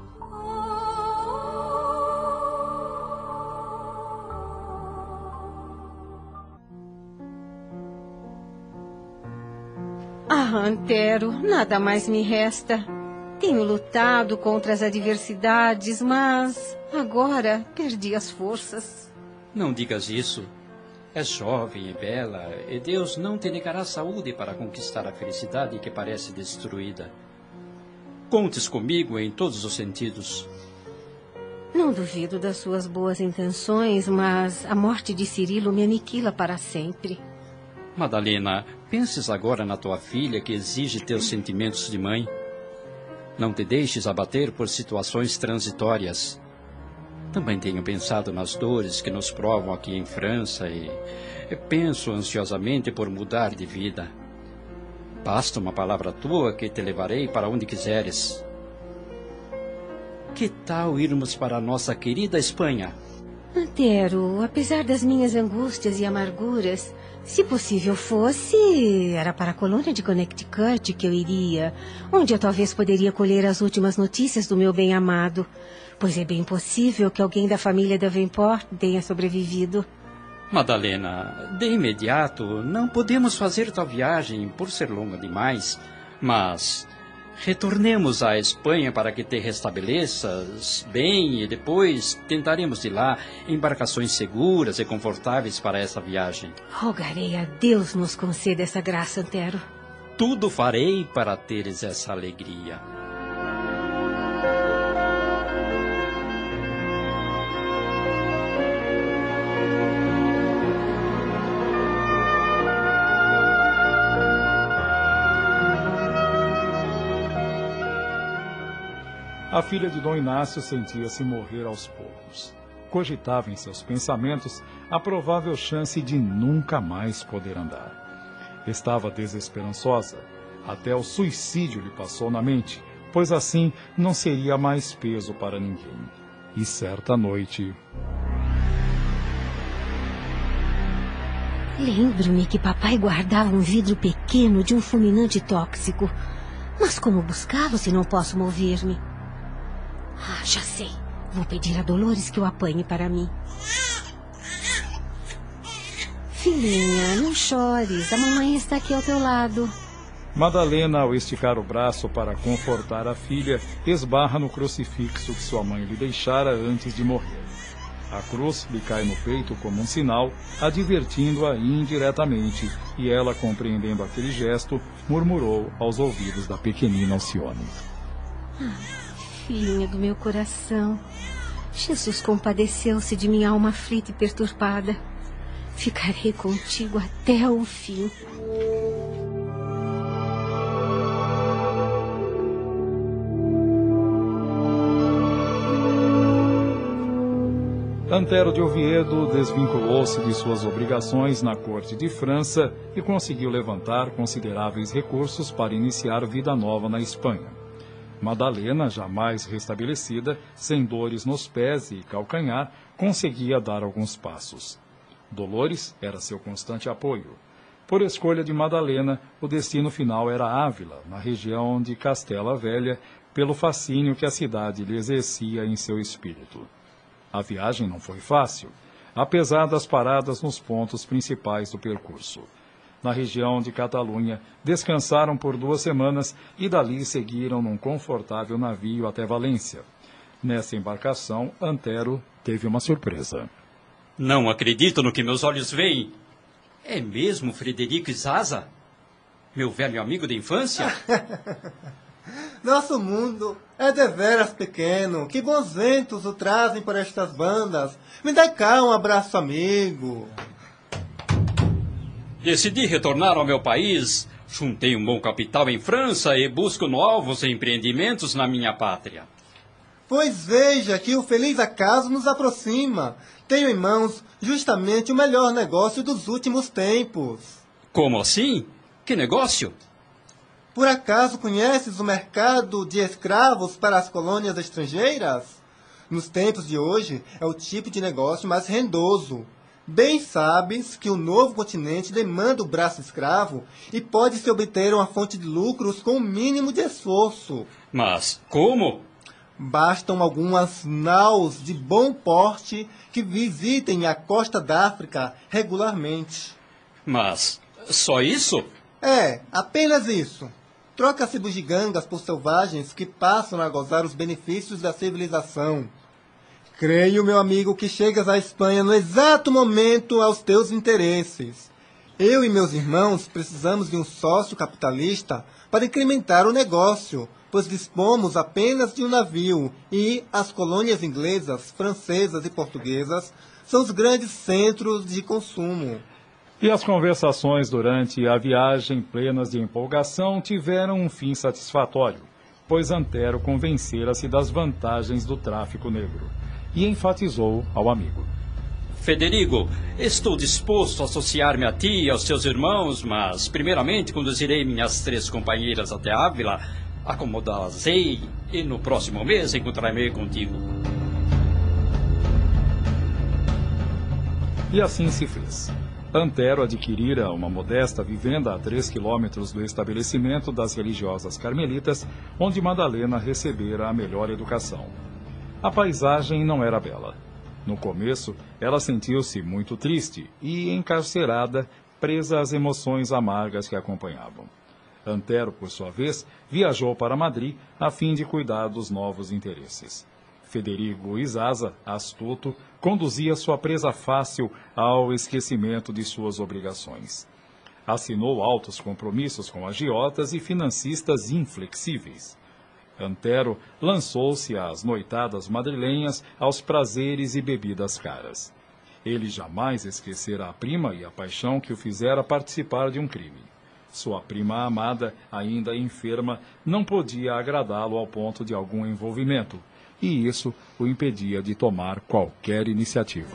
Antero, nada mais me resta. Tenho lutado contra as adversidades, mas agora perdi as forças. Não digas isso. És jovem e bela, e Deus não te negará saúde para conquistar a felicidade que parece destruída. Contes comigo em todos os sentidos. Não duvido das suas boas intenções, mas a morte de Cirilo me aniquila para sempre. Madalena, penses agora na tua filha que exige teus sentimentos de mãe. Não te deixes abater por situações transitórias. Também tenho pensado nas dores que nos provam aqui em França e penso ansiosamente por mudar de vida. Basta uma palavra tua que te levarei para onde quiseres. Que tal irmos para a nossa querida Espanha? Antero, apesar das minhas angústias e amarguras, se possível fosse, era para a colônia de Connecticut que eu iria, onde eu talvez poderia colher as últimas notícias do meu bem-amado, pois é bem possível que alguém da família Davenport tenha sobrevivido. Madalena, de imediato não podemos fazer tal viagem por ser longa demais, mas retornemos à Espanha para que te restabeleças bem e depois tentaremos de lá embarcações seguras e confortáveis para essa viagem. Rogarei a Deus nos conceda essa graça, Antero. Tudo farei para teres essa alegria. A filha de Dom Inácio sentia-se morrer aos poucos. Cogitava em seus pensamentos a provável chance de nunca mais poder andar. Estava desesperançosa. Até o suicídio lhe passou na mente, pois assim não seria mais peso para ninguém. E certa noite... Lembro-me que papai guardava um vidro pequeno de um fulminante tóxico. Mas como buscá-lo se não posso mover-me? Ah, já sei. Vou pedir a Dolores que o apanhe para mim. Filhinha, não chores. A mamãe está aqui ao teu lado. Madalena, ao esticar o braço para confortar a filha, esbarra no crucifixo que sua mãe lhe deixara antes de morrer. A cruz lhe cai no peito como um sinal, advertindo-a indiretamente, e ela, compreendendo aquele gesto, murmurou aos ouvidos da pequenina Alcione. Filhinha do meu coração, Jesus compadeceu-se de minha alma aflita e perturbada. Ficarei contigo até o fim. Antero de Oviedo desvinculou-se de suas obrigações na corte de França e conseguiu levantar consideráveis recursos para iniciar vida nova na Espanha. Madalena, jamais restabelecida, sem dores nos pés e calcanhar, conseguia dar alguns passos. Dolores era seu constante apoio. Por escolha de Madalena, o destino final era Ávila, na região de Castela Velha, pelo fascínio que a cidade lhe exercia em seu espírito. A viagem não foi fácil, apesar das paradas nos pontos principais do percurso. Na região de Catalunha, descansaram por 2 semanas e dali seguiram num confortável navio até Valência. Nessa embarcação, Antero teve uma surpresa. Não acredito no que meus olhos veem. É mesmo Frederico Zaza? Meu velho amigo de infância? Nosso mundo é deveras pequeno. Que bons ventos o trazem por estas bandas. Me dai cá um abraço amigo. Decidi retornar ao meu país. Juntei um bom capital em França e busco novos empreendimentos na minha pátria. Pois veja que o feliz acaso nos aproxima. Tenho em mãos justamente o melhor negócio dos últimos tempos. Como assim? Que negócio? Por acaso conheces o mercado de escravos para as colônias estrangeiras? Nos tempos de hoje, é o tipo de negócio mais rendoso. Bem sabes que o novo continente demanda o braço escravo e pode-se obter uma fonte de lucros com o mínimo de esforço. Mas como? Bastam algumas naus de bom porte que visitem a costa da África regularmente. Mas só isso? É, apenas isso. Troca-se bugigangas por selvagens que passam a gozar os benefícios da civilização. Creio, meu amigo, que chegas à Espanha no exato momento aos teus interesses. Eu e meus irmãos precisamos de um sócio capitalista para incrementar o negócio, pois dispomos apenas de um navio e as colônias inglesas, francesas e portuguesas são os grandes centros de consumo. E as conversações durante a viagem, plenas de empolgação, tiveram um fim satisfatório, pois Antero convencera-se das vantagens do tráfico negro e enfatizou ao amigo. Federico, estou disposto a associar-me a ti e aos teus irmãos, mas primeiramente conduzirei minhas 3 companheiras até Ávila, acomodá-las-ei e no próximo mês encontrarei contigo. E assim se fez. Antero adquirira uma modesta vivenda a 3 quilômetros do estabelecimento das religiosas carmelitas, onde Madalena recebera a melhor educação. A paisagem não era bela. No começo, ela sentiu-se muito triste e encarcerada, presa às emoções amargas que a acompanhavam. Antero, por sua vez, viajou para Madrid a fim de cuidar dos novos interesses. Federico Zaza, astuto, conduzia sua presa fácil ao esquecimento de suas obrigações. Assinou altos compromissos com agiotas e financistas inflexíveis. Antero lançou-se às noitadas madrilenhas, aos prazeres e bebidas caras. Ele jamais esquecera a prima e a paixão que o fizera participar de um crime. Sua prima amada, ainda enferma, não podia agradá-lo ao ponto de algum envolvimento, e isso o impedia de tomar qualquer iniciativa.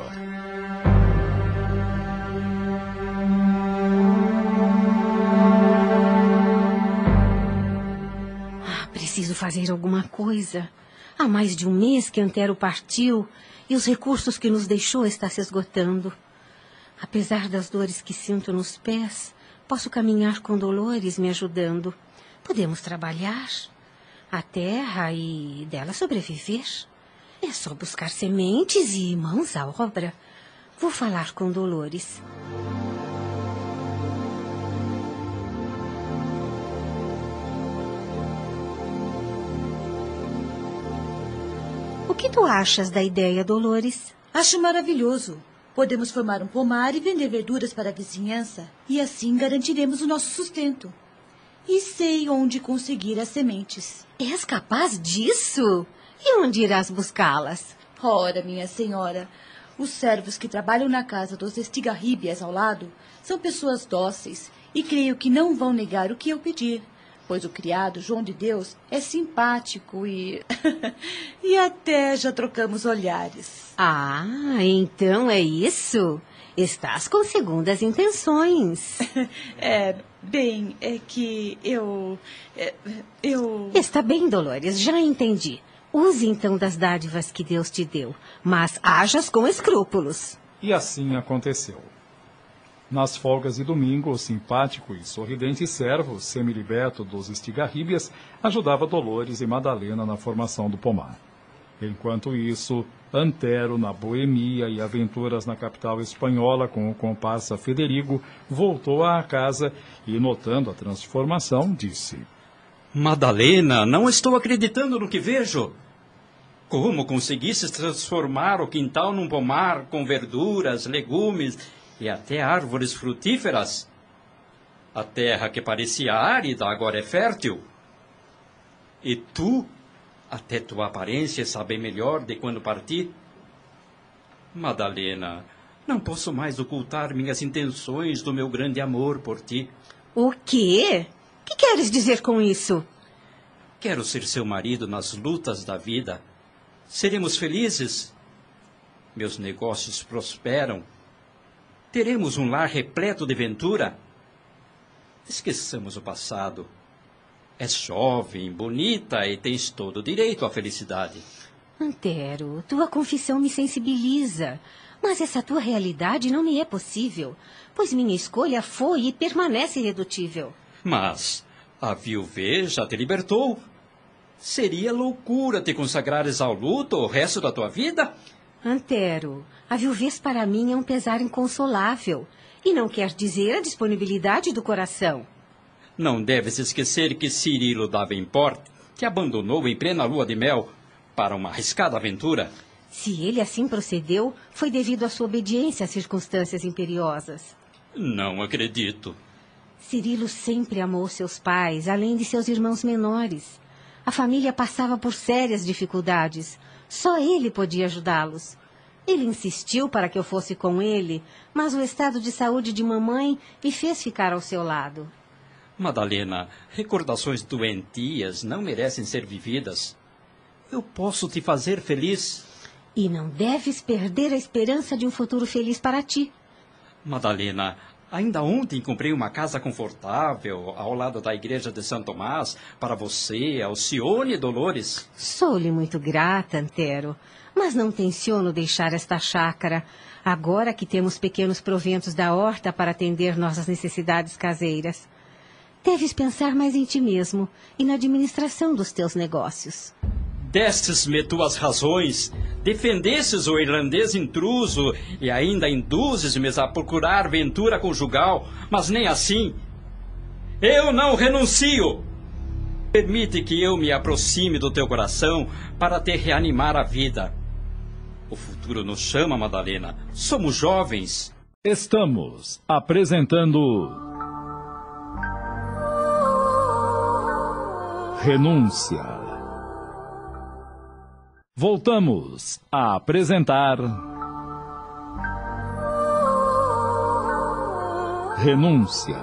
Preciso fazer alguma coisa. Há mais de um mês que Antero partiu e os recursos que nos deixou estão se esgotando. Apesar das dores que sinto nos pés, posso caminhar com Dolores me ajudando. Podemos trabalhar a terra e dela sobreviver. É só buscar sementes e mãos à obra. Vou falar com Dolores. O que tu achas da ideia, Dolores? Acho maravilhoso. Podemos formar um pomar e vender verduras para a vizinhança. E assim garantiremos o nosso sustento. E sei onde conseguir as sementes. És capaz disso? E onde irás buscá-las? Ora, minha senhora, os servos que trabalham na casa dos Estigarribias ao lado são pessoas dóceis e creio que não vão negar o que eu pedir. pois o criado João de Deus é simpático e... e até já trocamos olhares. Ah, então é isso? Estás com segundas intenções. Bem, é que eu... Está bem, Dolores, já entendi. Use então das dádivas que Deus te deu, mas hajas com escrúpulos. E assim aconteceu. Nas folgas de domingo, o simpático e sorridente servo, semiliberto dos Estigarríbias, ajudava Dolores e Madalena na formação do pomar. Enquanto isso, Antero, na boemia e aventuras na capital espanhola com o comparsa Federigo, voltou à casa e, notando a transformação, disse: Madalena, não estou acreditando no que vejo. Como conseguisses transformar o quintal num pomar com verduras, legumes e até árvores frutíferas? A terra que parecia árida agora é fértil. E tu, até tua aparência está bem melhor de quando parti. Madalena, não posso mais ocultar minhas intenções do meu grande amor por ti. O quê? O que queres dizer com isso? Quero ser seu marido nas lutas da vida. Seremos felizes. Meus negócios prosperam. Teremos um lar repleto de ventura. Esqueçamos o passado. És jovem, bonita e tens todo o direito à felicidade. Antero, tua confissão me sensibiliza. Mas essa tua realidade não me é possível, pois minha escolha foi e permanece irredutível. Mas a viuvez já te libertou. Seria loucura te consagrares ao luto o resto da tua vida? Antero, a viuvez para mim é um pesar inconsolável. E não quer dizer a disponibilidade do coração. Não deves esquecer que Cirilo Davenport te abandonou em plena lua de mel para uma arriscada aventura. Se ele assim procedeu, foi devido à sua obediência às circunstâncias imperiosas. Não acredito. Cirilo sempre amou seus pais, além de seus irmãos menores. A família passava por sérias dificuldades. Só ele podia ajudá-los. Ele insistiu para que eu fosse com ele, mas o estado de saúde de mamãe me fez ficar ao seu lado. Madalena, recordações doentias não merecem ser vividas. Eu posso te fazer feliz. E não deves perder a esperança de um futuro feliz para ti. Madalena, ainda ontem comprei uma casa confortável ao lado da igreja de São Tomás para você, Alcione e Dolores. Sou-lhe muito grata, Antero, mas não tenciono deixar esta chácara, agora que temos pequenos proventos da horta para atender nossas necessidades caseiras. Deves pensar mais em ti mesmo e na administração dos teus negócios. Destes-me tuas razões, defendesses o irlandês intruso e ainda induzes-me a procurar ventura conjugal, mas nem assim. Eu não renuncio. Permite que eu me aproxime do teu coração para te reanimar a vida. O futuro nos chama, Madalena. Somos jovens. Estamos apresentando Renúncia. Voltamos a apresentar Renúncia.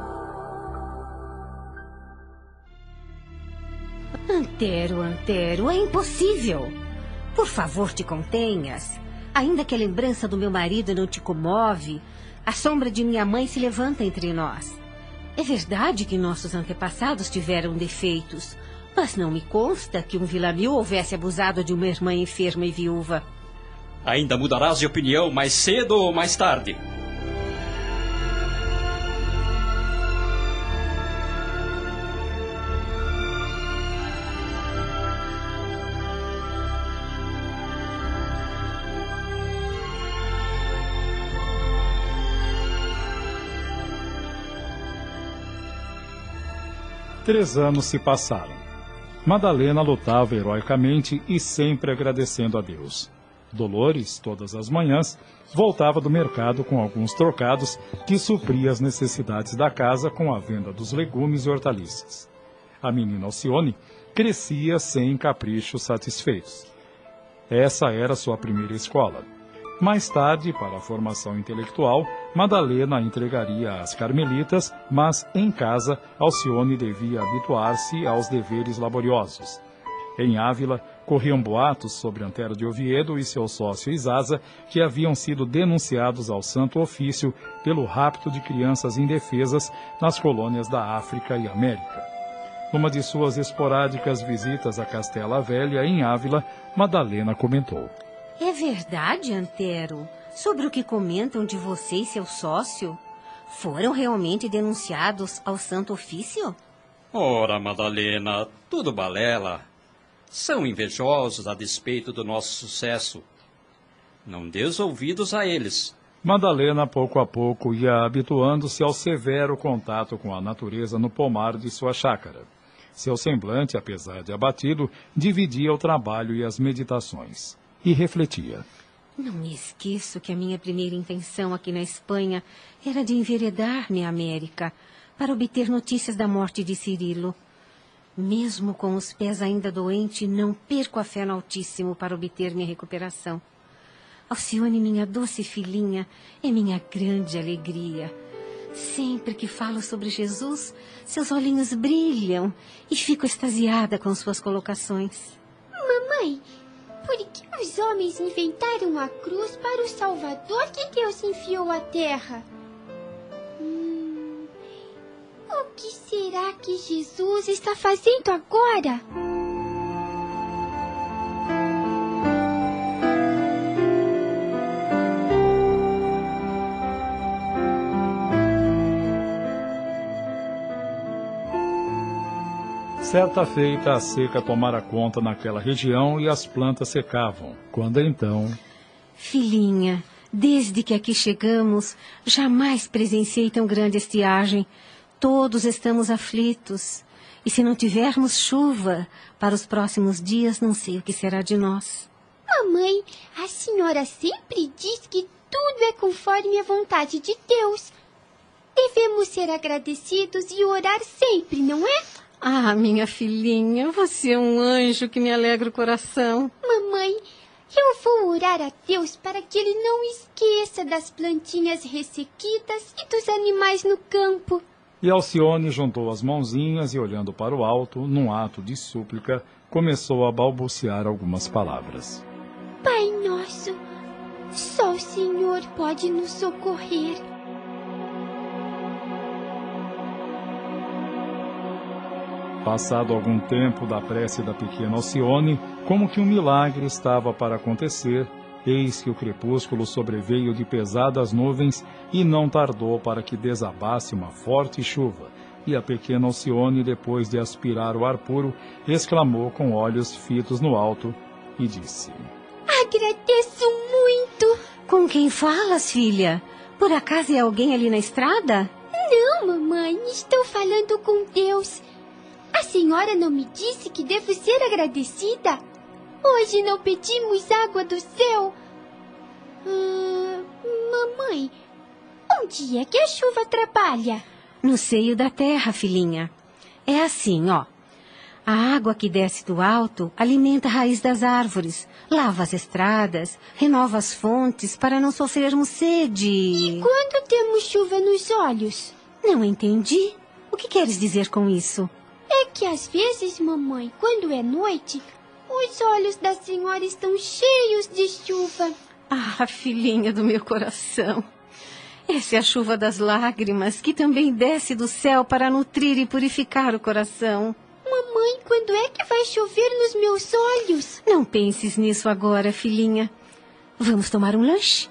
Antero, é impossível. Por favor, te contenhas. Ainda que a lembrança do meu marido não te comove, a sombra de minha mãe se levanta entre nós. É verdade que nossos antepassados tiveram defeitos, mas não me consta que um Villamil houvesse abusado de uma irmã enferma e viúva. Ainda mudarás de opinião mais cedo ou mais tarde. Três anos se passaram. Madalena lutava heroicamente e sempre agradecendo a Deus. Dolores, todas as manhãs, voltava do mercado com alguns trocados que supria as necessidades da casa com a venda dos legumes e hortaliças. A menina Alcione crescia sem caprichos satisfeitos. Essa era sua primeira escola. Mais tarde, para a formação intelectual, Madalena entregaria às carmelitas, mas em casa, Alcione devia habituar-se aos deveres laboriosos. Em Ávila, corriam boatos sobre Antero de Oviedo e seu sócio Isaza, que haviam sido denunciados ao Santo Ofício pelo rapto de crianças indefesas nas colônias da África e América. Numa de suas esporádicas visitas a Castela Velha, em Ávila, Madalena comentou: É verdade, Antero, sobre o que comentam de você e seu sócio? Foram realmente denunciados ao Santo Ofício? Ora, Madalena, tudo balela. São invejosos a despeito do nosso sucesso. Não dês ouvidos a eles. Madalena, pouco a pouco, ia habituando-se ao severo contato com a natureza no pomar de sua chácara. Seu semblante, apesar de abatido, dividia o trabalho e as meditações. E refletia. Não me esqueço que a minha primeira intenção aqui na Espanha era de enveredar-me à América para obter notícias da morte de Cirilo. Mesmo com os pés ainda doentes, não perco a fé no Altíssimo para obter minha recuperação. Alcione, minha doce filhinha, é minha grande alegria. Sempre que falo sobre Jesus, seus olhinhos brilham e fico extasiada com suas colocações. Mamãe, por que os homens inventaram a cruz para o Salvador que Deus enviou à terra? O que será que Jesus está fazendo agora? Certa feita, a seca tomara conta naquela região e as plantas secavam. Quando então... Filhinha, desde que aqui chegamos, jamais presenciei tão grande estiagem. Todos estamos aflitos. E se não tivermos chuva para os próximos dias, não sei o que será de nós. Mamãe, a senhora sempre diz que tudo é conforme a vontade de Deus. Devemos ser agradecidos e orar sempre, não é? Ah, minha filhinha, você é um anjo que me alegra o coração. Mamãe, eu vou orar a Deus para que Ele não esqueça das plantinhas ressequidas e dos animais no campo. E Alcione juntou as mãozinhas e, olhando para o alto, num ato de súplica, começou a balbuciar algumas palavras. Pai nosso, só o Senhor pode nos socorrer. Passado algum tempo da prece da pequena Alcione, como que um milagre estava para acontecer, eis que o crepúsculo sobreveio de pesadas nuvens e não tardou para que desabasse uma forte chuva. E a pequena Alcione, depois de aspirar o ar puro, exclamou com olhos fitos no alto e disse: Agradeço muito! Com quem falas, filha? Por acaso é alguém ali na estrada? Não, mamãe, estou falando com Deus. A senhora não me disse que devo ser agradecida? Hoje não pedimos água do céu. Mamãe, onde é que a chuva trabalha? No seio da terra, filhinha. É assim, ó. A água que desce do alto alimenta a raiz das árvores, lava as estradas, renova as fontes para não sofrermos sede. E quando temos chuva nos olhos? Não entendi. O que queres dizer com isso? É que às vezes, mamãe, quando é noite, os olhos da senhora estão cheios de chuva. Ah, filhinha do meu coração. Essa é a chuva das lágrimas que também desce do céu para nutrir e purificar o coração. Mamãe, quando é que vai chover nos meus olhos? Não penses nisso agora, filhinha. Vamos tomar um lanche?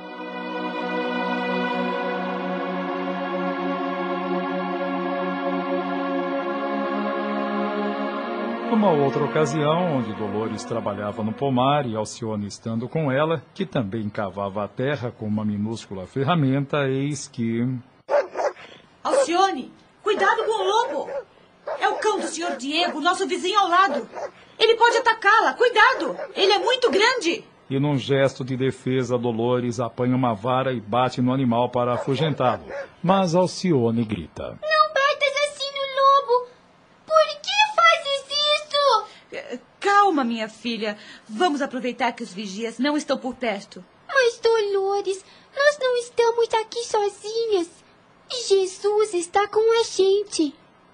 Numa outra ocasião, onde Dolores trabalhava no pomar e Alcione estando com ela, que também cavava a terra com uma minúscula ferramenta, eis que... Alcione, cuidado com o lobo! É o cão do senhor Diego, nosso vizinho ao lado. Ele pode atacá-la, cuidado! Ele é muito grande! E num gesto de defesa, Dolores apanha uma vara e bate no animal para afugentá-lo. Mas Alcione grita: Não batas assim no lobo! Por que fazes isso? Calma, minha filha. Vamos aproveitar que os vigias não estão por perto. Mas Mas, Dolores, nós não estamos aqui sozinhas. Jesus está com a gente.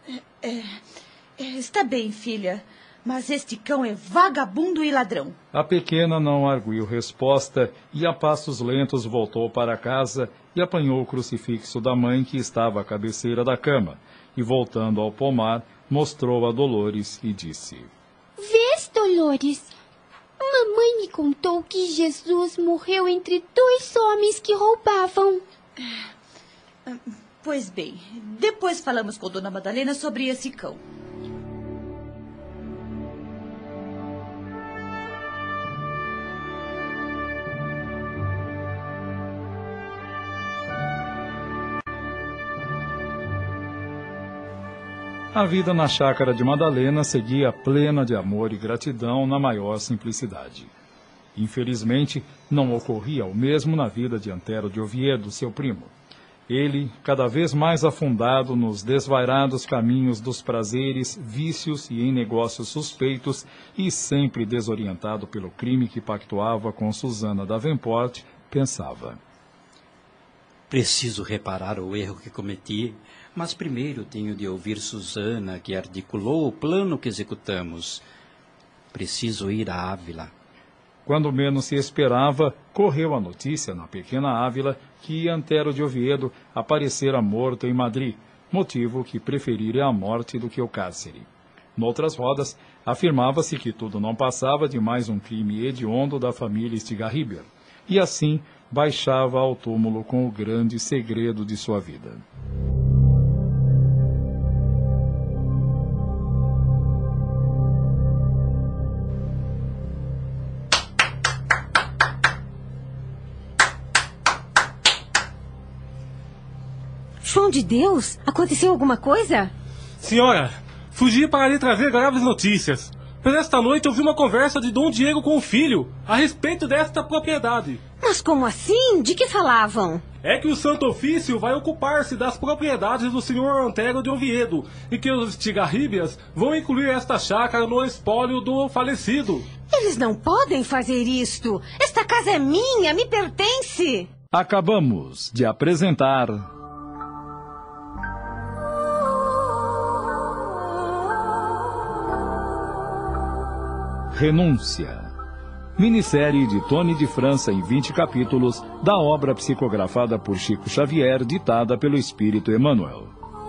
Está bem, filha. Mas este cão é vagabundo e ladrão. A pequena não arguiu resposta e, a passos lentos, voltou para casa e apanhou o crucifixo da mãe, que estava à cabeceira da cama, e, voltando ao pomar, mostrou a Dolores e disse: Vês, Dolores? Mamãe me contou que Jesus morreu entre 2 homens que roubavam. Pois bem, depois falamos com Dona Madalena sobre esse cão. A vida na chácara de Madalena seguia plena de amor e gratidão na maior simplicidade. Infelizmente, não ocorria o mesmo na vida de Antero de Oviedo, seu primo. Ele, cada vez mais afundado nos desvairados caminhos dos prazeres, vícios e em negócios suspeitos, e sempre desorientado pelo crime que pactuava com Susana Davenport, pensava: Preciso reparar o erro que cometi, mas primeiro tenho de ouvir Susana, que articulou o plano que executamos. Preciso ir a Ávila. Quando menos se esperava, correu a notícia na pequena Ávila que Antero de Oviedo aparecera morto em Madrid, motivo que preferira a morte do que o cárcere. Noutras rodas, afirmava-se que tudo não passava de mais um crime hediondo da família Estigarribia, e assim baixava ao túmulo com o grande segredo de sua vida. João de Deus, aconteceu alguma coisa? Senhora, fugi para lhe trazer graves notícias. Pois esta noite ouvi uma conversa de Dom Diego com o filho a respeito desta propriedade. Mas como assim? De que falavam? É que o Santo Ofício vai ocupar-se das propriedades do senhor Antero de Oviedo e que os Estigarríbias vão incluir esta chácara no espólio do falecido. Eles não podem fazer isto. Esta casa é minha, me pertence. Acabamos de apresentar Renúncia, minissérie de Tony de França em 20 capítulos, da obra psicografada por Chico Xavier, ditada pelo Espírito Emmanuel.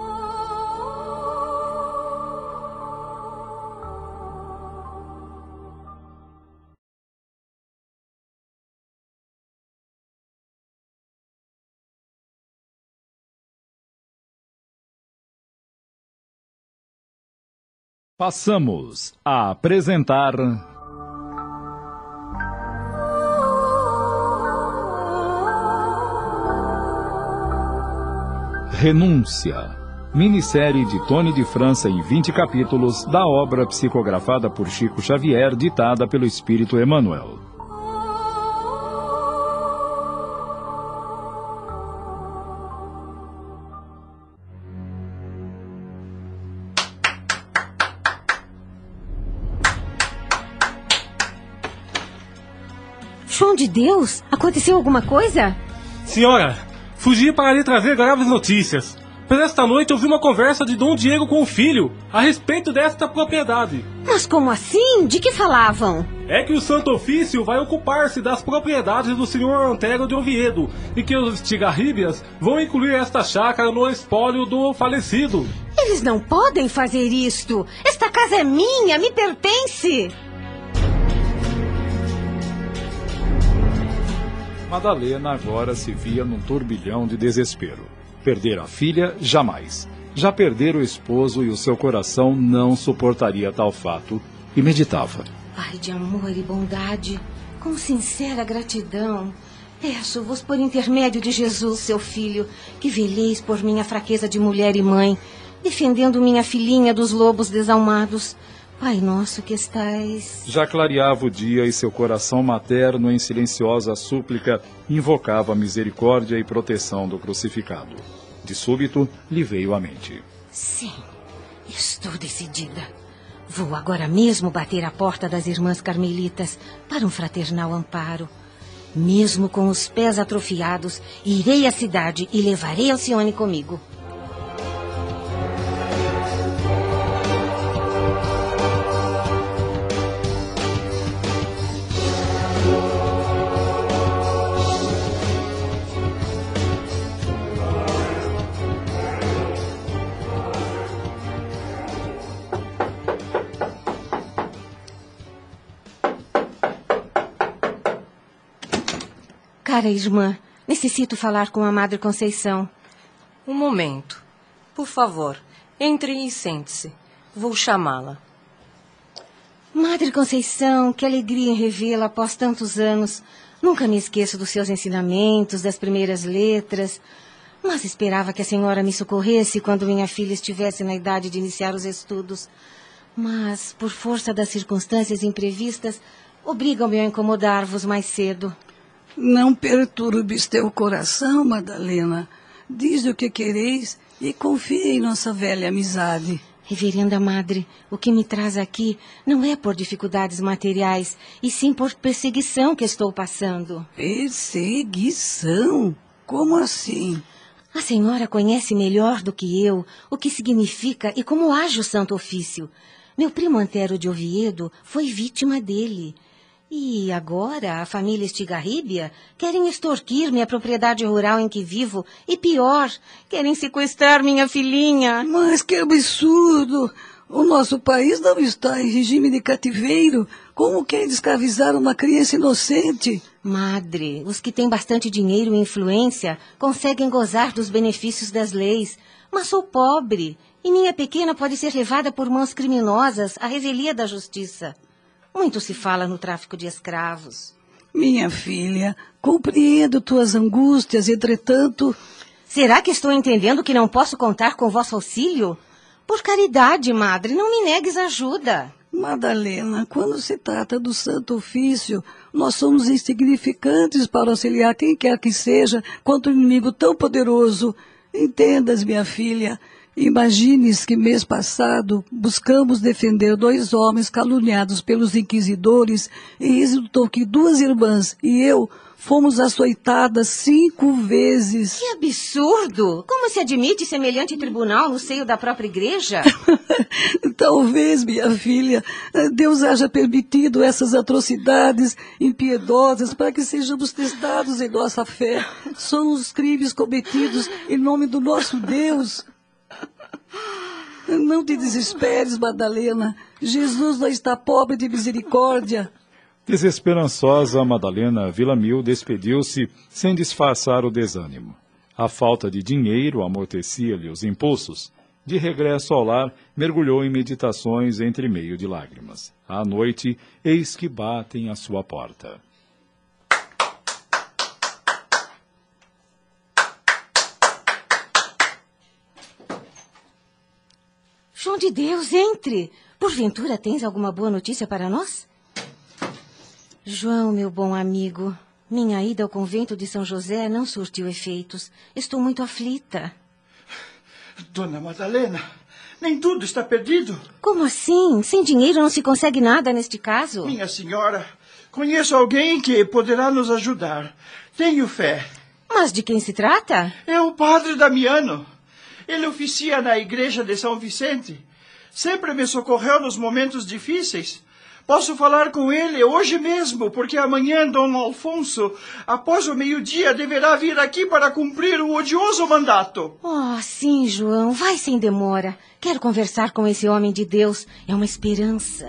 Passamos a apresentar Renúncia, minissérie de Tony de França em 20 capítulos, da obra psicografada por Chico Xavier, ditada pelo Espírito Emmanuel. João de Deus, aconteceu alguma coisa? Senhora, fugi para lhe trazer graves notícias. Pois esta noite ouvi uma conversa de Dom Diego com o filho a respeito desta propriedade. Mas como assim? De que falavam? É que o Santo Ofício vai ocupar-se das propriedades do senhor Antero de Oviedo e que os Estigarríbias vão incluir esta chácara no espólio do falecido. Eles não podem fazer isto. Esta casa é minha, me pertence. Madalena agora se via num turbilhão de desespero. Perder a filha, jamais. Já perder o esposo e o seu coração não suportaria tal fato, e meditava. Pai de amor e bondade, com sincera gratidão, peço-vos por intermédio de Jesus, seu filho, que veleis por minha fraqueza de mulher e mãe, defendendo minha filhinha dos lobos desalmados. Pai nosso que estais... Já clareava o dia e seu coração materno, em silenciosa súplica, invocava a misericórdia e proteção do crucificado. De súbito, lhe veio à mente. Sim, estou decidida. Vou agora mesmo bater à porta das irmãs carmelitas para um fraternal amparo. Mesmo com os pés atrofiados, irei à cidade e levarei Alcione comigo. Cara irmã, necessito falar com a Madre Conceição. Um momento. Por favor, entre e sente-se. Vou chamá-la. Madre Conceição, que alegria em revê-la após tantos anos. Nunca me esqueço dos seus ensinamentos, das primeiras letras. Mas esperava que a senhora me socorresse quando minha filha estivesse na idade de iniciar os estudos. Mas, por força das circunstâncias imprevistas, obrigam-me a incomodar-vos mais cedo. Não perturbes teu coração, Madalena. Diz o que quereis e confia em nossa velha amizade. Reverenda Madre, o que me traz aqui não é por dificuldades materiais, e sim por perseguição que estou passando. Perseguição? Como assim? A senhora conhece melhor do que eu o que significa e como age o Santo Ofício. Meu primo Antero de Oviedo foi vítima dele. E agora a família Estigarribia querem extorquir minha propriedade rural em que vivo e, pior, querem sequestrar minha filhinha. Mas que absurdo! O nosso país não está em regime de cativeiro. Como querem escravizar uma criança inocente? Madre, os que têm bastante dinheiro e influência conseguem gozar dos benefícios das leis. Mas sou pobre e minha pequena pode ser levada por mãos criminosas à revelia da justiça. Muito se fala no tráfico de escravos. Minha filha, compreendo tuas angústias, entretanto... Será que estou entendendo que não posso contar com vosso auxílio? Por caridade, Madre, não me negues ajuda. Madalena, quando se trata do Santo Ofício, nós somos insignificantes para auxiliar quem quer que seja contra um inimigo tão poderoso. Entendas, minha filha... Imagines que mês passado buscamos defender 2 homens caluniados pelos inquisidores e resultou que 2 irmãs e eu fomos açoitadas 5 vezes. Que absurdo! Como se admite semelhante tribunal no seio da própria igreja? Talvez, minha filha, Deus haja permitido essas atrocidades impiedosas para que sejamos testados em nossa fé. São os crimes cometidos em nome do nosso Deus. Não te desesperes, Madalena. Jesus não está pobre de misericórdia. Desesperançosa, Madalena Villamil despediu-se sem disfarçar o desânimo. A falta de dinheiro amortecia-lhe os impulsos. De regresso ao lar, mergulhou em meditações entre meio de lágrimas. À noite, eis que batem à sua porta. João de Deus, entre! Porventura tens alguma boa notícia para nós? João, meu bom amigo, minha ida ao convento de São José não surtiu efeitos. Estou muito aflita. Dona Madalena, nem tudo está perdido. Como assim? Sem dinheiro não se consegue nada neste caso? Minha senhora, conheço alguém que poderá nos ajudar. Tenho fé. Mas de quem se trata? É o padre Damiano. Ele oficia na igreja de São Vicente. Sempre me socorreu nos momentos difíceis. Posso falar com ele hoje mesmo, porque amanhã Dom Alfonso, após o meio-dia, deverá vir aqui para cumprir o odioso mandato. Oh, sim, João. Vai sem demora. Quero conversar com esse homem de Deus. É uma esperança.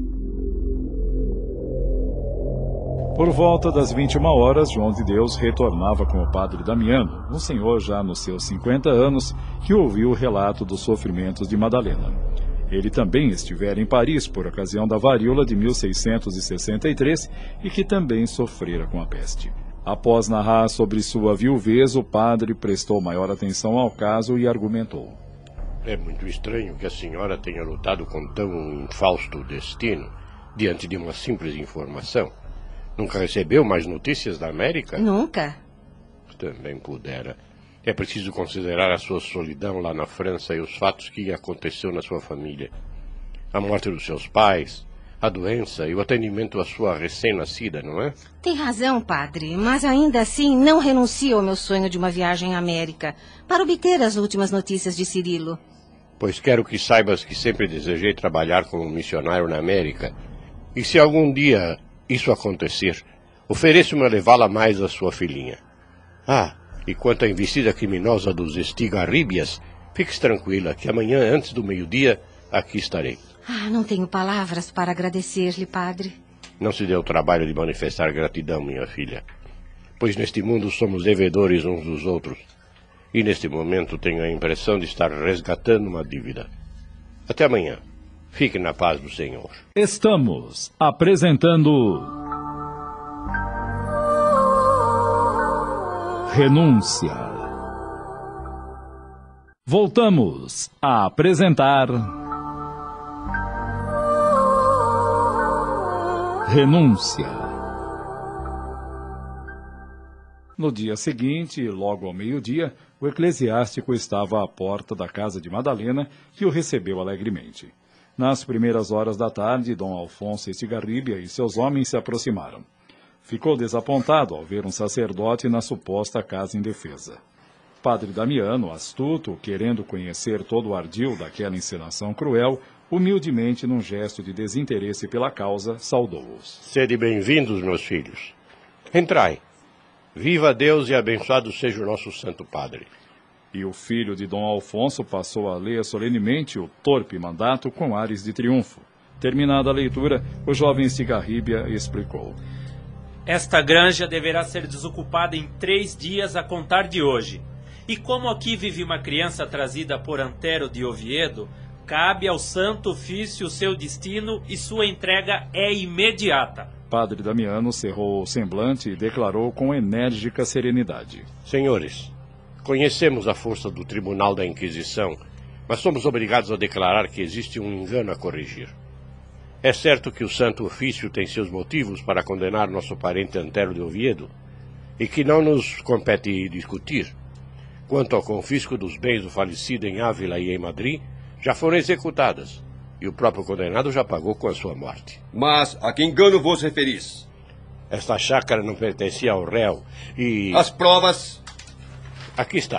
Por volta das 21h, João de Deus retornava com o padre Damiano, um senhor já nos seus 50 anos, que ouviu o relato dos sofrimentos de Madalena. Ele também estivera em Paris por ocasião da varíola de 1663 e que também sofrera com a peste. Após narrar sobre sua viuvez, o padre prestou maior atenção ao caso e argumentou. É muito estranho que a senhora tenha lutado com tão infausto destino diante de uma simples informação. Nunca recebeu mais notícias da América? Nunca. Também pudera. É preciso considerar a sua solidão lá na França e os fatos que aconteceu na sua família. A morte dos seus pais, a doença e o atendimento à sua recém-nascida, não é? Tem razão, padre, mas ainda assim não renuncio ao meu sonho de uma viagem à América para obter as últimas notícias de Cirilo. Pois quero que saibas que sempre desejei trabalhar como missionário na América. E se algum dia isso acontecer, ofereço-me a levá-la mais à sua filhinha. Ah, e quanto à investida criminosa dos Estigarribias, fique tranquila que amanhã, antes do meio-dia, aqui estarei. Ah, não tenho palavras para agradecer-lhe, padre. Não se dê o trabalho de manifestar gratidão, minha filha, pois neste mundo somos devedores uns dos outros, e neste momento tenho a impressão de estar resgatando uma dívida. Até amanhã. Fique na paz do Senhor. Estamos apresentando Renúncia. Voltamos a apresentar Renúncia. No dia seguinte, logo ao meio-dia, o eclesiástico estava à porta da casa de Madalena, que o recebeu alegremente. Nas primeiras horas da tarde, Dom Alfonso Estigarribia e seus homens se aproximaram. Ficou desapontado ao ver um sacerdote na suposta casa indefesa. Padre Damiano, astuto, querendo conhecer todo o ardil daquela encenação cruel, humildemente, num gesto de desinteresse pela causa, saudou-os. Sede bem-vindos, meus filhos. Entrai. Viva Deus e abençoado seja o nosso Santo Padre. E o filho de Dom Alfonso passou a ler solenemente o torpe mandato com ares de triunfo. Terminada a leitura, o jovem Estigarribia explicou. Esta granja deverá ser desocupada em 3 dias a contar de hoje. E como aqui vive uma criança trazida por Antero de Oviedo, cabe ao Santo Ofício seu destino e sua entrega é imediata. Padre Damiano cerrou o semblante e declarou com enérgica serenidade. Senhores, conhecemos a força do Tribunal da Inquisição, mas somos obrigados a declarar que existe um engano a corrigir. É certo que o Santo Ofício tem seus motivos para condenar nosso parente Antero de Oviedo, e que não nos compete discutir. Quanto ao confisco dos bens do falecido em Ávila e em Madrid, já foram executadas, e o próprio condenado já pagou com a sua morte. Mas a que engano vos referis? Esta chácara não pertencia ao réu, e... As provas? Aqui está.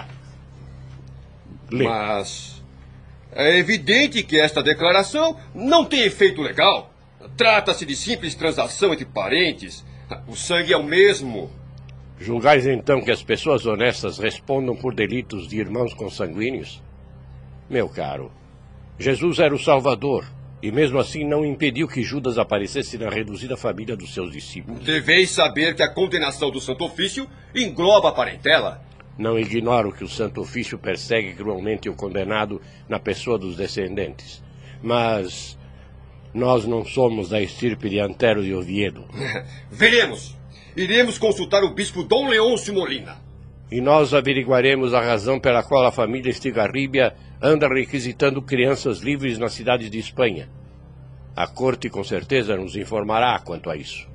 Lê. Mas é evidente que esta declaração não tem efeito legal. Trata-se de simples transação entre parentes. O sangue é o mesmo. Julgais então que as pessoas honestas respondam por delitos de irmãos consanguíneos? Meu caro, Jesus era o Salvador, e mesmo assim não impediu que Judas aparecesse na reduzida família dos seus discípulos. Deveis saber que a condenação do Santo Ofício engloba a parentela. Não ignoro que o Santo Ofício persegue cruelmente o condenado na pessoa dos descendentes. Mas nós não somos da estirpe de Antero de Oviedo. Veremos. Iremos consultar o bispo Dom Leôncio Molina. E nós averiguaremos a razão pela qual a família Estigarribia anda requisitando crianças livres nas cidades de Espanha. A corte com certeza nos informará quanto a isso.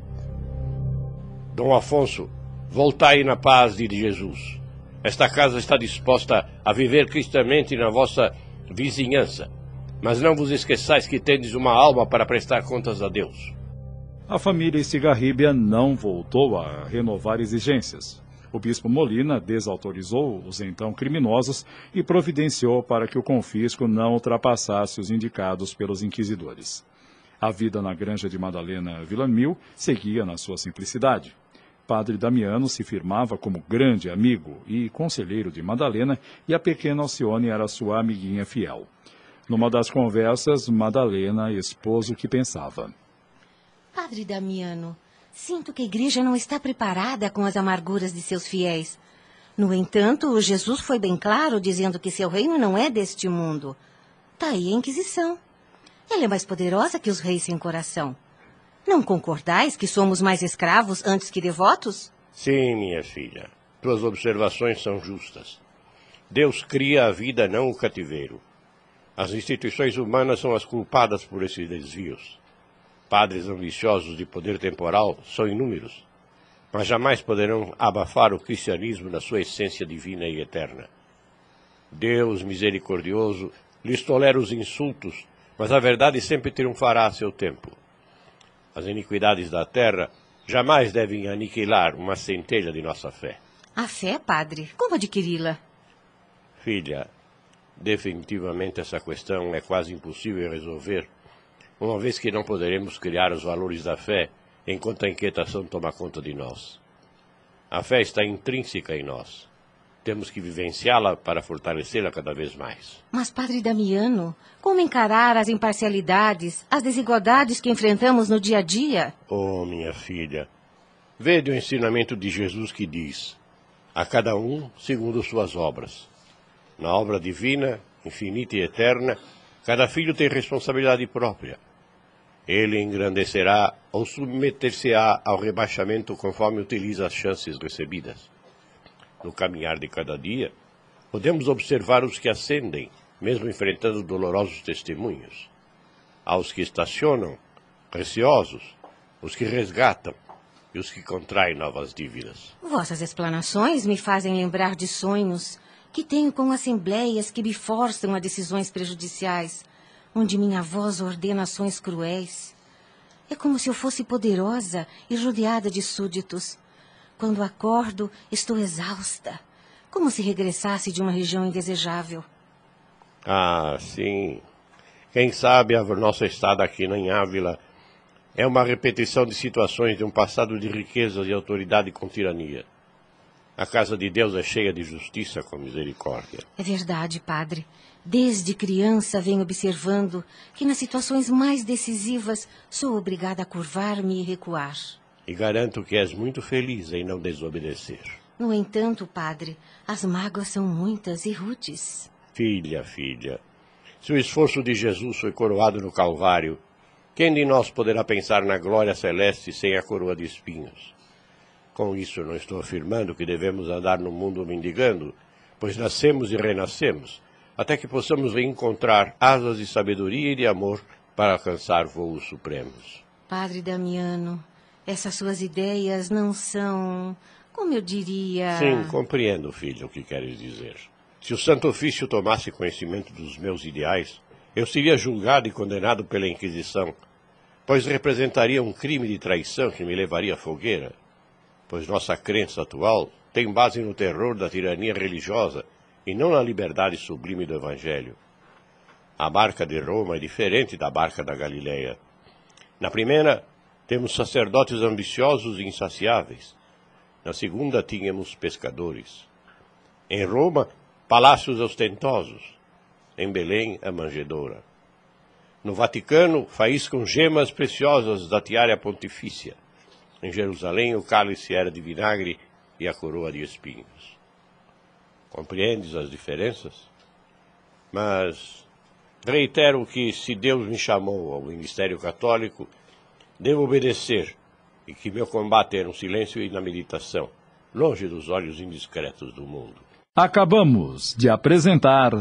Dom Afonso, voltai na paz de Jesus. Esta casa está disposta a viver cristamente na vossa vizinhança. Mas não vos esqueçais que tendes uma alma para prestar contas a Deus. A família Estigarribia não voltou a renovar exigências. O bispo Molina desautorizou os então criminosos e providenciou para que o confisco não ultrapassasse os indicados pelos inquisidores. A vida na granja de Madalena Villamil seguia na sua simplicidade. Padre Damiano se firmava como grande amigo e conselheiro de Madalena, e a pequena Alcione era sua amiguinha fiel. Numa das conversas, Madalena expôs o que pensava. Padre Damiano, sinto que a igreja não está preparada com as amarguras de seus fiéis. No entanto, Jesus foi bem claro, dizendo que seu reino não é deste mundo. Tá aí a Inquisição. Ela é mais poderosa que os reis sem coração. Não concordais que somos mais escravos antes que devotos? Sim, minha filha. Tuas observações são justas. Deus cria a vida, não o cativeiro. As instituições humanas são as culpadas por esses desvios. Padres ambiciosos de poder temporal são inúmeros, mas jamais poderão abafar o cristianismo na sua essência divina e eterna. Deus, misericordioso, lhes tolera os insultos, mas a verdade sempre triunfará a seu tempo. As iniquidades da terra jamais devem aniquilar uma centelha de nossa fé. A fé, padre? Como adquiri-la? Filha, definitivamente essa questão é quase impossível resolver, uma vez que não poderemos criar os valores da fé enquanto a inquietação toma conta de nós. A fé está intrínseca em nós. Temos que vivenciá-la para fortalecê-la cada vez mais. Mas, padre Damiano, como encarar as imparcialidades, as desigualdades que enfrentamos no dia a dia? Oh, minha filha, vede o ensinamento de Jesus que diz: a cada um segundo suas obras. Na obra divina, infinita e eterna, cada filho tem responsabilidade própria. Ele engrandecerá ou submeter-se-á ao rebaixamento conforme utiliza as chances recebidas. No caminhar de cada dia, podemos observar os que ascendem, mesmo enfrentando dolorosos testemunhos. Há os que estacionam, receosos, os que resgatam e os que contraem novas dívidas. Vossas explanações me fazem lembrar de sonhos que tenho com assembleias que me forçam a decisões prejudiciais, onde minha voz ordena ações cruéis. É como se eu fosse poderosa e rodeada de súditos. Quando acordo, estou exausta, como se regressasse de uma região indesejável. Ah, sim. Quem sabe a nossa estada aqui em Ávila é uma repetição de situações de um passado de riquezas e autoridade com tirania. A casa de Deus é cheia de justiça com misericórdia. É verdade, padre. Desde criança venho observando que nas situações mais decisivas sou obrigada a curvar-me e recuar. E garanto que és muito feliz em não desobedecer. No entanto, padre, as mágoas são muitas e rudes. Filha, se o esforço de Jesus foi coroado no Calvário, quem de nós poderá pensar na glória celeste sem a coroa de espinhos? Com isso, eu não estou afirmando que devemos andar no mundo mendigando, pois nascemos e renascemos, até que possamos reencontrar asas de sabedoria e de amor para alcançar voos supremos. Padre Damiano, essas suas ideias não são, como eu diria... Sim, compreendo, filho, o que queres dizer. Se o Santo Ofício tomasse conhecimento dos meus ideais, eu seria julgado e condenado pela Inquisição, pois representaria um crime de traição que me levaria à fogueira, pois nossa crença atual tem base no terror da tirania religiosa e não na liberdade sublime do Evangelho. A barca de Roma é diferente da barca da Galileia. Na primeira, temos sacerdotes ambiciosos e insaciáveis. Na segunda, tínhamos pescadores. Em Roma, palácios ostentosos. Em Belém, a manjedoura. No Vaticano, faíscam gemas preciosas da tiara pontifícia. Em Jerusalém, o cálice era de vinagre e a coroa de espinhos. Compreendes as diferenças? Mas reitero que, se Deus me chamou ao ministério católico, devo obedecer, e que meu combate é no silêncio e na meditação, longe dos olhos indiscretos do mundo. Acabamos de apresentar...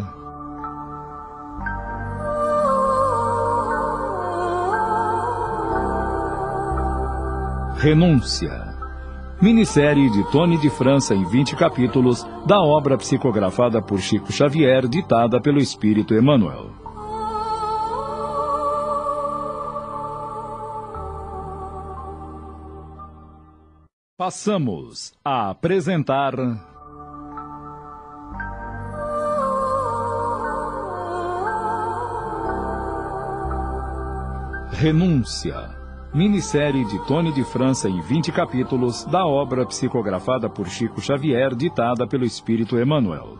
Renúncia. Minissérie de Tony de França em 20 capítulos da obra psicografada por Chico Xavier, ditada pelo Espírito Emmanuel. Passamos a apresentar... Renúncia. Minissérie de Tony de França em 20 capítulos da obra psicografada por Chico Xavier, ditada pelo Espírito Emmanuel.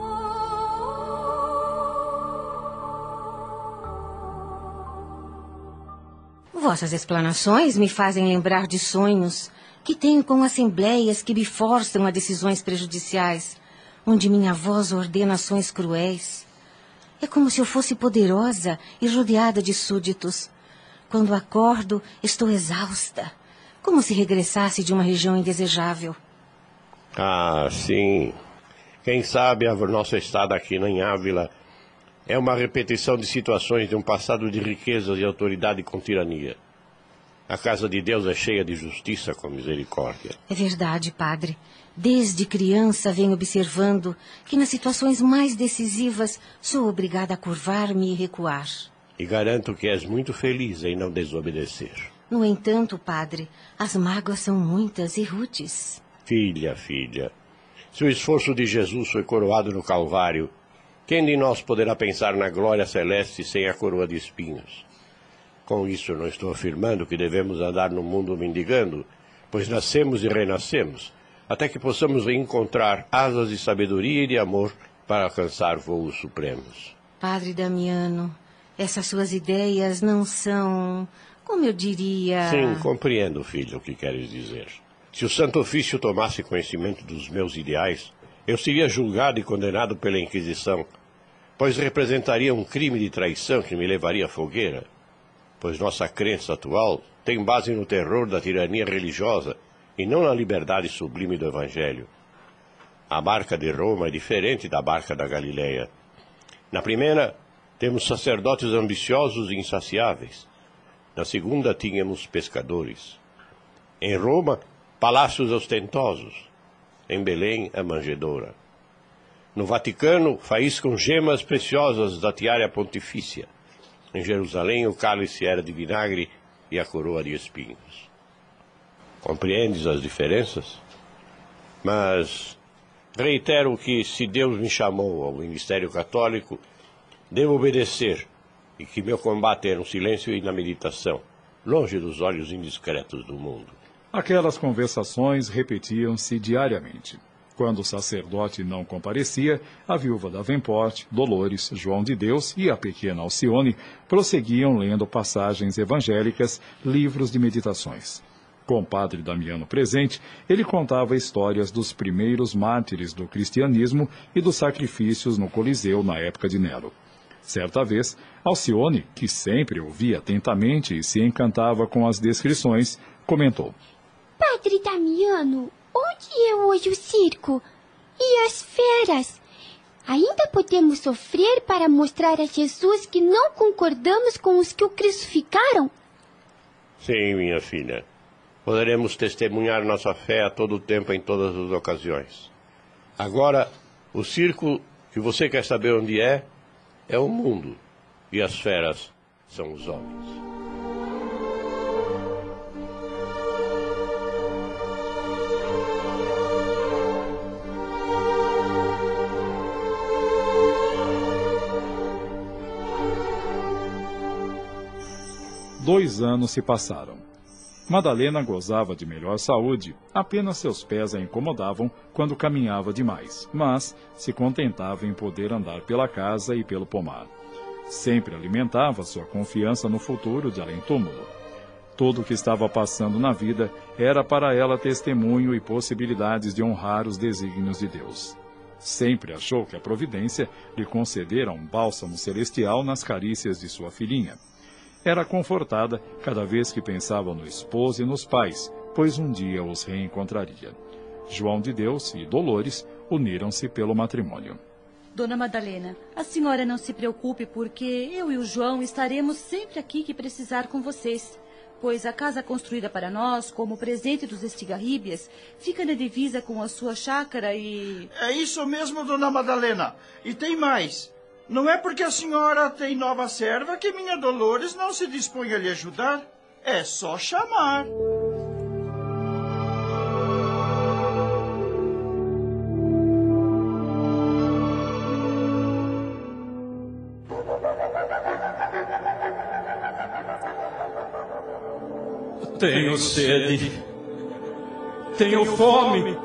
Vossas explanações me fazem lembrar de sonhos que tenho com assembleias que me forçam a decisões prejudiciais, onde minha voz ordena ações cruéis. É como se eu fosse poderosa e rodeada de súditos. Quando acordo, estou exausta, como se regressasse de uma região indesejável. Ah, sim. Quem sabe a nossa estada aqui em Ávila é uma repetição de situações de um passado de riquezas e autoridade com tirania. A casa de Deus é cheia de justiça com misericórdia. É verdade, padre. Desde criança venho observando que nas situações mais decisivas sou obrigada a curvar-me e recuar. E garanto que és muito feliz em não desobedecer. No entanto, padre, as mágoas são muitas e rudes. Filha, se o esforço de Jesus foi coroado no Calvário, quem de nós poderá pensar na glória celeste sem a coroa de espinhos? Com isso, não estou afirmando que devemos andar no mundo mendigando, pois nascemos e renascemos, até que possamos encontrar asas de sabedoria e de amor para alcançar voos supremos. Padre Damiano, essas suas ideias não são, como eu diria... Sim, compreendo, filho, o que queres dizer. Se o Santo Ofício tomasse conhecimento dos meus ideais, eu seria julgado e condenado pela Inquisição, pois representaria um crime de traição que me levaria à fogueira, pois nossa crença atual tem base no terror da tirania religiosa e não na liberdade sublime do Evangelho. A barca de Roma é diferente da barca da Galileia. Na primeira, temos sacerdotes ambiciosos e insaciáveis. Na segunda, tínhamos pescadores. Em Roma, palácios ostentosos. Em Belém, a manjedoura. No Vaticano, faíscam gemas preciosas da tiara pontifícia. Em Jerusalém, o cálice era de vinagre e a coroa de espinhos. Compreendes as diferenças? Mas reitero que, se Deus me chamou ao ministério católico, devo obedecer, e que meu combate é no silêncio e na meditação, longe dos olhos indiscretos do mundo. Aquelas conversações repetiam-se diariamente. Quando o sacerdote não comparecia, a viúva Davenport, Dolores, João de Deus e a pequena Alcione prosseguiam lendo passagens evangélicas, livros de meditações. Com o padre Damiano presente, ele contava histórias dos primeiros mártires do cristianismo e dos sacrifícios no Coliseu na época de Nero. Certa vez, Alcione, que sempre ouvia atentamente e se encantava com as descrições, comentou: Padre Damiano, onde é hoje o circo? E as feras? Ainda podemos sofrer para mostrar a Jesus que não concordamos com os que o crucificaram? Sim, minha filha. Poderemos testemunhar nossa fé a todo tempo, em todas as ocasiões. Agora, o circo que você quer saber onde é o mundo. E as feras são os homens. Dois anos se passaram. Madalena gozava de melhor saúde, apenas seus pés a incomodavam quando caminhava demais, mas se contentava em poder andar pela casa e pelo pomar. Sempre alimentava sua confiança no futuro de além-túmulo. Tudo o que estava passando na vida era para ela testemunho e possibilidades de honrar os desígnios de Deus. Sempre achou que a providência lhe concedera um bálsamo celestial nas carícias de sua filhinha. Era confortada cada vez que pensava no esposo e nos pais, pois um dia os reencontraria. João de Deus e Dolores uniram-se pelo matrimônio. Dona Madalena, a senhora não se preocupe, porque eu e o João estaremos sempre aqui que precisar com vocês. Pois a casa construída para nós, como presente dos Estigarríbias, fica na divisa com a sua chácara e... É isso mesmo, Dona Madalena. E tem mais. Não é porque a senhora tem nova serva que minha Dolores não se dispõe a lhe ajudar. É só chamar. Tenho sede. Tenho fome.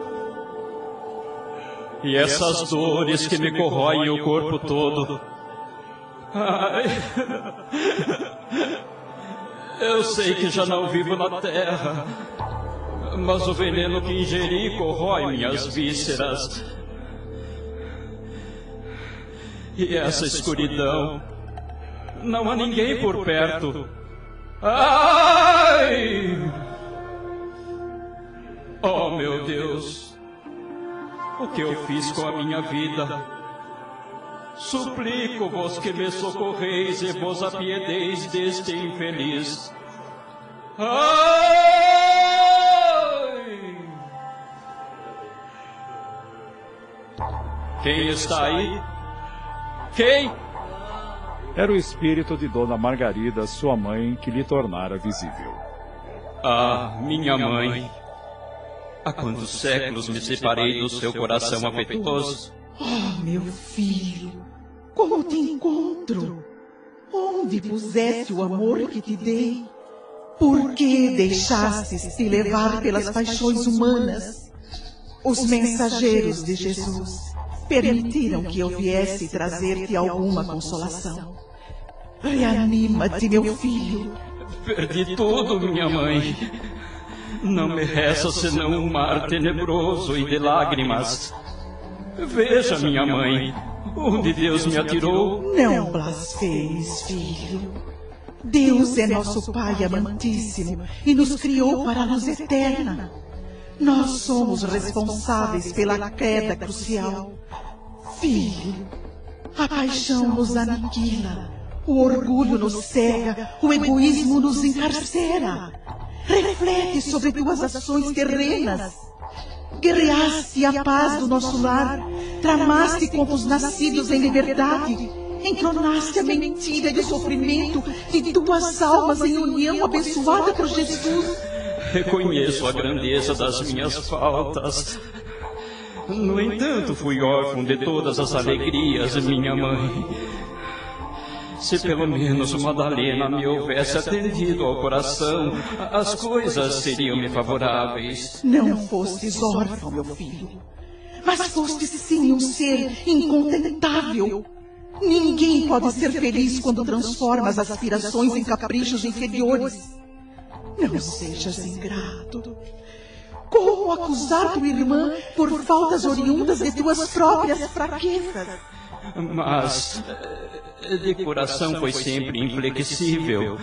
E essas dores que me corroem o corpo todo. Ai. Eu sei que já não vivo na terra, mas o veneno que ingeri corrói minhas vísceras. E essa escuridão, não há ninguém por perto. Ai! Oh, meu Deus! O que eu fiz com a minha vida? Suplico-vos que me socorreis e vos apiedeis deste infeliz. Ai! Quem está aí? Quem? Era o espírito de Dona Margarida, sua mãe, que lhe tornara visível. Ah, minha mãe, há quantos séculos me separei do seu coração afetuoso? Oh, meu filho, como te encontro? Onde puseste o amor que te dei? Por que deixastes te levar pelas paixões humanas? Os mensageiros de Jesus permitiram que eu viesse trazer-te alguma consolação. Reanima-te, meu filho. Perdi tudo, minha mãe. Não me resta senão um mar tenebroso e de lágrimas. Veja, minha mãe, onde Deus me atirou. Não blasfemes, filho. Deus é nosso Pai amantíssimo e nos criou para a luz eterna. Nós somos responsáveis pela queda crucial. Filho, a paixão nos aniquila, o orgulho nos cega, o egoísmo nos encarcera. Reflete sobre tuas ações terrenas. Guerreaste a paz do nosso lar, tramaste contra os nascidos em liberdade, entronaste a mentira de sofrimento de duas almas em união abençoada por Jesus. Reconheço a grandeza das minhas faltas. No entanto, fui órfão de todas as alegrias, minha mãe. Se pelo menos Madalena me houvesse atendido ao coração, as coisas seriam-me favoráveis. Não fostes órfão, meu filho, mas fostes sim um ser incontentável. Ninguém pode ser feliz quando transforma as aspirações em caprichos inferiores. Não sejas ingrato. Como acusar tua irmã por faltas oriundas de tuas próprias fraquezas? Mas de coração foi sempre inflexível.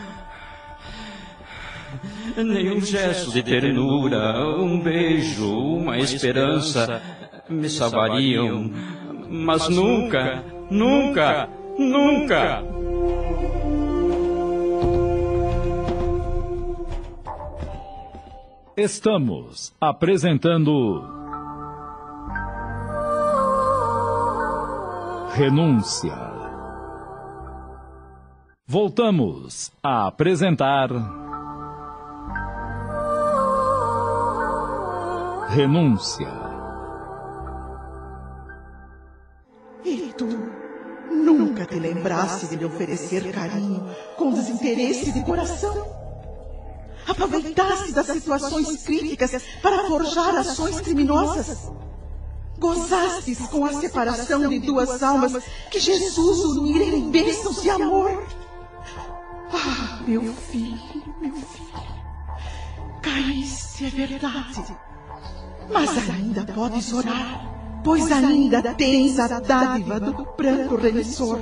Nenhum gesto de ternura, um beijo, uma esperança me salvariam. Mas nunca, nunca, nunca! Estamos apresentando Renúncia. Voltamos a apresentar Renúncia. E tu nunca te lembraste de me oferecer carinho com desinteresse de coração? Aproveitaste das situações críticas para forjar ações criminosas? Gozastes com a separação de duas almas que Jesus unira em bênçãos de amor? Ah, meu filho, caíste, é verdade. Mas ainda podes orar, pois ainda tens a dádiva do pranto remissor.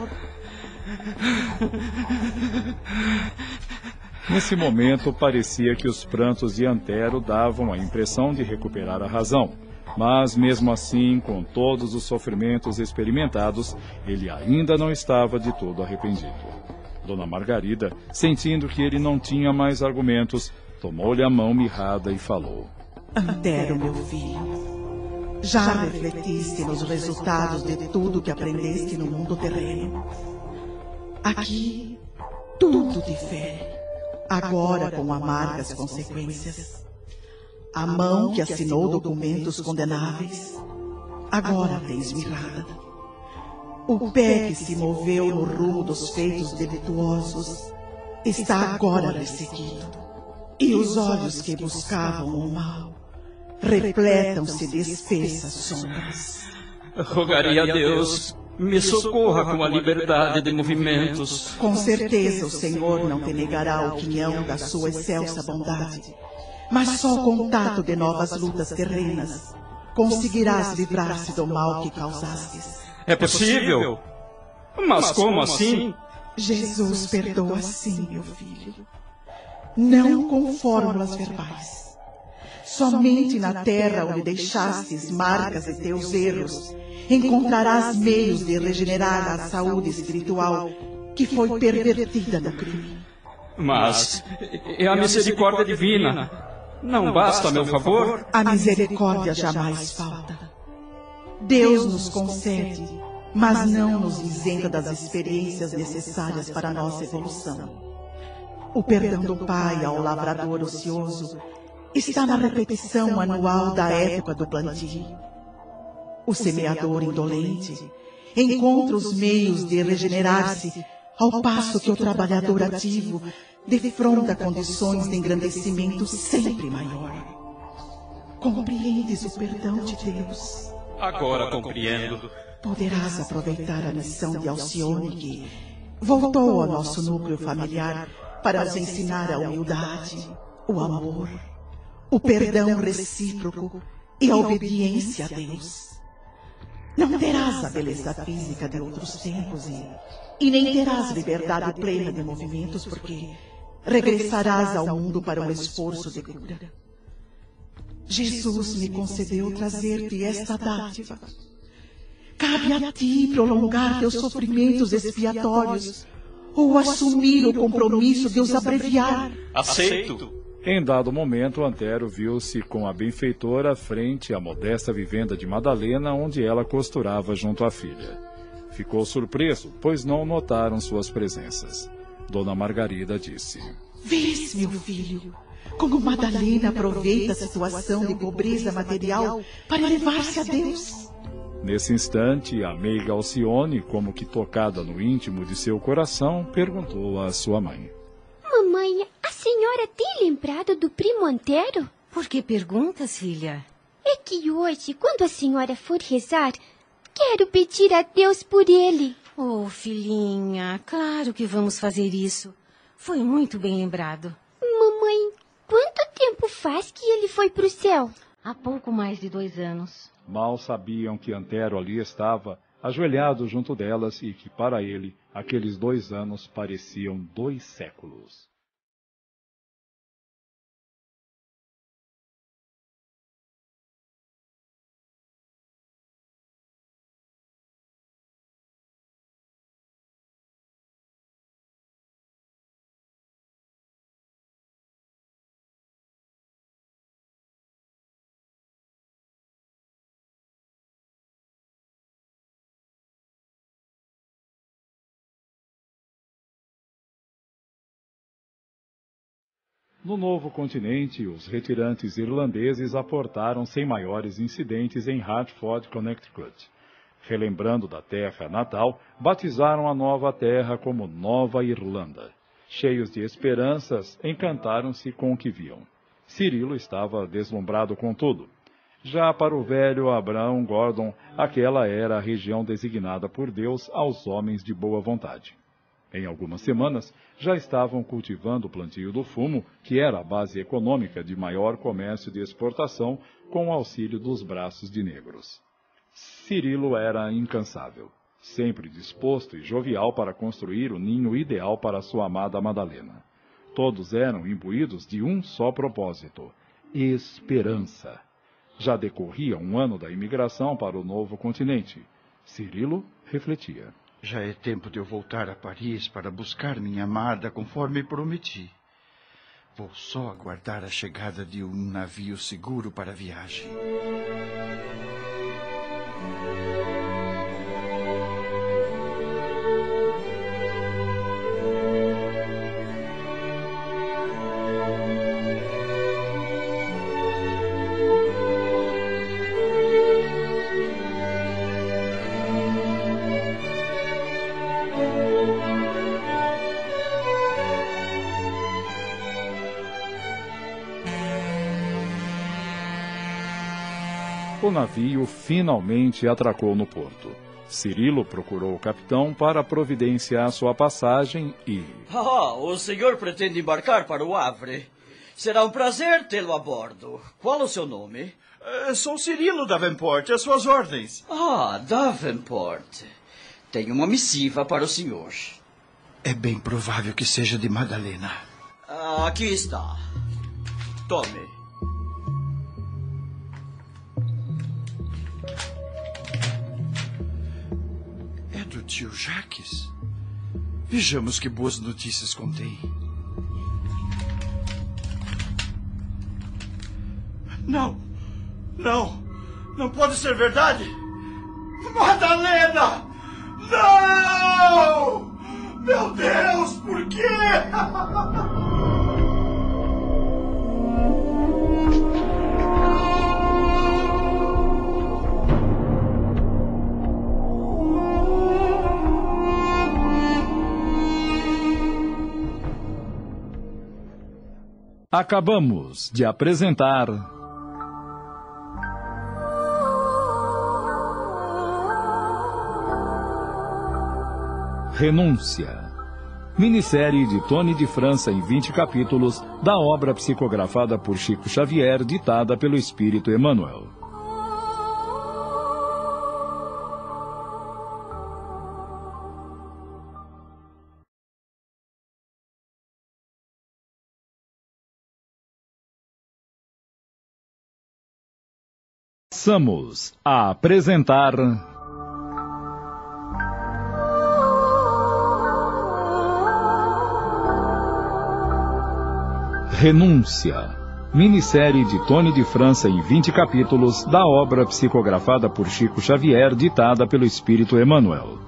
Nesse momento, parecia que os prantos de Antero davam a impressão de recuperar a razão. Mas, mesmo assim, com todos os sofrimentos experimentados, ele ainda não estava de todo arrependido. Dona Margarida, sentindo que ele não tinha mais argumentos, tomou-lhe a mão mirrada e falou: Antero, meu filho, já refletiste nos resultados de tudo que aprendeste no mundo terreno. Aqui, tudo difere. Agora com amargas consequências. A mão que assinou documentos condenáveis, agora tens mirrada. O pé que se moveu no rumo dos feitos delituosos está agora perseguido. E os olhos que buscavam o mal repletam-se de espessas sombras. Rogaria a Deus me socorra com a liberdade de movimentos. Com certeza o Senhor não te negará o quinhão da sua excelsa bondade. Mas só o contato de novas lutas terrenas conseguirás livrar-se do mal que causastes. É possível? Mas como assim? Jesus perdoa sim, meu filho. Não com fórmulas verbais. Somente na terra onde deixastes marcas de teus erros, encontrarás meios de regenerar a saúde espiritual que foi pervertida no crime. Mas é a misericórdia divina. Não basta a meu favor? A misericórdia jamais falta. Deus nos concede, mas não nos isenta das experiências necessárias para a nossa evolução. O perdão do pai ao lavrador ocioso está na repetição anual da época do plantio. O semeador indolente encontra os meios de regenerar-se, ao passo que o trabalhador ativo defronta condições de engrandecimento sempre maior. Compreendes o perdão de Deus? Agora compreendo. Poderás aproveitar a missão de Alcione, que voltou ao nosso núcleo familiar para nos ensinar a humildade, o amor, o perdão recíproco e a obediência a Deus. Não terás a beleza física de outros tempos e nem terás liberdade plena de movimentos, porque regressarás ao mundo para um esforço de cura. Jesus me concedeu trazer-te esta dádiva. Cabe a ti prolongar teus sofrimentos expiatórios ou assumir o compromisso de os abreviar. Aceito. Em dado momento, Antero viu-se com a benfeitora frente à modesta vivenda de Madalena, onde ela costurava junto à filha. Ficou surpreso, pois não notaram suas presenças. Dona Margarida disse: Vês, meu filho, como Madalena aproveita a situação de pobreza material para elevar-se a Deus. Nesse instante, a meiga Alcione, como que tocada no íntimo de seu coração, perguntou à sua mãe: Mamãe, a senhora tem lembrado do primo Antero? Por que perguntas, filha? É que hoje, quando a senhora for rezar, quero pedir a Deus por ele. Oh, filhinha, claro que vamos fazer isso. Foi muito bem lembrado. Mamãe, quanto tempo faz que ele foi para o céu? Há pouco mais de 2 anos. Mal sabiam que Antero ali estava, ajoelhado junto delas, e que para ele aqueles 2 anos pareciam 2 séculos. No novo continente, os retirantes irlandeses aportaram sem maiores incidentes em Hartford, Connecticut. Relembrando da terra natal, batizaram a nova terra como Nova Irlanda. Cheios de esperanças, encantaram-se com o que viam. Cirilo estava deslumbrado com tudo. Já para o velho Abrão Gordon, aquela era a região designada por Deus aos homens de boa vontade. Em algumas semanas, já estavam cultivando o plantio do fumo, que era a base econômica de maior comércio de exportação, com o auxílio dos braços de negros. Cirilo era incansável, sempre disposto e jovial para construir o ninho ideal para sua amada Madalena. Todos eram imbuídos de um só propósito: esperança. Já decorria 1 ano da imigração para o novo continente. Cirilo refletia. Já é tempo de eu voltar a Paris para buscar minha amada conforme prometi. Vou só aguardar a chegada de um navio seguro para a viagem. O navio finalmente atracou no porto. Cirilo procurou o capitão para providenciar sua passagem e... O senhor pretende embarcar para o Havre. Será um prazer tê-lo a bordo. Qual o seu nome? Sou Cirilo Davenport, às suas ordens. Davenport. Tenho uma missiva para o senhor. É bem provável que seja de Madalena. Aqui está. Tome. Tio Jacques? Vejamos que boas notícias contém. Não! Não pode ser verdade! Madalena! Não! Meu Deus, por quê? Acabamos de apresentar Renúncia, minissérie de Tony de França em 20 capítulos da obra psicografada por Chico Xavier, ditada pelo Espírito Emmanuel. Passamos a apresentar Renúncia, minissérie de Tony de França em 20 capítulos da obra psicografada por Chico Xavier, ditada pelo Espírito Emmanuel.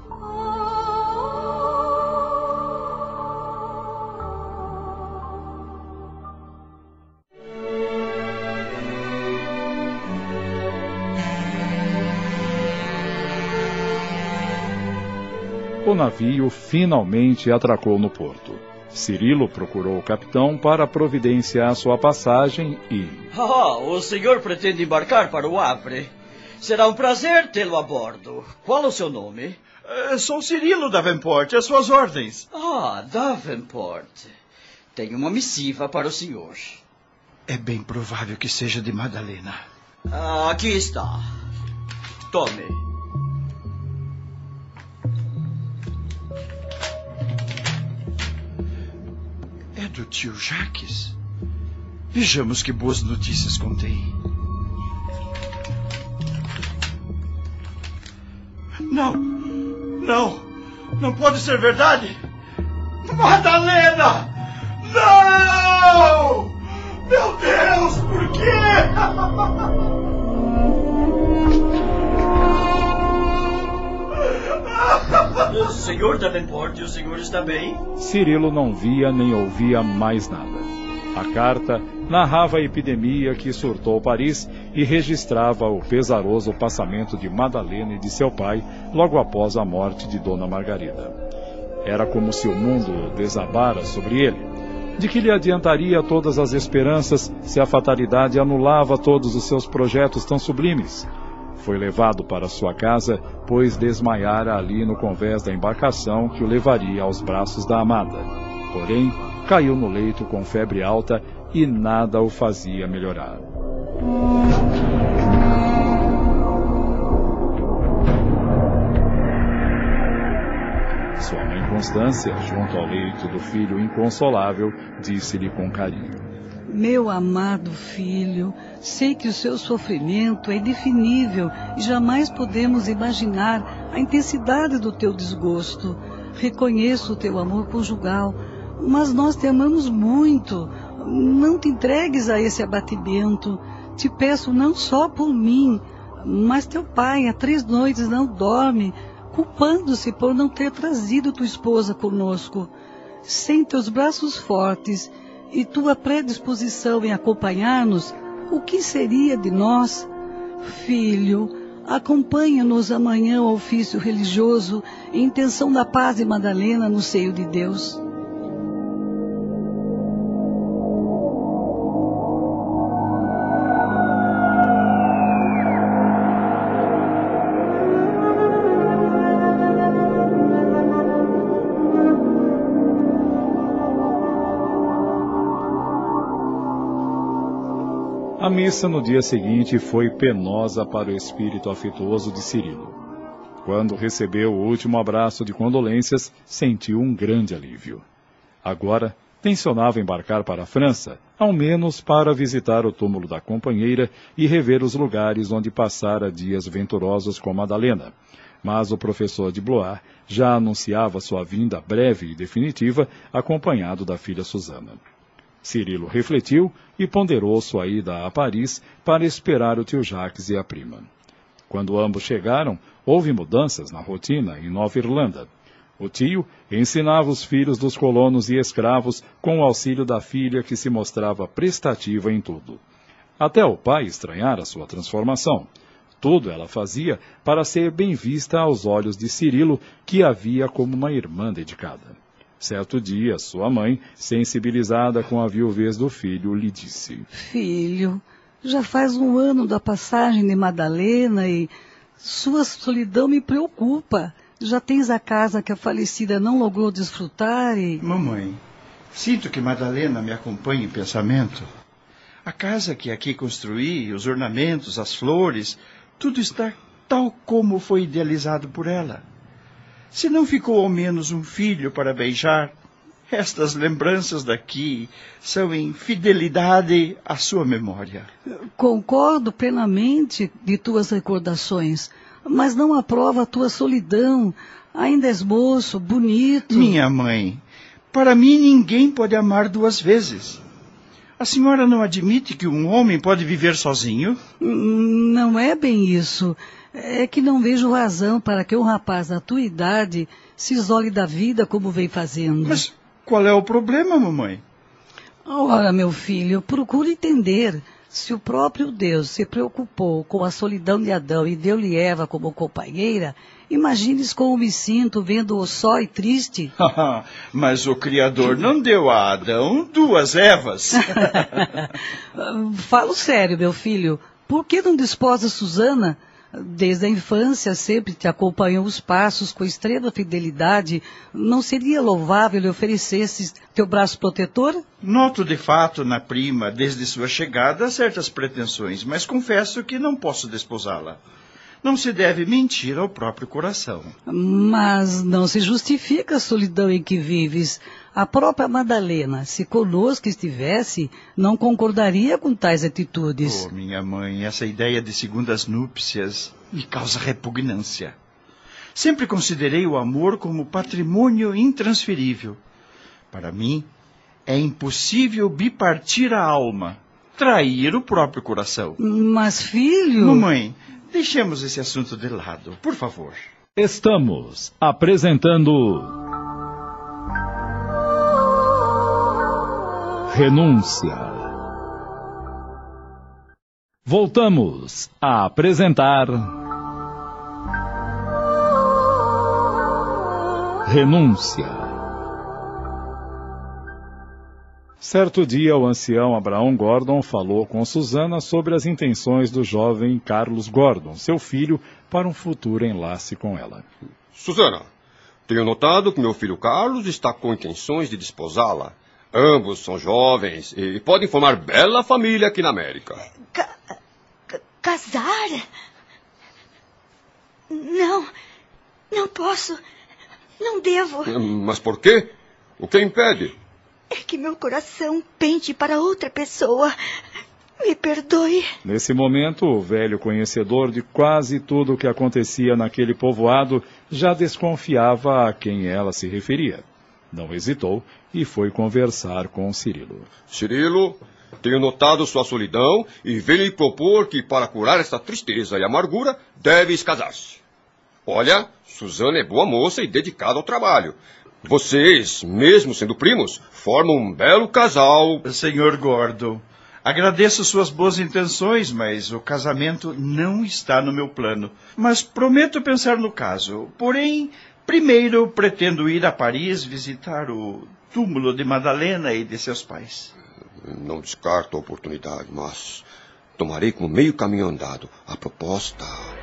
O navio finalmente atracou no porto. Cirilo procurou o capitão para providenciar sua passagem e... O senhor pretende embarcar para o Havre? Será um prazer tê-lo a bordo. Qual é o seu nome? Sou Cirilo Davenport, às suas ordens. Davenport. Tenho uma missiva para o senhor. É bem provável que seja de Madalena. Aqui está. Tome. É do tio Jacques? Vejamos que boas notícias contém. Não pode ser verdade. Madalena! Não! Meu Deus, por quê? Senhor Davenport, o senhor está bem? Cirilo não via nem ouvia mais nada. A carta narrava a epidemia que surtou Paris e registrava o pesaroso passamento de Madalena e de seu pai logo após a morte de Dona Margarida. Era como se o mundo desabara sobre ele. De que lhe adiantaria todas as esperanças se a fatalidade anulava todos os seus projetos tão sublimes? Foi levado para sua casa, pois desmaiara ali no convés da embarcação que o levaria aos braços da amada. Porém, caiu no leito com febre alta e nada o fazia melhorar. Sua mãe Constância, junto ao leito do filho inconsolável, disse-lhe com carinho: Meu amado filho, sei que o seu sofrimento é indefinível e jamais podemos imaginar a intensidade do teu desgosto. Reconheço o teu amor conjugal, mas nós te amamos muito. Não te entregues a esse abatimento. Te peço não só por mim, mas teu pai há 3 noites não dorme, culpando-se por não ter trazido tua esposa conosco. Sem teus braços fortes e tua predisposição em acompanhar-nos, o que seria de nós? Filho, acompanha-nos amanhã ao ofício religioso em intenção da paz de Madalena no seio de Deus. A missa no dia seguinte foi penosa para o espírito afetuoso de Cirilo. Quando recebeu o último abraço de condolências, sentiu um grande alívio. Agora, tencionava embarcar para a França, ao menos para visitar o túmulo da companheira e rever os lugares onde passara dias venturosos com Madalena. Mas o professor de Blois já anunciava sua vinda breve e definitiva, acompanhado da filha Susana. Cirilo refletiu e ponderou sua ida a Paris para esperar o tio Jacques e a prima. Quando ambos chegaram, houve mudanças na rotina em Nova Irlanda. O tio ensinava os filhos dos colonos e escravos com o auxílio da filha que se mostrava prestativa em tudo. Até o pai estranhara sua transformação. Tudo ela fazia para ser bem vista aos olhos de Cirilo, que a via como uma irmã dedicada. Certo dia, sua mãe, sensibilizada com a viuvez do filho, lhe disse: Filho, já faz 1 ano da passagem de Madalena e sua solidão me preocupa. Já tens a casa que a falecida não logrou desfrutar e... Mamãe, sinto que Madalena me acompanha em pensamento. A casa que aqui construí, os ornamentos, as flores, tudo está tal como foi idealizado por ela. Se não ficou ao menos um filho para beijar, estas lembranças daqui são em fidelidade à sua memória. Concordo plenamente de tuas recordações, mas não aprovo a tua solidão. Ainda és moço, bonito. Minha mãe, para mim ninguém pode amar 2 vezes. A senhora não admite que um homem pode viver sozinho? Não é bem isso. É que não vejo razão para que um rapaz da tua idade se isole da vida como vem fazendo. Mas qual é o problema, mamãe? Ora, meu filho, procure entender. Se o próprio Deus se preocupou com a solidão de Adão e deu-lhe Eva como companheira, imagines como me sinto vendo-o só e triste. Mas o Criador não deu a Adão 2 Evas. Falo sério, meu filho. Por que não desposa Susana? Desde a infância sempre te acompanhou os passos com extrema fidelidade. Não seria louvável lhe oferecesses teu braço protetor? Noto de fato na prima, desde sua chegada, certas pretensões, mas confesso que não posso desposá-la. Não se deve mentir ao próprio coração. Mas não se justifica a solidão em que vives. A própria Madalena, se conosco estivesse, não concordaria com tais atitudes. Oh, minha mãe, essa ideia de segundas núpcias me causa repugnância. Sempre considerei o amor como patrimônio intransferível. Para mim, é impossível bipartir a alma, trair o próprio coração. Mas, filho... Mamãe, deixemos esse assunto de lado, por favor. Estamos apresentando... Renúncia. Voltamos a apresentar... Renúncia. Certo dia, o ancião Abraão Gordon falou com Susana sobre as intenções do jovem Carlos Gordon, seu filho, para um futuro enlace com ela. Susana, tenho notado que meu filho Carlos está com intenções de desposá-la. Ambos são jovens e podem formar bela família aqui na América. Casar? Não posso. Não devo. Mas por quê? O que impede? É que meu coração pende para outra pessoa. Me perdoe. Nesse momento, o velho conhecedor de quase tudo o que acontecia naquele povoado já desconfiava a quem ela se referia. Não hesitou e foi conversar com Cirilo. Cirilo, tenho notado sua solidão e venho lhe propor que, para curar esta tristeza e amargura, deves casar-se. Olha, Susana é boa moça e dedicada ao trabalho. Vocês, mesmo sendo primos, formam um belo casal. Senhor Gordon, agradeço suas boas intenções, mas o casamento não está no meu plano. Mas prometo pensar no caso. Porém, primeiro pretendo ir a Paris visitar o túmulo de Madalena e de seus pais. Não descarto a oportunidade, mas tomarei como meio caminho andado a proposta.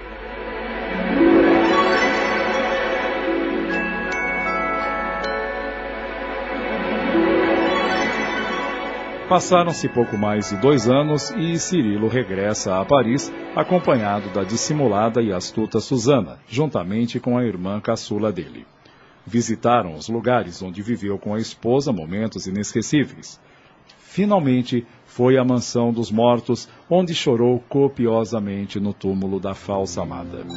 Passaram-se pouco mais de 2 anos e Cirilo regressa a Paris, acompanhado da dissimulada e astuta Susana, juntamente com a irmã caçula dele. Visitaram os lugares onde viveu com a esposa momentos inesquecíveis. Finalmente, foi à mansão dos mortos, onde chorou copiosamente no túmulo da falsa amada.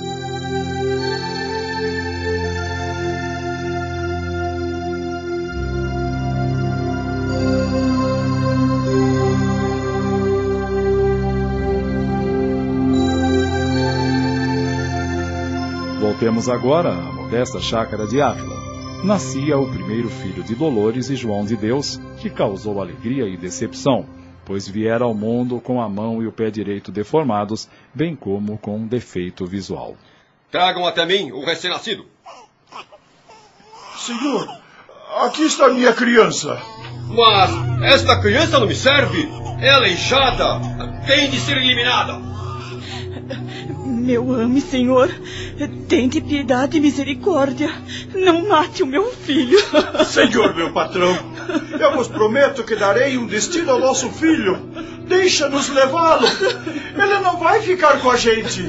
Voltemos agora à modesta chácara de Ávila. nascia o primeiro filho de Dolores e João de Deus, que causou alegria e decepção, pois viera ao mundo com a mão e o pé direito deformados, bem como com um defeito visual. Tragam até mim o recém-nascido. Senhor, aqui está minha criança. Mas esta criança não me serve. É aleijada. Tem de ser eliminada. Meu ame, Senhor, tende piedade e misericórdia. Não mate o meu filho. Senhor, meu patrão, eu vos prometo que darei um destino ao nosso filho. Deixa-nos levá-lo. Ele não vai ficar com a gente.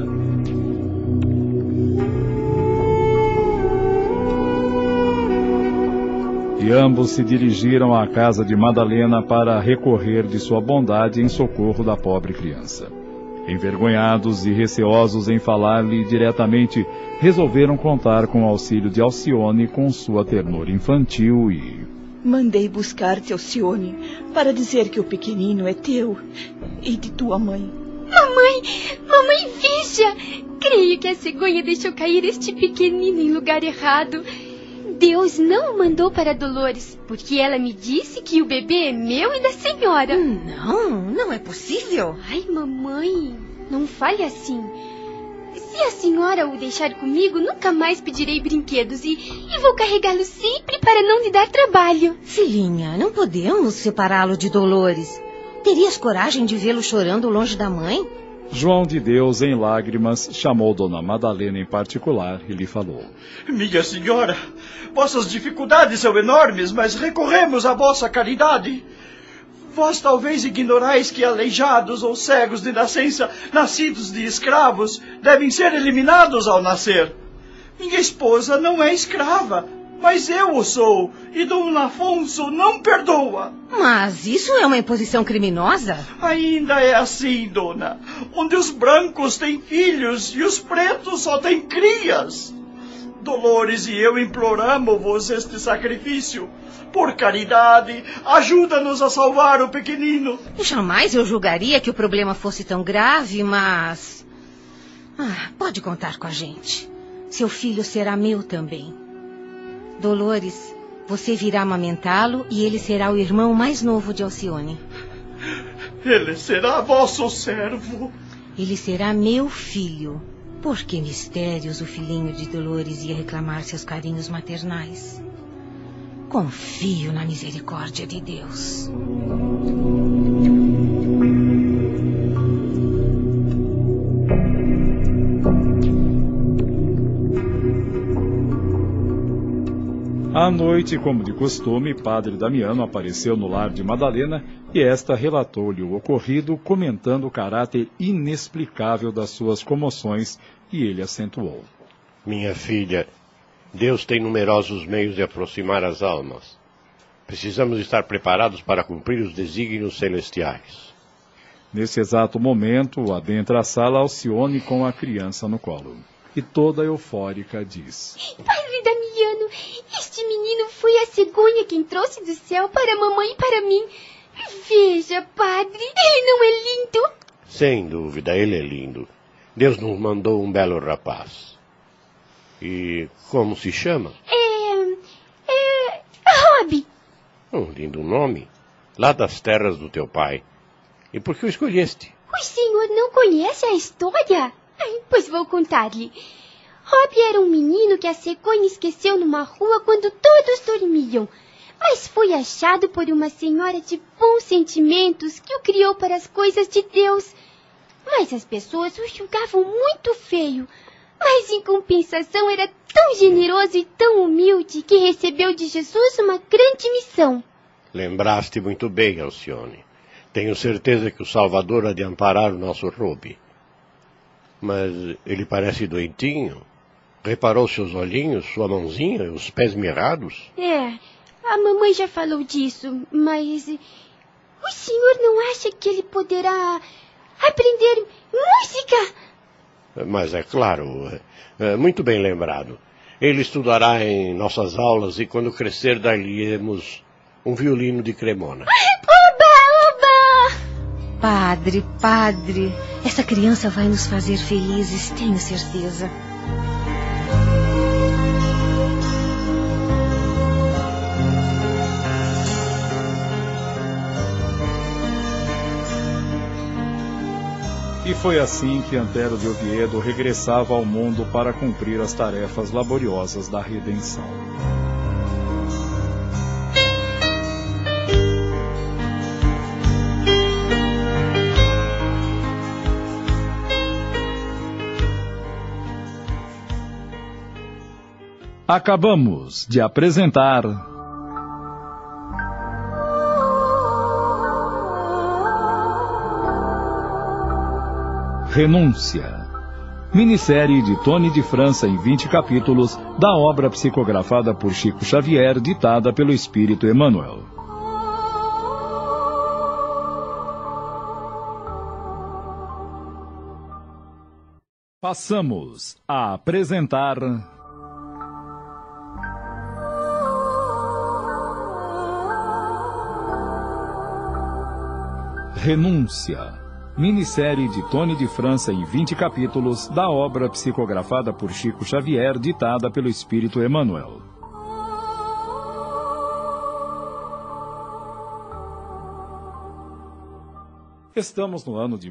E ambos se dirigiram à casa de Madalena para recorrer de sua bondade em socorro da pobre criança. Envergonhados e receosos em falar-lhe diretamente, resolveram contar com o auxílio de Alcione com sua ternura infantil e... Mandei buscar-te, Alcione, para dizer que o pequenino é teu e de tua mãe. Mamãe, veja! Creio que a cegonha deixou cair este pequenino em lugar errado. Deus não o mandou para Dolores, porque ela me disse que o bebê é meu e da senhora. Não é possível. Ai, mamãe, não fale assim. Se a senhora o deixar comigo, nunca mais pedirei brinquedos e vou carregá-lo sempre para não lhe dar trabalho. Filhinha, não podemos separá-lo de Dolores. Terias coragem de vê-lo chorando longe da mãe? João de Deus, em lágrimas, chamou Dona Madalena em particular e lhe falou. Minha senhora, vossas dificuldades são enormes, mas recorremos à vossa caridade. Vós talvez ignorais que aleijados ou cegos de nascença, nascidos de escravos, devem ser eliminados ao nascer. Minha esposa não é escrava, mas eu o sou, e Dom Afonso não perdoa. Mas isso é uma imposição criminosa? Ainda é assim, dona, onde os brancos têm filhos e os pretos só têm crias. Dolores e eu imploramos-vos este sacrifício. Por caridade, ajuda-nos a salvar o pequenino. Jamais eu julgaria que o problema fosse tão grave, mas... pode contar com a gente. Seu filho será meu também. Dolores, você virá amamentá-lo e ele será o irmão mais novo de Alcione. Ele será vosso servo. Ele será meu filho. Por que mistérios o filhinho de Dolores ia reclamar seus carinhos maternais? Confio na misericórdia de Deus. À noite, como de costume, Padre Damiano apareceu no lar de Madalena e esta relatou-lhe o ocorrido, comentando o caráter inexplicável das suas comoções, e ele acentuou. Minha filha, Deus tem numerosos meios de aproximar as almas. Precisamos estar preparados para cumprir os desígnios celestiais. Nesse exato momento, adentra a sala Alcione com a criança no colo. E toda eufórica diz... Padre Damiano, este menino foi a cegonha quem trouxe do céu para a mamãe e para mim. Veja, padre, ele não é lindo? Sem dúvida, ele é lindo. Deus nos mandou um belo rapaz. E como se chama? Rob. Um lindo nome. Lá das terras do teu pai. E por que o escolheste? O senhor não conhece a história? Pois vou contar-lhe. Rob era um menino que a cegonha esqueceu numa rua quando todos dormiam. Mas foi achado por uma senhora de bons sentimentos que o criou para as coisas de Deus. Mas as pessoas o julgavam muito feio. Mas em compensação era tão generoso e tão humilde que recebeu de Jesus uma grande missão. Lembraste muito bem, Alcione. Tenho certeza que o Salvador há de amparar o nosso Rob. Mas ele parece doentinho. Reparou seus olhinhos, sua mãozinha, os pés mirrados? A mamãe já falou disso, mas... O senhor não acha que ele poderá aprender música? Mas é claro, muito bem lembrado. Ele estudará em nossas aulas e quando crescer dar-lhe-emos um violino de Cremona. Padre, essa criança vai nos fazer felizes, tenho certeza. E foi assim que Antero de Oviedo regressava ao mundo para cumprir as tarefas laboriosas da redenção. Acabamos de apresentar Renúncia, minissérie de Tony de França em 20 capítulos da obra psicografada por Chico Xavier, ditada pelo Espírito Emmanuel. Passamos a apresentar Renúncia, minissérie de Tony de França em 20 capítulos da obra psicografada por Chico Xavier, ditada pelo Espírito Emmanuel. Estamos no ano de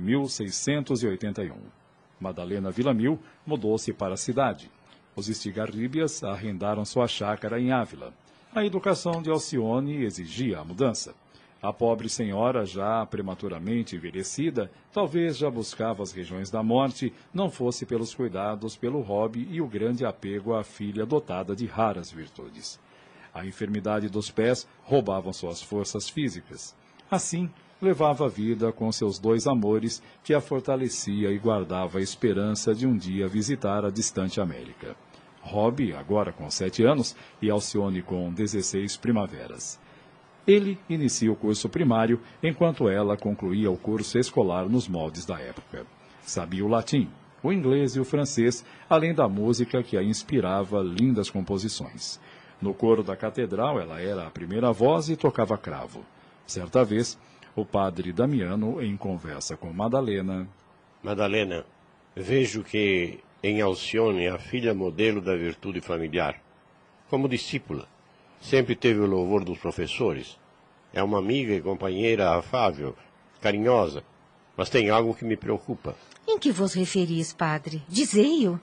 1681. Madalena Villamil mudou-se para a cidade. Os Estigarribias arrendaram sua chácara em Ávila. A educação de Alcione exigia a mudança. A pobre senhora, já prematuramente envelhecida, talvez já buscava as regiões da morte, não fosse pelos cuidados pelo hobby e o grande apego à filha dotada de raras virtudes. A enfermidade dos pés roubavam suas forças físicas. Assim, levava a vida com seus dois amores, que a fortalecia e guardava a esperança de um dia visitar a distante América. Hobby, agora com 7 anos, e Alcione com 16 primaveras. Ele inicia o curso primário, enquanto ela concluía o curso escolar nos moldes da época. Sabia o latim, o inglês e o francês, além da música que a inspirava lindas composições. No coro da catedral, ela era a primeira voz e tocava cravo. Certa vez, o padre Damiano, em conversa com Madalena... Madalena, vejo que em Alcione a filha modelo da virtude familiar. Como discípula, sempre teve o louvor dos professores. É uma amiga e companheira afável, carinhosa, mas tem algo que me preocupa. Em que vos referis, padre? Dizei-o.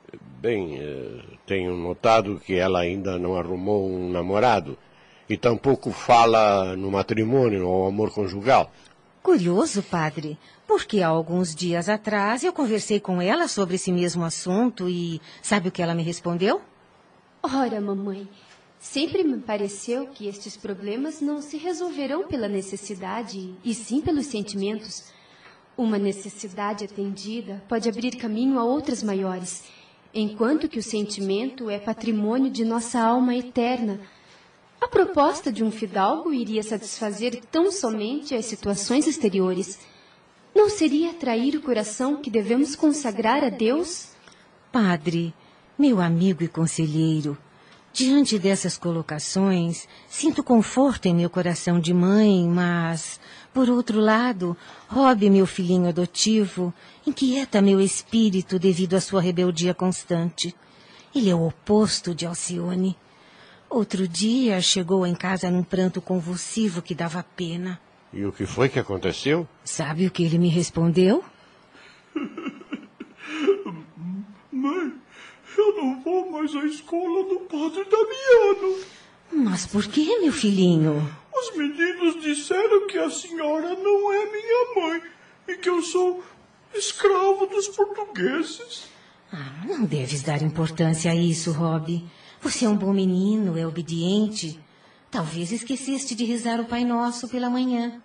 Bem, tenho notado que ela ainda não arrumou um namorado e tampouco fala no matrimônio ou amor conjugal. Curioso, padre, porque há alguns dias atrás eu conversei com ela sobre esse mesmo assunto e sabe o que ela me respondeu? Ora, mamãe, sempre me pareceu que estes problemas não se resolverão pela necessidade, e sim pelos sentimentos. Uma necessidade atendida pode abrir caminho a outras maiores, enquanto que o sentimento é patrimônio de nossa alma eterna. A proposta de um fidalgo iria satisfazer tão somente as situações exteriores. Não seria atrair o coração que devemos consagrar a Deus? Padre, meu amigo e conselheiro, diante dessas colocações, sinto conforto em meu coração de mãe, mas, por outro lado, Rob, meu filhinho adotivo, inquieta meu espírito devido à sua rebeldia constante. Ele é o oposto de Alcione. Outro dia chegou em casa num pranto convulsivo que dava pena. E o que foi que aconteceu? Sabe o que ele me respondeu? Mãe, eu não vou mais à escola do padre Damiano. Mas por que, meu filhinho? Os meninos disseram que a senhora não é minha mãe e que eu sou escravo dos portugueses. Não deves dar importância a isso, Rob. Você é um bom menino, é obediente. Talvez esqueceste de rezar o Pai Nosso pela manhã.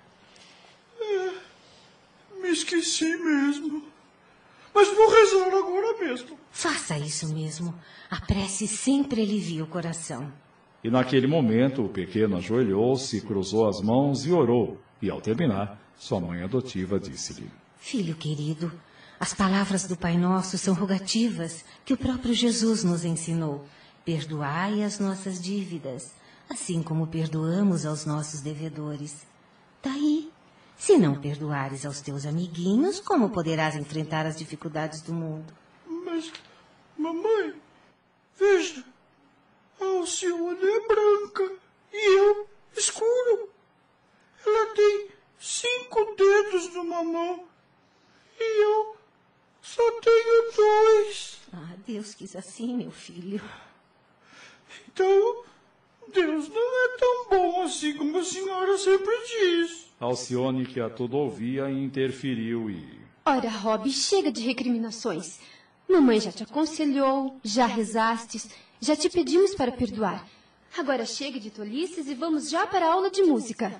Me esqueci mesmo. Mas vou rezar agora mesmo. Faça isso mesmo. A prece sempre alivia o coração. E naquele momento, o pequeno ajoelhou-se, cruzou as mãos e orou. E ao terminar, sua mãe adotiva disse-lhe: Filho querido, as palavras do Pai Nosso são rogativas que o próprio Jesus nos ensinou. Perdoai as nossas dívidas, assim como perdoamos aos nossos devedores. Daí, se não perdoares aos teus amiguinhos, como poderás enfrentar as dificuldades do mundo? Mas, mamãe, veja, a Alcione é branca e eu escuro. Ela tem 5 dedos numa mão E eu só tenho 2. Ah, Deus quis assim, meu filho. Então, Deus não é tão bom assim como a senhora sempre diz. Alcione, que a tudo ouvia, interferiu e... Ora, Rob, chega de recriminações. Mamãe já te aconselhou, já rezastes, já te pedimos para perdoar. Agora chega de tolices e vamos já para a aula de música.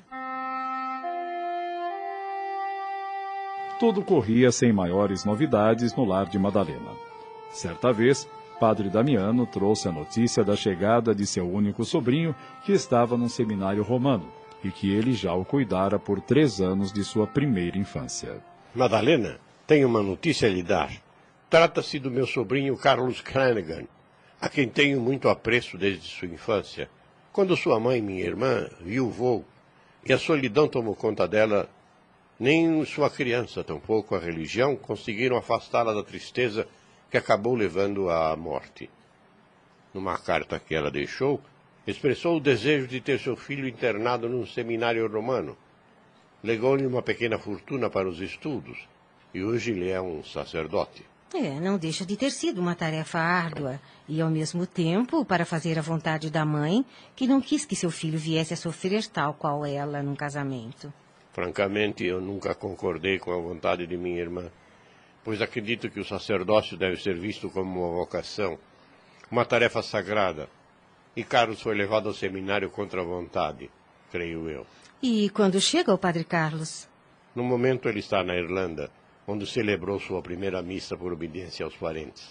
Tudo corria sem maiores novidades no lar de Madalena. Certa vez, Padre Damiano trouxe a notícia da chegada de seu único sobrinho, que estava num seminário romano, e que ele já o cuidara por 3 anos de sua primeira infância. Madalena, tenho uma notícia a lhe dar. Trata-se do meu sobrinho Carlos Flanagan, a quem tenho muito apreço desde sua infância. Quando sua mãe, minha irmã, viuvou, e a solidão tomou conta dela, nem sua criança, tampouco a religião, conseguiram afastá-la da tristeza que acabou levando-a à morte. Numa carta que ela deixou, expressou o desejo de ter seu filho internado num seminário romano. Legou-lhe uma pequena fortuna para os estudos, e hoje ele é um sacerdote. Não deixa de ter sido uma tarefa árdua, e ao mesmo tempo para fazer a vontade da mãe, que não quis que seu filho viesse a sofrer tal qual ela num casamento. Francamente, eu nunca concordei com a vontade de minha irmã, pois acredito que o sacerdócio deve ser visto como uma vocação, uma tarefa sagrada, e Carlos foi levado ao seminário contra a vontade, creio eu. E quando chega o Padre Carlos? No momento ele está na Irlanda, onde celebrou sua primeira missa por obediência aos parentes.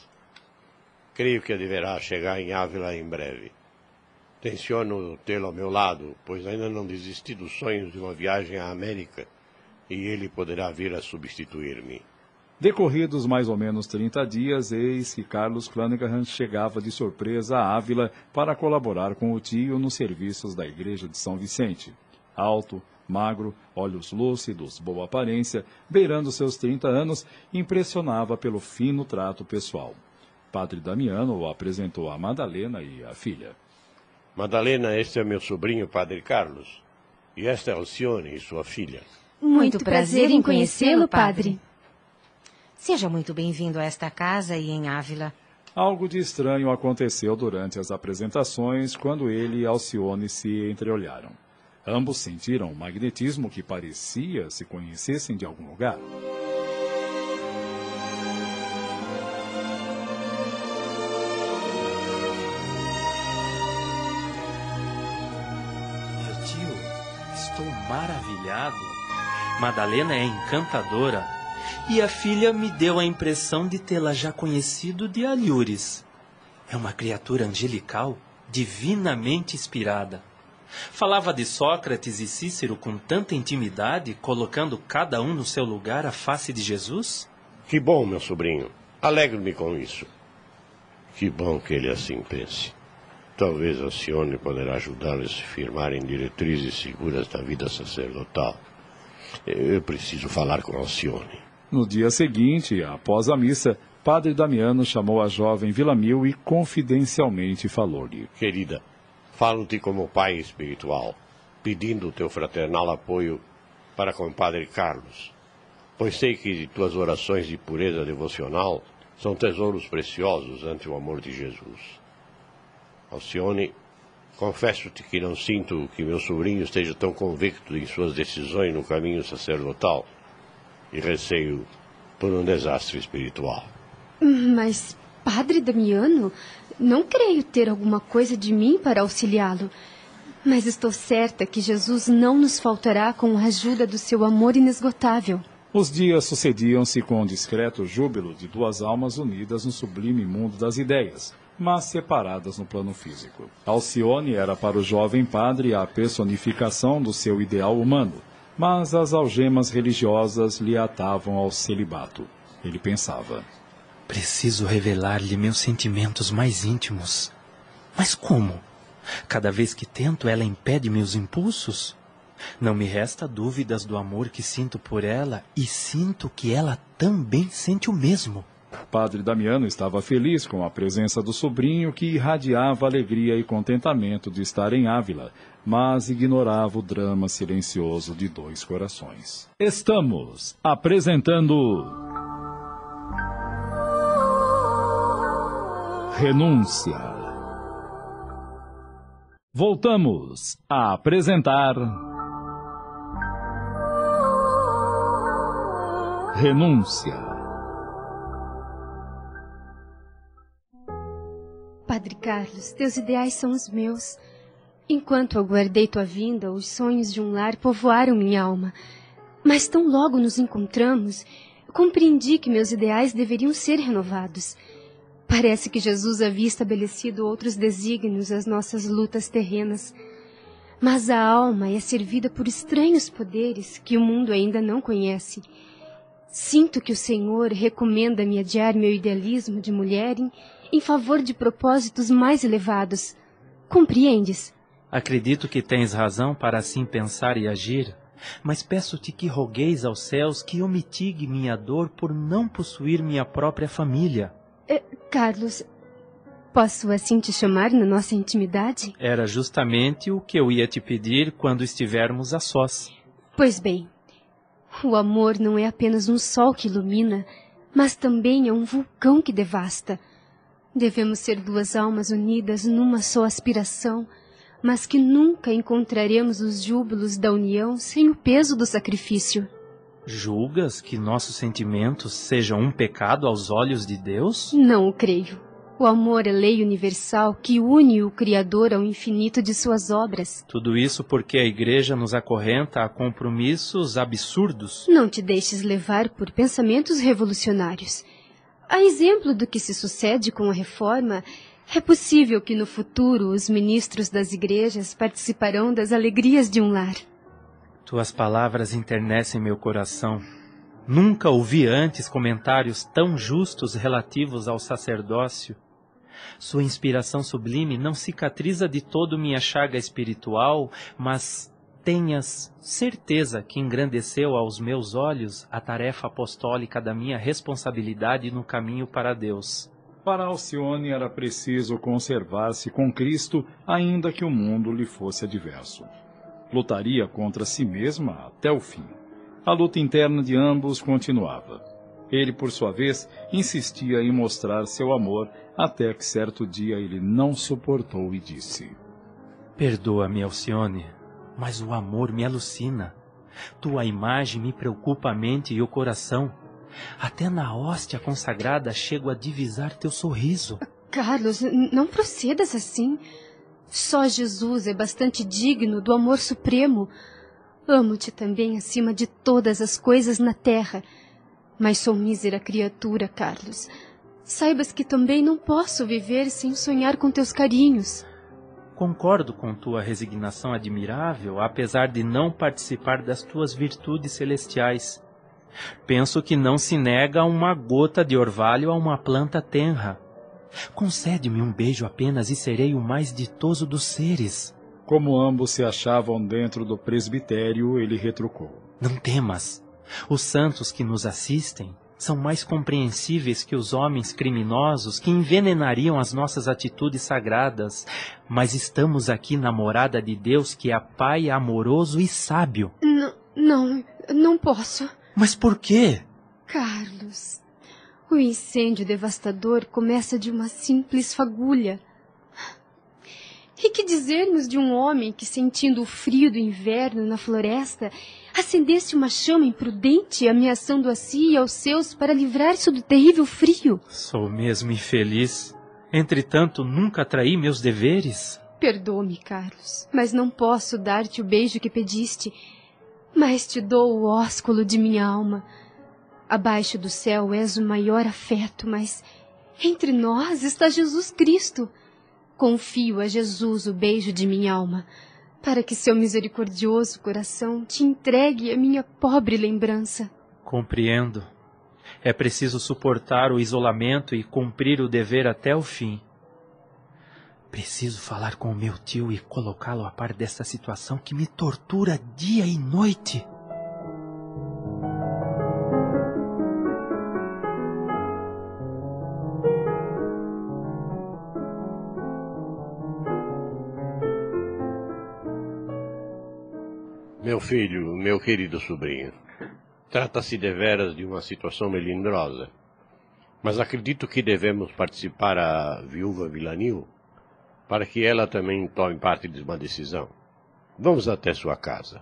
Creio que deverá chegar em Ávila em breve. Tenciono tê-lo ao meu lado, pois ainda não desisti dos sonhos de uma viagem à América, e ele poderá vir a substituir-me. Decorridos mais ou menos 30 dias, eis que Carlos Flanagan chegava de surpresa a Ávila para colaborar com o tio nos serviços da igreja de São Vicente. Alto, magro, olhos lúcidos, boa aparência, beirando seus 30 anos, impressionava pelo fino trato pessoal. Padre Damiano o apresentou a Madalena e a filha. Madalena, este é meu sobrinho, Padre Carlos. E esta é Alcione, sua filha. Muito prazer em conhecê-lo, padre. Seja muito bem-vindo a esta casa e em Ávila. Algo de estranho aconteceu durante as apresentações, quando ele e Alcione se entreolharam. Ambos sentiram um magnetismo que parecia se conhecessem de algum lugar. Meu tio, estou maravilhado. Madalena é encantadora. E a filha me deu a impressão de tê-la já conhecido de alhures. É uma criatura angelical, divinamente inspirada. Falava de Sócrates e Cícero com tanta intimidade, colocando cada um no seu lugar à face de Jesus? Que bom, meu sobrinho. Alegro-me com isso. Que bom que ele assim pense. Talvez Alcione poderá ajudá-lo a se firmar em diretrizes seguras da vida sacerdotal. Eu preciso falar com Alcione. No dia seguinte, após a missa, Padre Damiano chamou a jovem Villamil e confidencialmente falou-lhe. Querida, falo-te como pai espiritual, pedindo o teu fraternal apoio para com o Padre Carlos, pois sei que tuas orações de pureza devocional são tesouros preciosos ante o amor de Jesus. Alcione, confesso-te que não sinto que meu sobrinho esteja tão convicto em suas decisões no caminho sacerdotal e receio por um desastre espiritual. Mas, Padre Damiano, não creio ter alguma coisa de mim para auxiliá-lo. Mas estou certa que Jesus não nos faltará com a ajuda do seu amor inesgotável. Os dias sucediam-se com um discreto júbilo de duas almas unidas no sublime mundo das ideias, mas separadas no plano físico. Alcione era para o jovem padre a personificação do seu ideal humano, mas as algemas religiosas lhe atavam ao celibato. Ele pensava: preciso revelar-lhe meus sentimentos mais íntimos. Mas como? Cada vez que tento, ela impede meus impulsos? Não me resta dúvidas do amor que sinto por ela e sinto que ela também sente o mesmo. Padre Damiano estava feliz com a presença do sobrinho, que irradiava alegria e contentamento de estar em Ávila, mas ignorava o drama silencioso de dois corações. Estamos apresentando Renúncia. Voltamos a apresentar Renúncia. Padre Carlos, teus ideais são os meus. Enquanto aguardei tua vinda, os sonhos de um lar povoaram minha alma. Mas tão logo nos encontramos, compreendi que meus ideais deveriam ser renovados. Parece que Jesus havia estabelecido outros desígnios às nossas lutas terrenas. Mas a alma é servida por estranhos poderes que o mundo ainda não conhece. Sinto que o Senhor recomenda-me adiar meu idealismo de mulher em favor de propósitos mais elevados. Compreendes? Acredito que tens razão para assim pensar e agir, mas peço-te que rogueis aos céus que eu mitigue minha dor por não possuir minha própria família. Carlos, posso assim te chamar na nossa intimidade? Era justamente o que eu ia te pedir quando estivermos a sós. Pois bem, o amor não é apenas um sol que ilumina, mas também é um vulcão que devasta. Devemos ser duas almas unidas numa só aspiração, mas que nunca encontraremos os júbilos da união sem o peso do sacrifício. Julgas que nossos sentimentos sejam um pecado aos olhos de Deus? Não o creio. O amor é lei universal que une o Criador ao infinito de suas obras. Tudo isso porque a Igreja nos acorrenta a compromissos absurdos. Não te deixes levar por pensamentos revolucionários. A exemplo do que se sucede com a Reforma, é possível que no futuro os ministros das igrejas participarão das alegrias de um lar. Tuas palavras enternecem meu coração. Nunca ouvi antes comentários tão justos relativos ao sacerdócio. Sua inspiração sublime não cicatriza de todo minha chaga espiritual, mas tenhas certeza que engrandeceu aos meus olhos a tarefa apostólica da minha responsabilidade no caminho para Deus. Para Alcione era preciso conservar-se com Cristo, ainda que o mundo lhe fosse adverso. Lutaria contra si mesma até o fim. A luta interna de ambos continuava. Ele, por sua vez, insistia em mostrar seu amor, até que certo dia ele não suportou e disse: Perdoa-me, Alcione, mas o amor me alucina. Tua imagem me preocupa a mente e o coração. Até na hóstia consagrada chego a divisar teu sorriso. Carlos, não procedas assim. Só Jesus é bastante digno do amor supremo. Amo-te também acima de todas as coisas na terra. Mas sou mísera criatura, Carlos. Saibas que também não posso viver sem sonhar com teus carinhos. Concordo com tua resignação admirável, apesar de não participar das tuas virtudes celestiais. Penso que não se nega uma gota de orvalho a uma planta tenra. Concede-me um beijo apenas e serei o mais ditoso dos seres. Como ambos se achavam dentro do presbitério, ele retrucou: Não temas. Os santos que nos assistem são mais compreensíveis que os homens criminosos que envenenariam as nossas atitudes sagradas. Mas estamos aqui na morada de Deus, que é Pai amoroso e sábio. Não posso. Mas por quê? Carlos, o incêndio devastador começa de uma simples fagulha. E que dizermos de um homem que, sentindo o frio do inverno na floresta, acendesse uma chama imprudente, ameaçando a si e aos seus para livrar-se do terrível frio? Sou mesmo infeliz. Entretanto, nunca traí meus deveres. Perdoa-me, Carlos, mas não posso dar-te o beijo que pediste. Mas te dou o ósculo de minha alma. Abaixo do céu és o maior afeto, mas entre nós está Jesus Cristo. Confio a Jesus o beijo de minha alma, para que seu misericordioso coração te entregue a minha pobre lembrança. Compreendo. É preciso suportar o isolamento e cumprir o dever até o fim. Preciso falar com o meu tio e colocá-lo a par desta situação que me tortura dia e noite. Meu filho, meu querido sobrinho, trata-se deveras de uma situação melindrosa. Mas acredito que devemos participar a viúva Villanil para que ela também tome parte de uma decisão. Vamos até sua casa.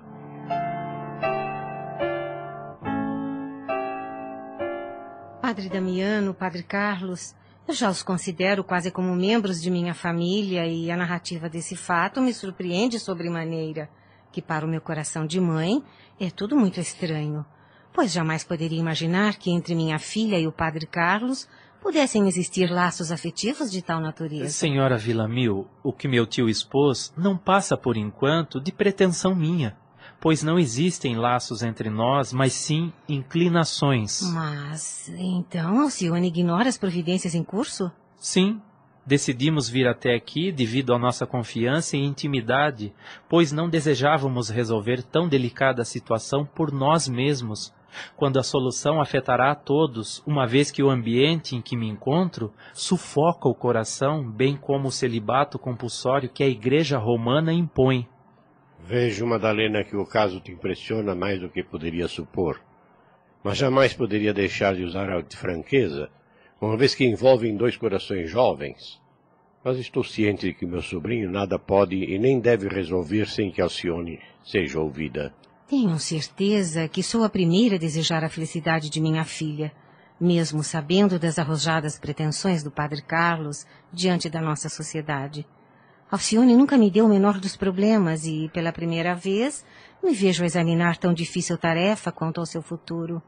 Padre Damiano, Padre Carlos, eu já os considero quase como membros de minha família e a narrativa desse fato me surpreende sobremaneira, que para o meu coração de mãe é tudo muito estranho, pois jamais poderia imaginar que entre minha filha e o Padre Carlos pudessem existir laços afetivos de tal natureza. Senhora Villamil, o que meu tio expôs não passa, por enquanto, de pretensão minha, pois não existem laços entre nós, mas sim inclinações. Mas, então, Alcione ignora as providências em curso? Sim, decidimos vir até aqui devido à nossa confiança e intimidade, pois não desejávamos resolver tão delicada situação por nós mesmos, quando a solução afetará a todos, uma vez que o ambiente em que me encontro sufoca o coração, bem como o celibato compulsório que a Igreja Romana impõe. Vejo, Madalena, que o caso te impressiona mais do que poderia supor, mas jamais poderia deixar de usar a franqueza, uma vez que envolvem dois corações jovens. Mas estou ciente de que meu sobrinho nada pode e nem deve resolver sem que Alcione seja ouvida. Tenho certeza que sou a primeira a desejar a felicidade de minha filha, mesmo sabendo das arrojadas pretensões do Padre Carlos diante da nossa sociedade. Alcione nunca me deu o menor dos problemas e, pela primeira vez, me vejo a examinar tão difícil tarefa quanto ao seu futuro.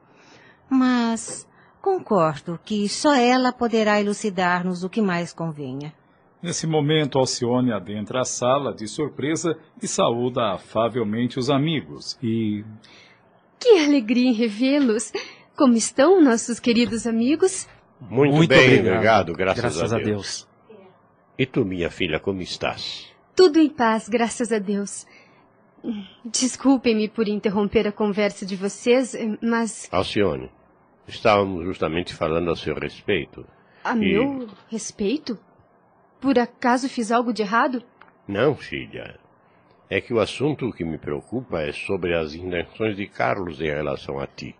Mas concordo que só ela poderá elucidar-nos o que mais convenha. Nesse momento, Alcione adentra a sala de surpresa e saúda afavelmente os amigos e... Que alegria em revê-los! Como estão nossos queridos amigos? Muito bem, obrigado, graças a Deus. E tu, minha filha, como estás? Tudo em paz, graças a Deus. Desculpem-me por interromper a conversa de vocês, mas... Alcione, estávamos justamente falando a seu respeito. A meu respeito? Por acaso fiz algo de errado? Não, filha. É que o assunto que me preocupa é sobre as intenções de Carlos em relação a ti.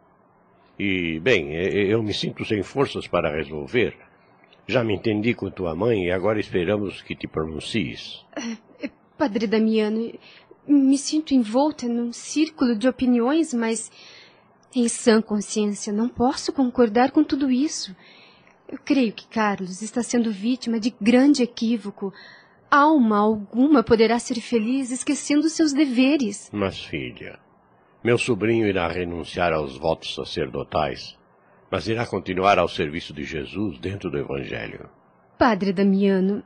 E, bem, eu me sinto sem forças para resolver. Já me entendi com tua mãe e agora esperamos que te pronuncies. Padre Damiano, me sinto envolta num círculo de opiniões, mas em sã consciência não posso concordar com tudo isso. Eu creio que Carlos está sendo vítima de grande equívoco. Alma alguma poderá ser feliz esquecendo seus deveres. Mas, filha, meu sobrinho irá renunciar aos votos sacerdotais, mas irá continuar ao serviço de Jesus dentro do Evangelho. Padre Damiano,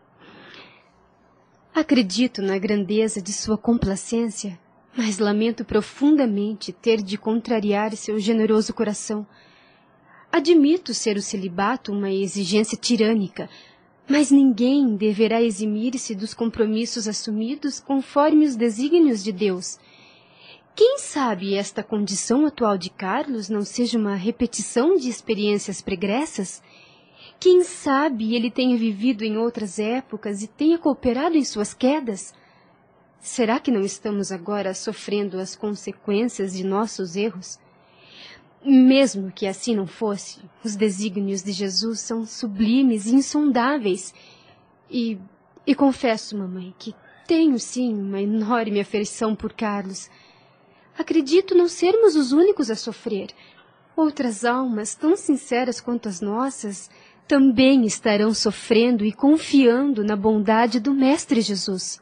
acredito na grandeza de sua complacência, mas lamento profundamente ter de contrariar seu generoso coração. Admito ser o celibato uma exigência tirânica, mas ninguém deverá eximir-se dos compromissos assumidos conforme os desígnios de Deus. Quem sabe esta condição atual de Carlos não seja uma repetição de experiências pregressas? Quem sabe ele tenha vivido em outras épocas e tenha cooperado em suas quedas? Será que não estamos agora sofrendo as consequências de nossos erros? Mesmo que assim não fosse, os desígnios de Jesus são sublimes e insondáveis. E confesso, mamãe, que tenho sim uma enorme afeição por Carlos. Acredito não sermos os únicos a sofrer. Outras almas, tão sinceras quanto as nossas, também estarão sofrendo e confiando na bondade do Mestre Jesus.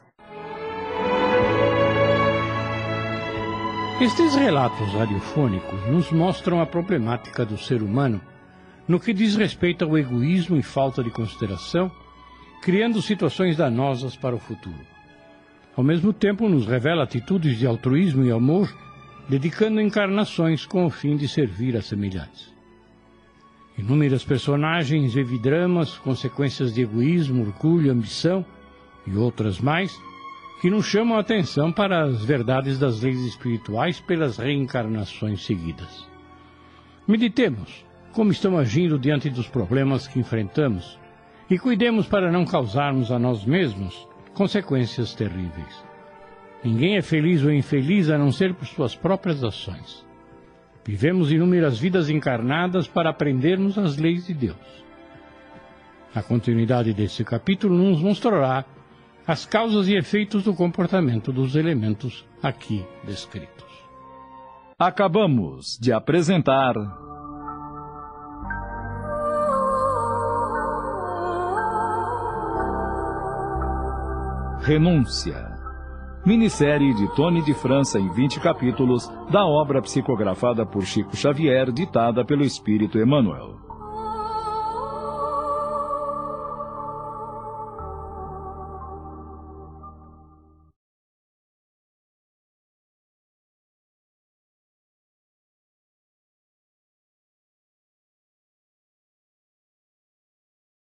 Estes relatos radiofônicos nos mostram a problemática do ser humano no que diz respeito ao egoísmo e falta de consideração, criando situações danosas para o futuro. Ao mesmo tempo, nos revela atitudes de altruísmo e amor, dedicando encarnações com o fim de servir a semelhantes. Inúmeras personagens vivem dramas, consequências de egoísmo, orgulho, ambição e outras mais, que nos chamam a atenção para as verdades das leis espirituais pelas reencarnações seguidas. Meditemos como estamos agindo diante dos problemas que enfrentamos e cuidemos para não causarmos a nós mesmos consequências terríveis. Ninguém é feliz ou infeliz a não ser por suas próprias ações. Vivemos inúmeras vidas encarnadas para aprendermos as leis de Deus. A continuidade deste capítulo nos mostrará as causas e efeitos do comportamento dos elementos aqui descritos. Acabamos de apresentar Renúncia, minissérie de Tony de França em 20 capítulos da obra psicografada por Chico Xavier, ditada pelo Espírito Emmanuel.